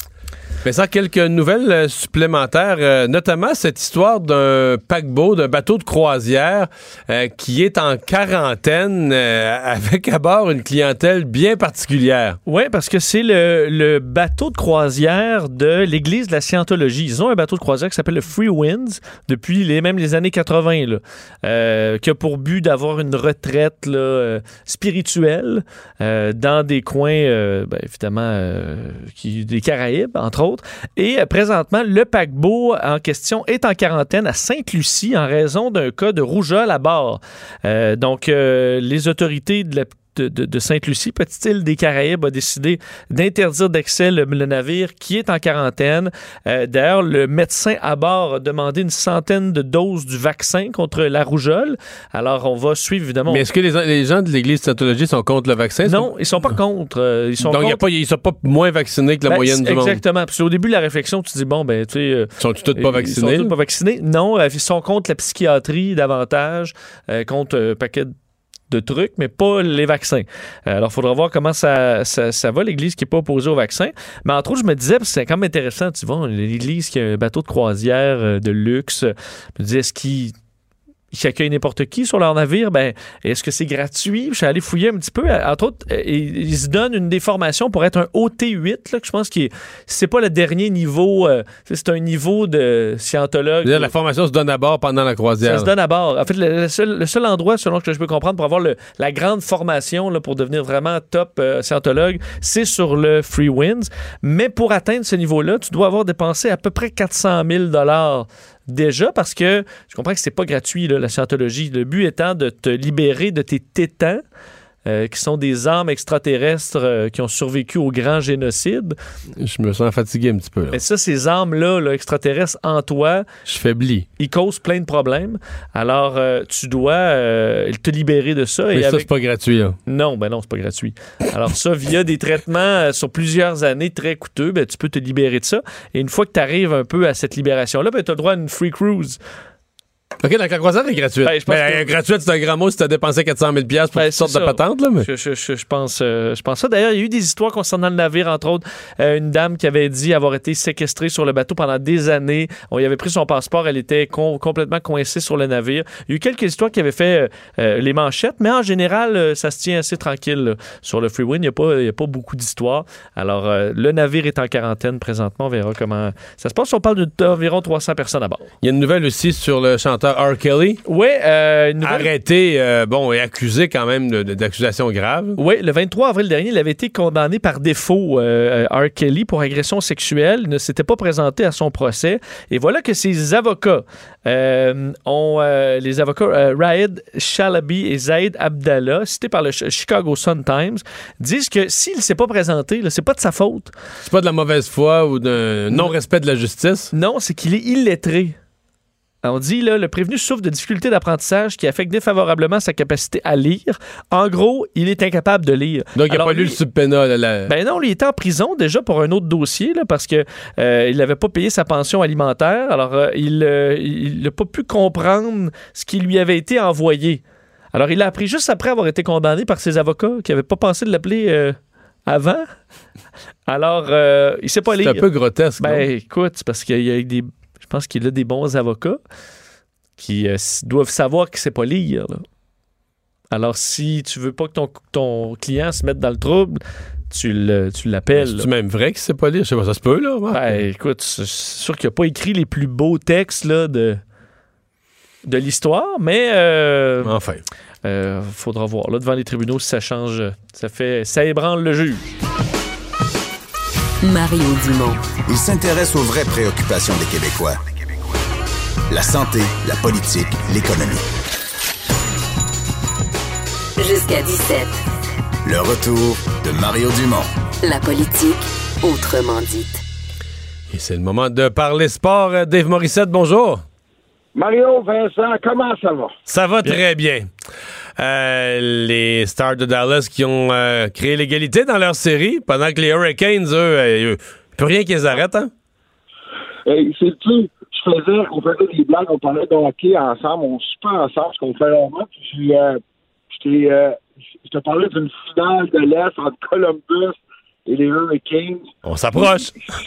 D: Ça, quelques nouvelles supplémentaires, notamment cette histoire d'un paquebot, d'un bateau de croisière qui est en quarantaine avec à bord une clientèle bien particulière.
E: Oui, parce que c'est le bateau de croisière de l'Église de la Scientologie. Ils ont un bateau de croisière qui s'appelle le Free Winds depuis même les années 80, qui a pour but d'avoir une retraite spirituelle dans des coins, évidemment, des Caraïbes, entre autres. Et présentement, le paquebot en question est en quarantaine à Sainte-Lucie en raison d'un cas de rougeole à bord. Donc, les autorités de Sainte-Lucie, petite île des Caraïbes, a décidé d'interdire d'accès le navire qui est en quarantaine. D'ailleurs, le médecin à bord a demandé une 100aine de doses du vaccin contre la rougeole. Alors, on va suivre, évidemment...
D: Mais est-ce que les gens de l'Église de Scientologie sont contre le vaccin?
E: Non, ils sont pas contre. Ils sont
D: pas moins vaccinés que la moyenne du monde.
E: Exactement. Puis au début de la réflexion, tu dis, tu sais...
D: Sont-ils tous pas vaccinés?
E: Ils sont tous pas vaccinés. Non, ils sont contre la psychiatrie davantage, contre un paquet de trucs, mais pas les vaccins. Alors, il faudra voir comment ça va, l'Église qui n'est pas opposée au vaccin. Mais entre autres, je me disais, parce que c'est quand même intéressant, tu vois, l'Église qui a un bateau de croisière de luxe, je me disais, est-ce qu'ils qui accueillent n'importe qui sur leur navire, ben, est-ce que c'est gratuit? Je suis allé fouiller un petit peu. Entre autres, ils se donnent une des formations pour être un OT8, là, que je pense que c'est pas le dernier niveau, c'est un niveau de scientologue.
D: La formation se donne à bord pendant la croisière.
E: Ça se donne à bord. En fait, le seul endroit, selon ce que je peux comprendre, pour avoir la grande formation là, pour devenir vraiment top scientologue, c'est sur le Free Winds. Mais pour atteindre ce niveau-là, tu dois avoir dépensé à peu près 400 000 $ déjà, parce que je comprends que c'est pas gratuit, là, la scientologie. Le but étant de te libérer de tes tétans, qui sont des âmes extraterrestres qui ont survécu au grand génocide.
D: Je me sens fatigué un petit peu. Là.
E: Mais ça, ces âmes-là, là, extraterrestres en toi,
D: je faiblis.
E: Ils causent plein de problèmes. Alors, tu dois te libérer de ça.
D: Mais ça, c'est pas gratuit. Là.
E: Non, ben non, c'est pas gratuit. Alors ça, via des traitements sur plusieurs années très coûteux, ben, tu peux te libérer de ça. Et une fois que tu arrives un peu à cette libération-là, ben, tu as le droit à une free cruise.
D: OK, donc la croisière est gratuite. Ben, gratuite, c'est un grand mot si tu as dépensé 400 000 $ pour toutes sortes de patentes. Là, mais...
E: je pense ça. D'ailleurs, il y a eu des histoires concernant le navire, entre autres. Une dame qui avait dit avoir été séquestrée sur le bateau pendant des années. On y avait pris son passeport. Elle était complètement coincée sur le navire. Il y a eu quelques histoires qui avaient fait les manchettes, mais en général, ça se tient assez tranquille là. Sur le Free Wind. Il n'y a pas beaucoup d'histoires. Alors, le navire est en quarantaine présentement. On verra comment ça se passe. On parle d'environ 300 personnes à bord.
D: Il y a une nouvelle aussi sur le chanteur R. Kelly.
E: Oui,
D: arrêté, et accusé quand même d'accusations graves.
E: Oui, le 23 avril dernier, il avait été condamné par défaut, R. Kelly, pour agression sexuelle. Il ne s'était pas présenté à son procès. Et voilà que ses avocats les avocats Raed Shalaby et Zaid Abdallah, cités par le Chicago Sun-Times, disent que s'il ne s'est pas présenté, là, c'est pas de sa faute.
D: C'est pas de la mauvaise foi ou d'un non-respect de la justice?
E: Non, c'est qu'il est illettré. On dit, là, le prévenu souffre de difficultés d'apprentissage qui affectent défavorablement sa capacité à lire. En gros, il est incapable de lire.
D: Donc, il n'a pas lu le subpénal.
E: Ben non, lui, il était en prison déjà pour un autre dossier, là, parce que il n'avait pas payé sa pension alimentaire. Alors, il n'a pas pu comprendre ce qui lui avait été envoyé. Alors, il l'a appris juste après avoir été condamné par ses avocats qui n'avaient pas pensé de l'appeler avant. Alors, il ne sait pas lire.
D: C'est un peu grotesque.
E: Ben, écoute, c'est parce qu'il y a des... Je pense qu'il a des bons avocats qui doivent savoir qu'il ne sait pas lire. Là. Alors, si tu veux pas que ton client se mette dans le trouble, tu l'appelles.
D: C'est-tu même vrai qu'il ne sait pas lire? Je sais pas, ça se peut, là. Ouais.
E: Ben, écoute, c'est sûr qu'il n'a pas écrit les plus beaux textes là, de l'histoire, mais...
D: enfin.
E: Faudra voir. Là, devant les tribunaux, si ça change, ça ébranle le juge.
A: Mario Dumont.
C: Il s'intéresse aux vraies préoccupations des Québécois. La santé, la politique, l'économie.
A: Jusqu'à 17.
C: Le retour de Mario Dumont.
A: La politique, autrement dite.
D: Et c'est le moment de parler sport. Dave Morissette, bonjour.
O: Mario, Vincent, comment ça va?
D: Ça va très bien. Les Stars de Dallas qui ont créé l'égalité dans leur série, pendant que les Hurricanes, eux, plus rien qu'ils arrêtent, hein?
O: C'est-tu, on faisait des blagues, on parlait de hockey ensemble, on soupait ensemble, ce qu'on fait longtemps, puis je te parlais d'une finale de l'Est entre Columbus et les Hurricanes.
D: On s'approche!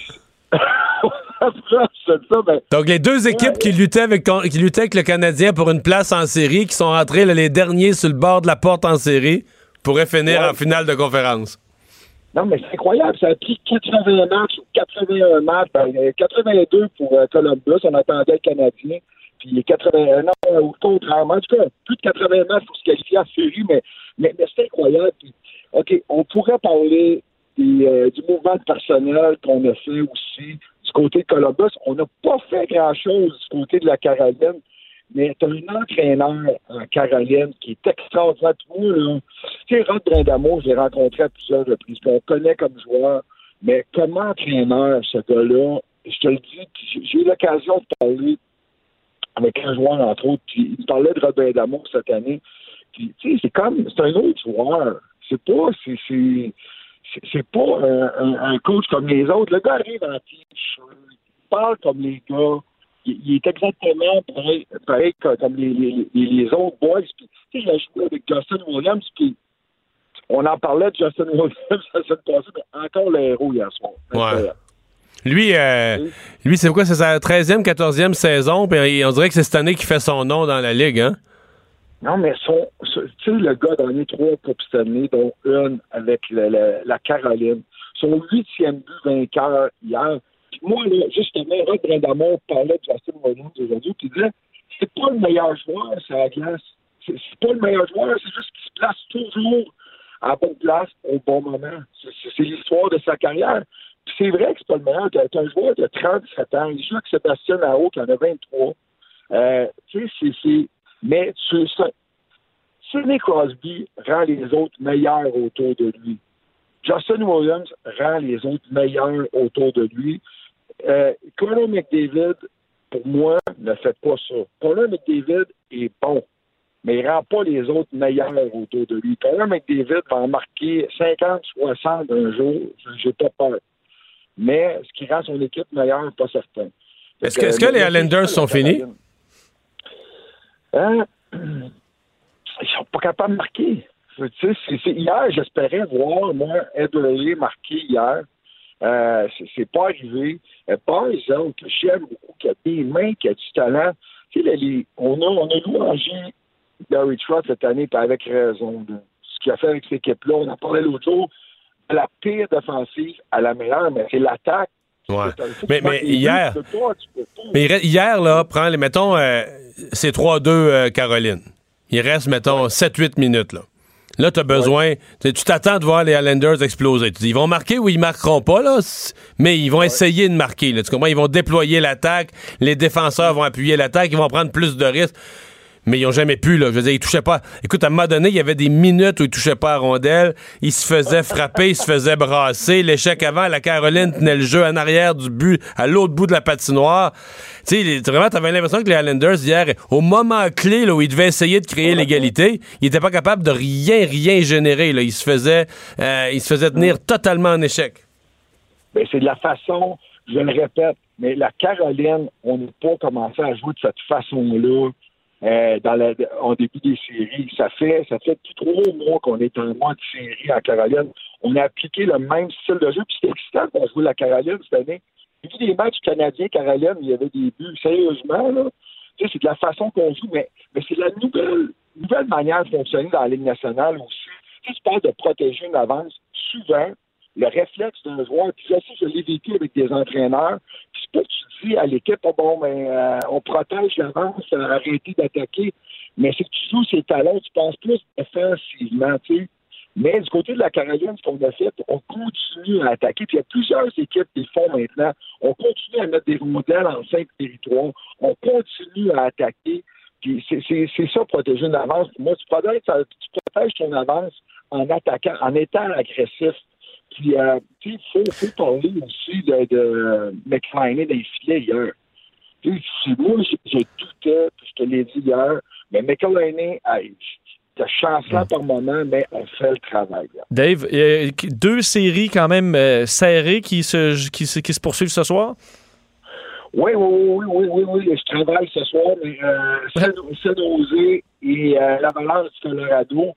O: Ben,
D: donc, les deux équipes qui luttaient avec le Canadien pour une place en série, qui sont rentrés les derniers sur le bord de la porte en série, pourraient finir en finale de conférence.
O: Non, mais c'est incroyable. Ça a pris 80 matchs ou 81 matchs. 82 pour Columbus. On attendait le Canadien. Puis 81, non, au contraire. En tout cas, plus de 80 matchs pour se qualifier en série, mais c'est incroyable. Puis, OK, on pourrait parler du mouvement de personnel qu'on a fait aussi du côté de Columbus. On n'a pas fait grand-chose du côté de la Caroline, mais tu as un entraîneur en Caroline qui est extraordinaire. Moi, là, tu sais, Rod Brind'Amour, je l'ai rencontré à plusieurs reprises, on le connaît comme joueur, mais comme entraîneur, ce gars-là, je te le dis, j'ai eu l'occasion de parler avec un joueur, entre autres, puis il me parlait de Rod Brind'Amour cette année, puis tu sais, c'est un autre joueur. C'est pas un coach comme les autres. Le gars arrive en t-shirt, il parle comme les gars. Il est exactement pareil comme les autres boys. Puis, tu sais, il a joué avec Justin Williams, puis on en parlait de Justin Williams la semaine passée, mais encore le héros hier soir.
D: Ouais. Lui, c'est quoi? C'est sa 13e, 14e saison, puis on dirait que c'est cette année qu'il fait son nom dans la Ligue, hein?
O: Non, mais tu sais, le gars a gagné 3 Coupes Stanley, dont une avec la Caroline. Son 8e but vainqueur hier. Puis moi, là, justement, Rod Brindamour parlait de Justin Williams aujourd'hui, puis il disait, c'est pas le meilleur joueur, c'est la glace. C'est pas le meilleur joueur, c'est juste qu'il se place toujours à la bonne place au bon moment. C'est l'histoire de sa carrière. Puis c'est vrai que c'est pas le meilleur. T'as un joueur de 37 ans, il joue avec Sébastien Aho qui en a 23. Tu sais, mais Sidney Crosby rend les autres meilleurs autour de lui. Justin Williams rend les autres meilleurs autour de lui. Connor McDavid, pour moi, ne fait pas ça. Connor McDavid est bon, mais il rend pas les autres meilleurs autour de lui. Connor McDavid va en marquer 50, 60 un jour, j'ai pas peur. Mais ce qui rend son équipe meilleure, pas certain.
D: Est-ce que les Islanders sont finis?
O: Ils sont pas capables de marquer. Tu sais, hier, j'espérais voir, moi, Eberle marquer hier. C'est pas arrivé. Barzal, que j'aime beaucoup, qui a des mains, qui a du talent. Tu sais, on a louangé Barry Trotz cette année, puis avec raison. Ce qu'il a fait avec cette équipe-là, on en parlait l'autre jour, de la pire défensive à la meilleure, mais c'est l'attaque.
D: Ouais. Mais hier, hier, là, mettons, c'est 3-2 Caroline. Il reste, mettons, 7-8 minutes, là. Là, tu as besoin... Tu t'attends de voir les Islanders exploser. Tu dis, ils vont marquer ou ils marqueront pas, là, mais ils vont essayer de marquer, là. Tu comprends? Ils vont déployer l'attaque, les défenseurs vont appuyer l'attaque, ils vont prendre plus de risques. Mais ils n'ont jamais pu, là. Je veux dire, ils touchaient pas. Écoute, à un moment donné, il y avait des minutes où ils touchaient pas à rondelle. Ils se faisaient frapper, ils se faisaient brasser. L'échec avant, la Caroline tenait le jeu en arrière du but, à l'autre bout de la patinoire. Tu sais, vraiment, t'avais l'impression que les Islanders, hier, au moment clé, là, où ils devaient essayer de créer l'égalité, ils étaient pas capables de rien générer, là. Ils se faisaient tenir totalement en échec.
O: Ben, c'est de la façon, je le répète, mais la Caroline, on n'a pas commencé à jouer de cette façon-là. En début des séries. Ça fait plus 3 mois qu'on est en mois de série en Caroline. On a appliqué le même style de jeu, puis c'était excitant qu'on joue la Caroline cette année. J'ai vu des matchs canadiens-Caroline, il y avait des buts. Sérieusement, là, tu sais, c'est de la façon qu'on joue, mais c'est la nouvelle manière de fonctionner dans la Ligue nationale aussi. Tu sais, tu parles de protéger une avance. Souvent, le réflexe d'un joueur, puis ça, je l'ai vécu avec des entraîneurs, puis c'est pas que tu dis à l'équipe, on protège l'avance, arrêter d'attaquer, mais c'est que tu joues ses talents, tu penses plus offensivement, tu sais. Mais du côté de la Caroline, ce qu'on a fait, on continue à attaquer, puis il y a plusieurs équipes qui le font maintenant. On continue à mettre des rondelles en 5 territoires, on continue à attaquer, puis c'est ça, protéger une avance. Moi, tu protèges ton avance en attaquant, en étant agressif. Puis, il faut parler aussi de McLean dans les filets hier. Moi, je doutais, puis je te l'ai dit hier, mais McLean, t'as chancelant par moment, mais on fait le travail. Là.
E: Dave, 2 séries quand même serrées qui se poursuivent ce soir?
O: Oui. Je travaille ce soir, mais San Jose et l'Avalanche du Colorado.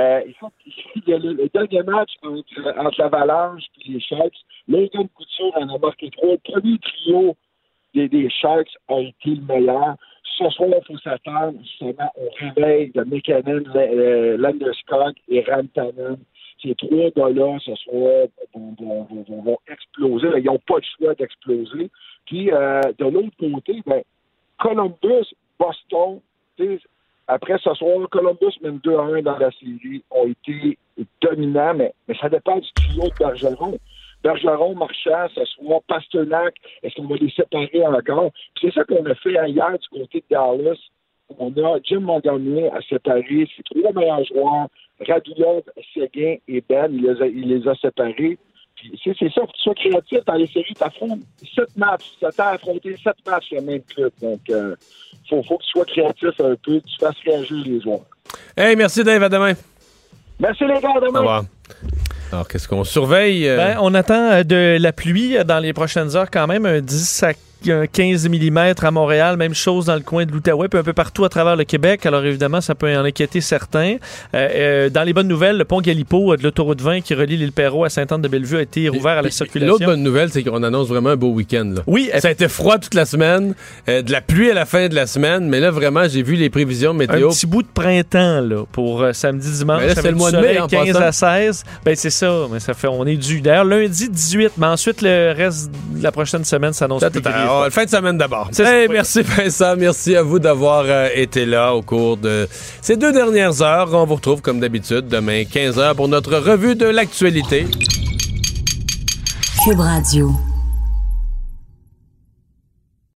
O: Le dernier match entre l'Avalanche et les Sharks, Logan Couture en a marqué 3. Le premier trio des Sharks a été le meilleur. Ce soir, il faut s'attendre justement au réveil de McKinnon, Landeskog et Rantanen. Ces 3 gars-là, ce soir, vont exploser. Ils n'ont pas le choix d'exploser. Puis, de l'autre côté, Columbus, Boston, après ce soir, Columbus mène 2-1 dans la série, ont été dominants, mais ça dépend du trio de Bergeron. Bergeron, Marchand, ce soir, Pasternak, est-ce qu'on va les séparer encore? Puis c'est ça qu'on a fait hier du côté de Dallas. On a Jim Montgomery à séparer ses 3 meilleurs joueurs, Radulov, Seguin et Ben, il les a séparés. Puis c'est ça, que tu sois créatif dans les séries, tu affrontes 7 matchs, tu t'as affronté 7 matchs le même club. Donc, faut que tu sois créatif un peu, que tu fasses réagir les joueurs.
D: Hey, merci Dave, à demain.
O: Merci les gars, à demain.
D: Au revoir. Alors, qu'est-ce qu'on surveille?
E: On attend de la pluie dans les prochaines heures quand même, un 10 à 15 mm à Montréal, même chose dans le coin de l'Outaouais, puis un peu partout à travers le Québec. Alors évidemment, ça peut en inquiéter certains. Dans les bonnes nouvelles, le pont Galipo de l'autoroute 20 qui relie l'île Perrot à Sainte-Anne-de-Bellevue a été rouvert à la circulation.
D: L'autre bonne nouvelle, c'est qu'on annonce vraiment un beau week-end. Là.
E: Oui.
D: Ça a été froid toute la semaine, de la pluie à la fin de la semaine, mais là, vraiment, j'ai vu les prévisions météo.
E: Un petit bout de printemps là, pour samedi, dimanche.
D: Là, c'est le mois de mai, en
E: 15
D: passant.
E: à 16. Ben c'est ça, mais ça fait, on est dû. D'ailleurs, lundi 18, mais ensuite, le reste de la prochaine semaine s'annonce plus gris.
D: Fin de semaine d'abord. Hey, merci Vincent, merci à vous d'avoir été là au cours de ces 2 dernières heures. On vous retrouve comme d'habitude demain 15h pour notre revue de l'actualité.
A: Cube Radio.